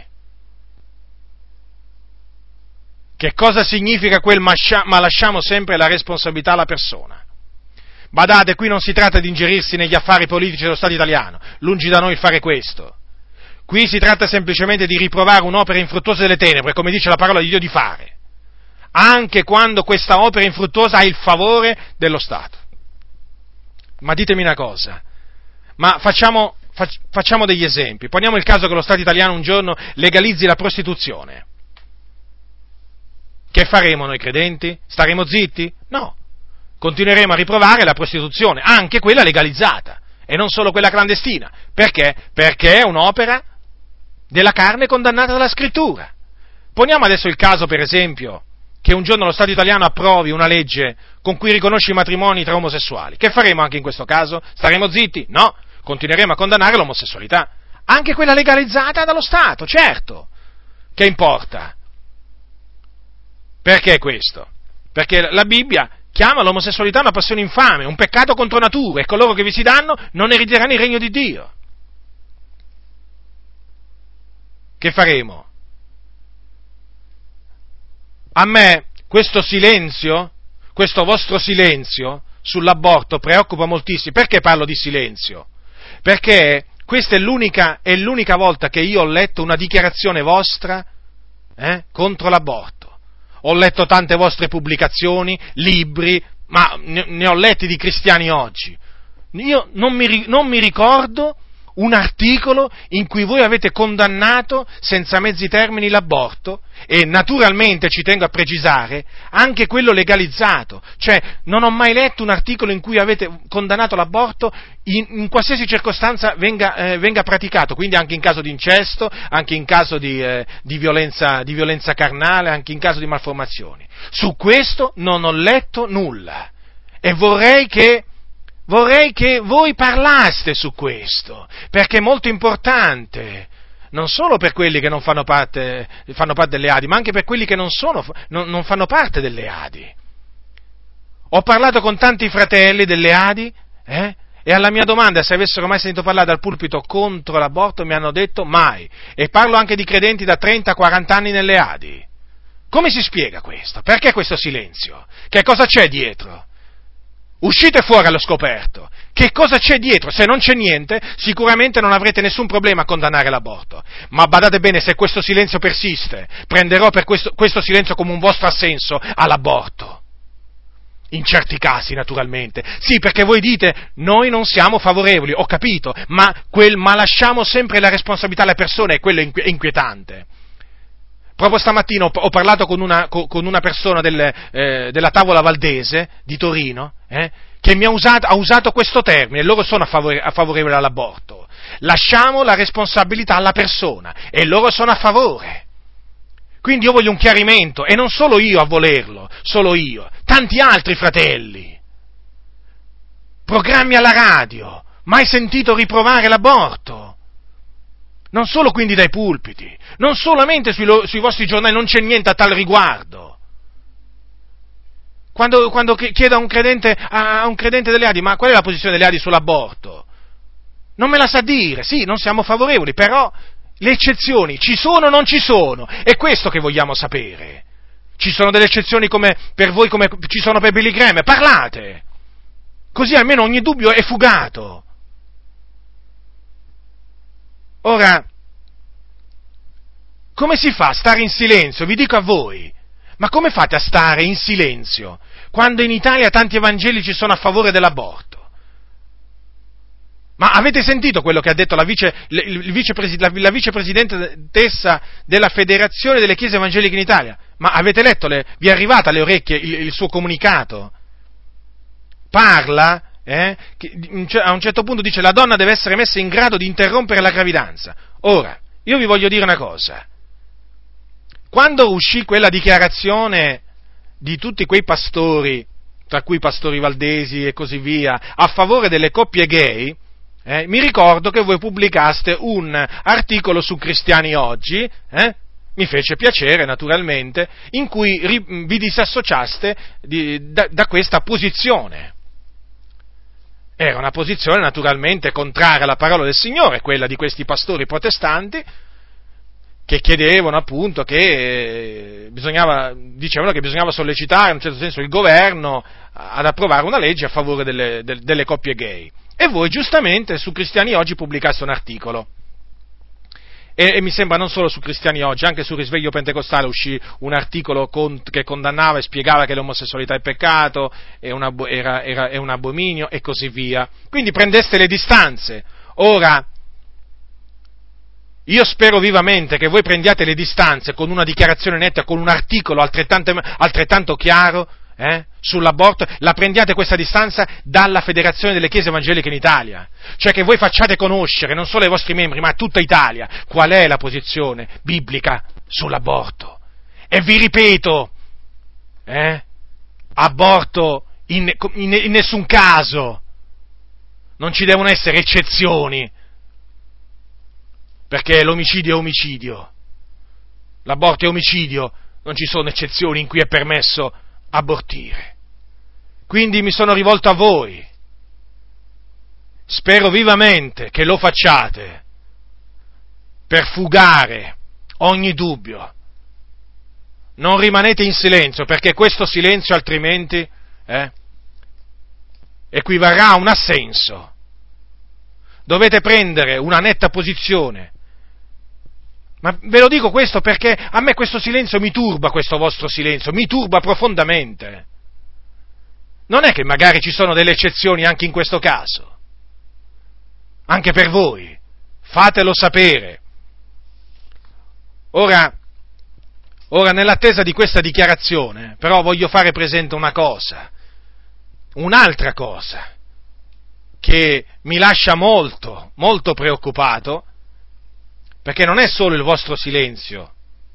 che cosa significa quel ma lasciamo sempre la responsabilità alla persona. Badate, qui non si tratta di ingerirsi negli affari politici dello Stato italiano, lungi da noi il fare questo. Qui si tratta semplicemente di riprovare un'opera infruttuosa delle tenebre, come dice la parola di Dio di fare, anche quando questa opera infruttuosa ha il favore dello Stato. Ma ditemi una cosa, ma facciamo, fac, facciamo degli esempi. Poniamo il caso che lo Stato italiano un giorno legalizzi la prostituzione. Che faremo noi credenti? Staremo zitti? No. Continueremo a riprovare la prostituzione, anche quella legalizzata, e non solo quella clandestina. Perché? Perché è un'opera della carne condannata dalla Scrittura. Poniamo adesso il caso, per esempio, che un giorno lo Stato italiano approvi una legge con cui riconosce i matrimoni tra omosessuali. Che faremo anche in questo caso? Staremo zitti? No, continueremo a condannare l'omosessualità, anche quella legalizzata dallo Stato, certo. Che importa? Perché questo? Perché la Bibbia chiama l'omosessualità una passione infame, un peccato contro natura, e coloro che vi si danno non erediteranno il regno di Dio. Che faremo? A me questo silenzio, questo vostro silenzio sull'aborto preoccupa moltissimo. Perché parlo di silenzio? Perché questa è l'unica, è l'unica volta che io ho letto una dichiarazione vostra eh, contro l'aborto. Ho letto tante vostre pubblicazioni, libri, ma ne, ne ho letti di cristiani oggi. Io non mi, non mi ricordo un articolo in cui voi avete condannato senza mezzi termini l'aborto, e naturalmente, ci tengo a precisare, anche quello legalizzato. Cioè, non ho mai letto un articolo in cui avete condannato l'aborto in, in qualsiasi circostanza venga, eh, venga praticato, quindi anche in caso di incesto, anche in caso di, eh, di, violenza, di violenza carnale, anche in caso di malformazioni. Su questo non ho letto nulla, e vorrei che Vorrei che voi parlaste su questo, perché è molto importante, non solo per quelli che non fanno parte, fanno parte delle A D I, ma anche per quelli che non, sono, non, non fanno parte delle A D I. Ho parlato con tanti fratelli delle A D I, eh, e alla mia domanda se avessero mai sentito parlare dal pulpito contro l'aborto mi hanno detto mai, e parlo anche di credenti da trenta quaranta anni nelle A D I. Come si spiega questo? Perché questo silenzio? Che cosa c'è dietro? Uscite fuori allo scoperto. Che cosa c'è dietro? Se non c'è niente, sicuramente non avrete nessun problema a condannare l'aborto. Ma badate bene, se questo silenzio persiste, prenderò per questo, questo silenzio come un vostro assenso all'aborto. In certi casi, naturalmente. Sì, perché voi dite, noi non siamo favorevoli, ho capito, ma, quel, ma lasciamo sempre la responsabilità alle persone, e quello è inquietante. Proprio stamattina ho parlato con una, con una persona del, eh, della Tavola Valdese di Torino, eh, che mi ha usato, ha usato questo termine, e loro sono a favore, a favorevoli all'aborto. Lasciamo la responsabilità alla persona, e loro sono a favore. Quindi io voglio un chiarimento, e non solo io a volerlo, solo io, tanti altri fratelli. Programmi alla radio, mai sentito riprovare l'aborto? Non solo quindi dai pulpiti, non solamente sui, lo, sui vostri giornali, non c'è niente a tal riguardo. Quando, quando chiedo a un credente, a un credente delle A D I, ma qual è la posizione delle A D I sull'aborto? Non me la sa dire, sì, non siamo favorevoli, però le eccezioni ci sono o non ci sono? È questo che vogliamo sapere. Ci sono delle eccezioni come per voi, come ci sono per Billy Graham? Parlate! Così almeno ogni dubbio è fugato. Ora, come si fa a stare in silenzio? Vi dico a voi, ma come fate a stare in silenzio quando in Italia tanti evangelici sono a favore dell'aborto? Ma avete sentito quello che ha detto la, vice, il vicepres, la, la vicepresidentessa della Federazione delle Chiese Evangeliche in Italia? Ma avete letto, le, vi è arrivata alle orecchie il, il suo comunicato? Parla... Eh, che a un certo punto dice la donna deve essere messa in grado di interrompere la gravidanza. Ora, io vi voglio dire una cosa. Quando uscì quella dichiarazione di tutti quei pastori, tra cui i pastori valdesi e così via, a favore delle coppie gay, eh, mi ricordo che voi pubblicaste un articolo su Cristiani Oggi, eh, mi fece piacere naturalmente, in cui ri, vi disassociaste di, da, da questa posizione. Era una posizione naturalmente contraria alla parola del Signore, quella di questi pastori protestanti, che chiedevano appunto che bisognava, dicevano che bisognava sollecitare in un certo senso il governo ad approvare una legge a favore delle, delle, delle coppie gay. E voi giustamente su Cristiani Oggi pubblicaste un articolo. E, e mi sembra non solo su Cristiani Oggi, anche su Risveglio Pentecostale uscì un articolo con, che condannava e spiegava che l'omosessualità è peccato, è, una, era, era, è un abominio e così via. Quindi prendeste le distanze. Ora, io spero vivamente che voi prendiate le distanze con una dichiarazione netta, con un articolo altrettanto, altrettanto chiaro, eh, sull'aborto, la prendiate questa distanza dalla Federazione delle Chiese Evangeliche in Italia, cioè che voi facciate conoscere non solo ai vostri membri ma a tutta Italia qual è la posizione biblica sull'aborto. E vi ripeto, eh, aborto in, in, in nessun caso, non ci devono essere eccezioni, perché l'omicidio è omicidio, l'aborto è omicidio, non ci sono eccezioni in cui è permesso abortire. Quindi mi sono rivolto a voi. Spero vivamente che lo facciate per fugare ogni dubbio. Non rimanete in silenzio, perché questo silenzio altrimenti eh, equivarrà a un assenso. Dovete prendere una netta posizione. Ma ve lo dico questo perché a me questo silenzio mi turba, questo vostro silenzio, mi turba profondamente. Non è che magari ci sono delle eccezioni anche in questo caso? Anche per voi, fatelo sapere. Ora, ora, nell'attesa di questa dichiarazione, però voglio fare presente una cosa, un'altra cosa, che mi lascia molto, molto preoccupato, perché non è solo il vostro silenzio,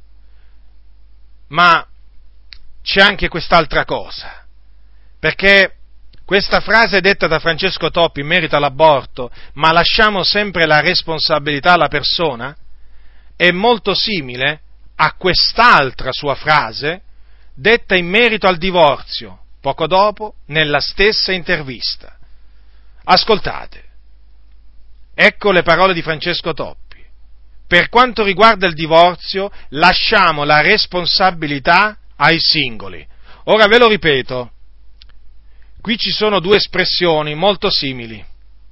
ma c'è anche quest'altra cosa, perché questa frase detta da Francesco Toppi in merito all'aborto, ma lasciamo sempre la responsabilità alla persona, è molto simile a quest'altra sua frase detta in merito al divorzio, poco dopo, nella stessa intervista. Ascoltate, ecco le parole di Francesco Toppi. Per quanto riguarda il divorzio, lasciamo la responsabilità ai singoli. Ora ve lo ripeto. Qui ci sono due espressioni molto simili.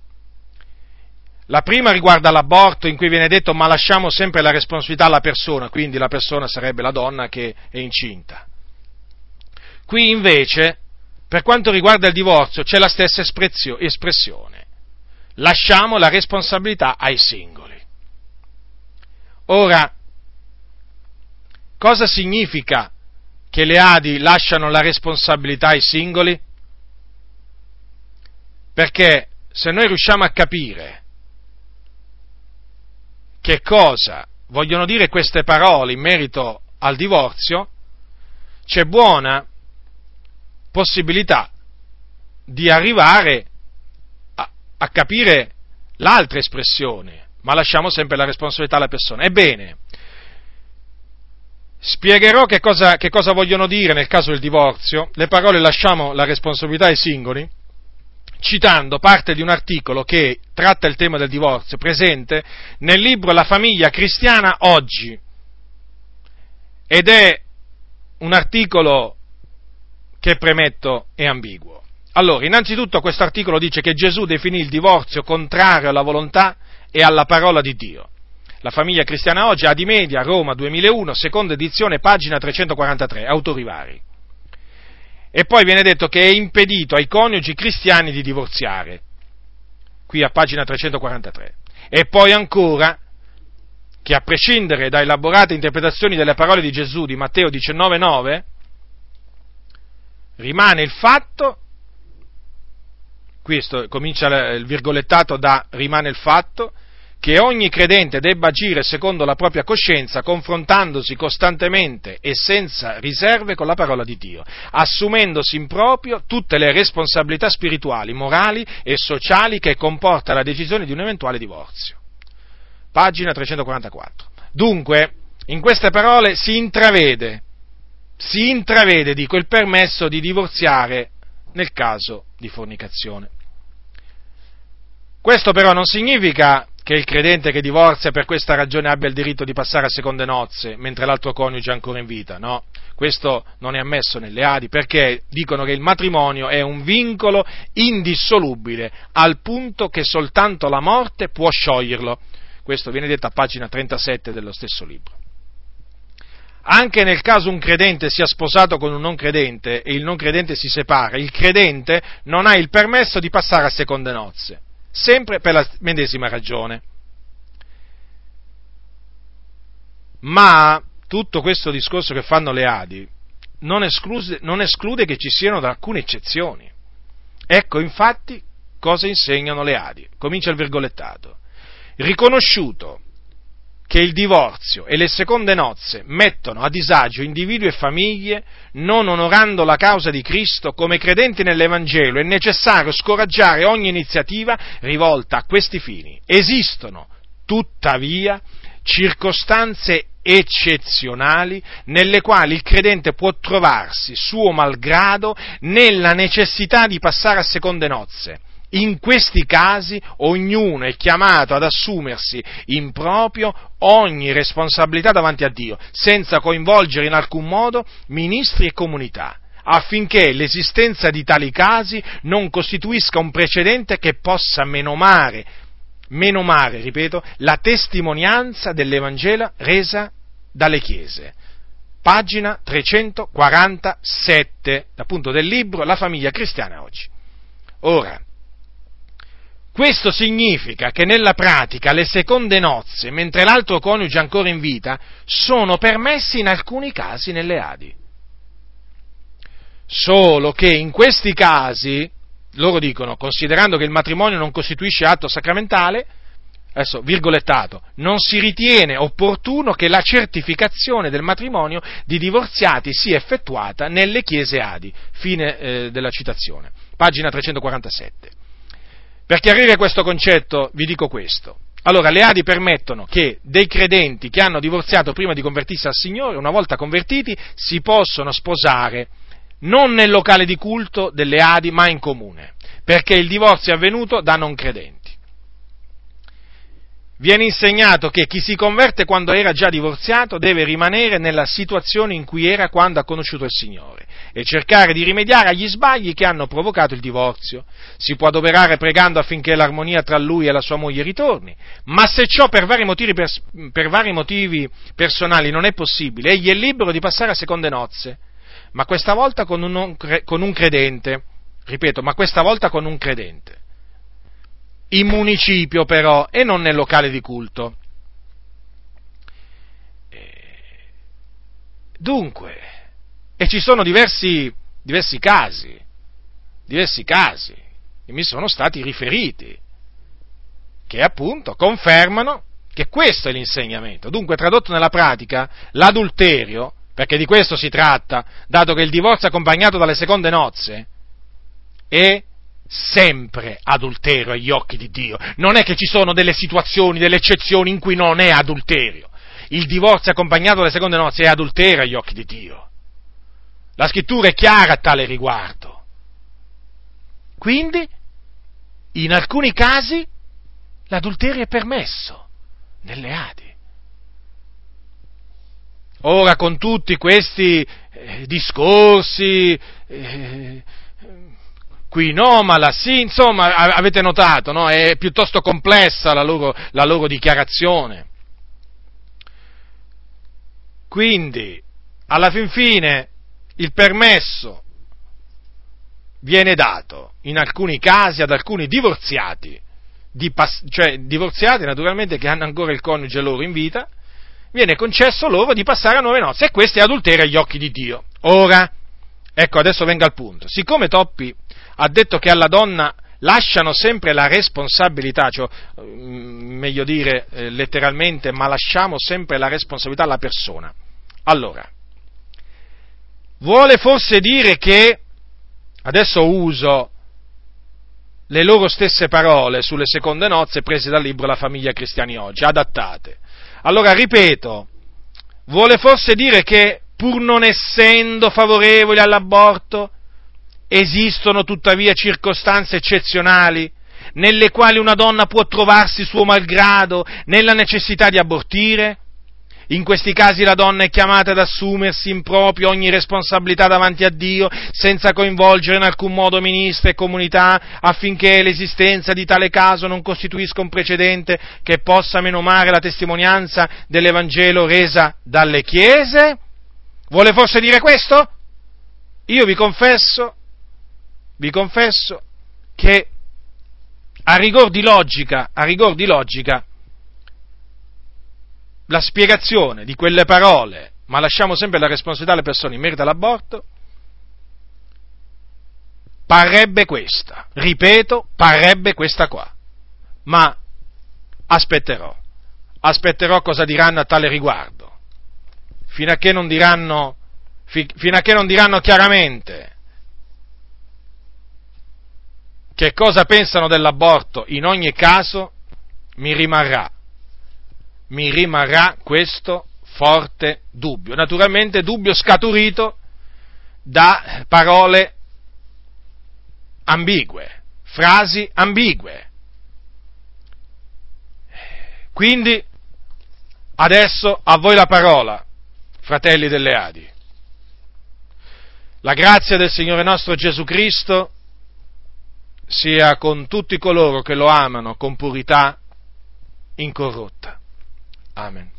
La prima riguarda l'aborto, in cui viene detto ma lasciamo sempre la responsabilità alla persona, quindi la persona sarebbe la donna che è incinta. Qui invece, per quanto riguarda il divorzio, c'è la stessa espressione. Lasciamo la responsabilità ai singoli. Ora, cosa significa che le A D I lasciano la responsabilità ai singoli? Perché se noi riusciamo a capire che cosa vogliono dire queste parole in merito al divorzio, c'è buona possibilità di arrivare a, a capire l'altra espressione, ma lasciamo sempre la responsabilità alla persona. Ebbene, spiegherò che cosa, che cosa vogliono dire nel caso del divorzio, le parole lasciamo la responsabilità ai singoli, citando parte di un articolo che tratta il tema del divorzio, presente nel libro La famiglia cristiana oggi, ed è un articolo che, premetto, è ambiguo. Allora, innanzitutto questo articolo dice che Gesù definì il divorzio contrario alla volontà e alla parola di Dio. La famiglia cristiana oggi, Adi Media, Roma duemilauno, seconda edizione, pagina trecentoquarantatré, autori vari. E poi viene detto che è impedito ai coniugi cristiani di divorziare, qui a pagina trecentoquarantatré. E poi ancora che a prescindere da elaborate interpretazioni delle parole di Gesù di Matteo diciannove nove, rimane il fatto, questo comincia il virgolettato da rimane il fatto, che ogni credente debba agire secondo la propria coscienza, confrontandosi costantemente e senza riserve con la parola di Dio, assumendosi in proprio tutte le responsabilità spirituali, morali e sociali che comporta la decisione di un eventuale divorzio. Pagina trecentoquarantaquattro. Dunque, in queste parole si intravede, si intravede, dico, il permesso di divorziare nel caso di fornicazione. Questo però non significa che il credente che divorzia per questa ragione abbia il diritto di passare a seconde nozze mentre l'altro coniuge è ancora in vita, no? Questo non è ammesso nelle A D I, perché dicono che il matrimonio è un vincolo indissolubile, al punto che soltanto la morte può scioglierlo. Questo viene detto a pagina trentasette dello stesso libro. Anche nel caso un credente sia sposato con un non credente e il non credente si separa, il credente non ha il permesso di passare a seconde nozze, sempre per la medesima ragione. Ma tutto questo discorso che fanno le A D I non esclude, non esclude che ci siano alcune eccezioni. Ecco infatti cosa insegnano le A D I. Comincia il virgolettato. Riconosciuto che il divorzio e le seconde nozze mettono a disagio individui e famiglie, non onorando la causa di Cristo, come credenti nell'Evangelo è necessario scoraggiare ogni iniziativa rivolta a questi fini. Esistono, tuttavia, circostanze eccezionali nelle quali il credente può trovarsi, suo malgrado, nella necessità di passare a seconde nozze. In questi casi ognuno è chiamato ad assumersi in proprio ogni responsabilità davanti a Dio, senza coinvolgere in alcun modo ministri e comunità, affinché l'esistenza di tali casi non costituisca un precedente che possa menomare, menomare, ripeto, la testimonianza dell'Evangelo resa dalle chiese. Pagina trecentoquarantasette, appunto del libro La famiglia cristiana oggi. Ora, questo significa che nella pratica le seconde nozze, mentre l'altro coniuge è ancora in vita, sono permessi in alcuni casi nelle Adi. Solo che in questi casi, loro dicono, considerando che il matrimonio non costituisce atto sacramentale, adesso virgolettato, non si ritiene opportuno che la certificazione del matrimonio di divorziati sia effettuata nelle chiese Adi. Fine eh, della citazione. Pagina trecentoquarantasette. Per chiarire questo concetto vi dico questo. Allora, le Adi permettono che dei credenti che hanno divorziato prima di convertirsi al Signore, una volta convertiti, si possono sposare non nel locale di culto delle Adi, ma in comune, perché il divorzio è avvenuto da non credenti. Viene insegnato che chi si converte quando era già divorziato deve rimanere nella situazione in cui era quando ha conosciuto il Signore e cercare di rimediare agli sbagli che hanno provocato il divorzio. Si può adoperare pregando affinché l'armonia tra lui e la sua moglie ritorni, ma se ciò per vari motivi, pers- per vari motivi personali non è possibile, egli è libero di passare a seconde nozze, ma questa volta con un, con un credente, ripeto, ma questa volta con un credente. In municipio però, e non nel locale di culto. Dunque, e ci sono diversi, diversi casi, diversi casi che mi sono stati riferiti, che appunto confermano che questo è l'insegnamento. Dunque, tradotto nella pratica, l'adulterio, perché di questo si tratta, dato che il divorzio accompagnato dalle seconde nozze è sempre adulterio agli occhi di Dio. Non è che ci sono delle situazioni, delle eccezioni in cui non è adulterio. Il divorzio accompagnato dalle seconde nozze è adulterio agli occhi di Dio. La scrittura è chiara a tale riguardo. Quindi, in alcuni casi, l'adulterio è permesso nelle Adi. Ora, con tutti questi eh, discorsi, eh, qui no, ma là sì, insomma, avete notato, no? È piuttosto complessa la loro, la loro dichiarazione. Quindi, alla fin fine, il permesso viene dato, in alcuni casi, ad alcuni divorziati, di pass- cioè divorziati naturalmente che hanno ancora il coniuge loro in vita, viene concesso loro di passare a nuove nozze, e questo è adulterio agli occhi di Dio. Ora, ecco, adesso venga al punto. Siccome Toppi ha detto che alla donna lasciano sempre la responsabilità, cioè, meglio dire eh, letteralmente, ma lasciamo sempre la responsabilità alla persona. Allora, vuole forse dire che, adesso uso le loro stesse parole sulle seconde nozze prese dal libro La famiglia cristiana oggi, adattate. Allora, ripeto, vuole forse dire che, pur non essendo favorevoli all'aborto, esistono tuttavia circostanze eccezionali nelle quali una donna può trovarsi suo malgrado nella necessità di abortire? In questi casi la donna è chiamata ad assumersi in proprio ogni responsabilità davanti a Dio, senza coinvolgere in alcun modo ministri e comunità, affinché l'esistenza di tale caso non costituisca un precedente che possa menomare la testimonianza dell'Evangelo resa dalle chiese? Vuole forse dire questo? Io vi confesso, vi confesso che a rigor di logica, a rigor di logica, la spiegazione di quelle parole, ma lasciamo sempre la responsabilità alle persone in merito all'aborto, parrebbe questa, ripeto, parrebbe questa qua, ma aspetterò, aspetterò cosa diranno a tale riguardo, fino a che non diranno, fino a che non diranno chiaramente che cosa pensano dell'aborto. In ogni caso mi rimarrà mi rimarrà questo forte dubbio. Naturalmente dubbio scaturito da parole ambigue, frasi ambigue. Quindi, adesso a voi la parola, fratelli delle Adi. La grazia del Signore nostro Gesù Cristo sia con tutti coloro che lo amano con purità incorrotta. Amen.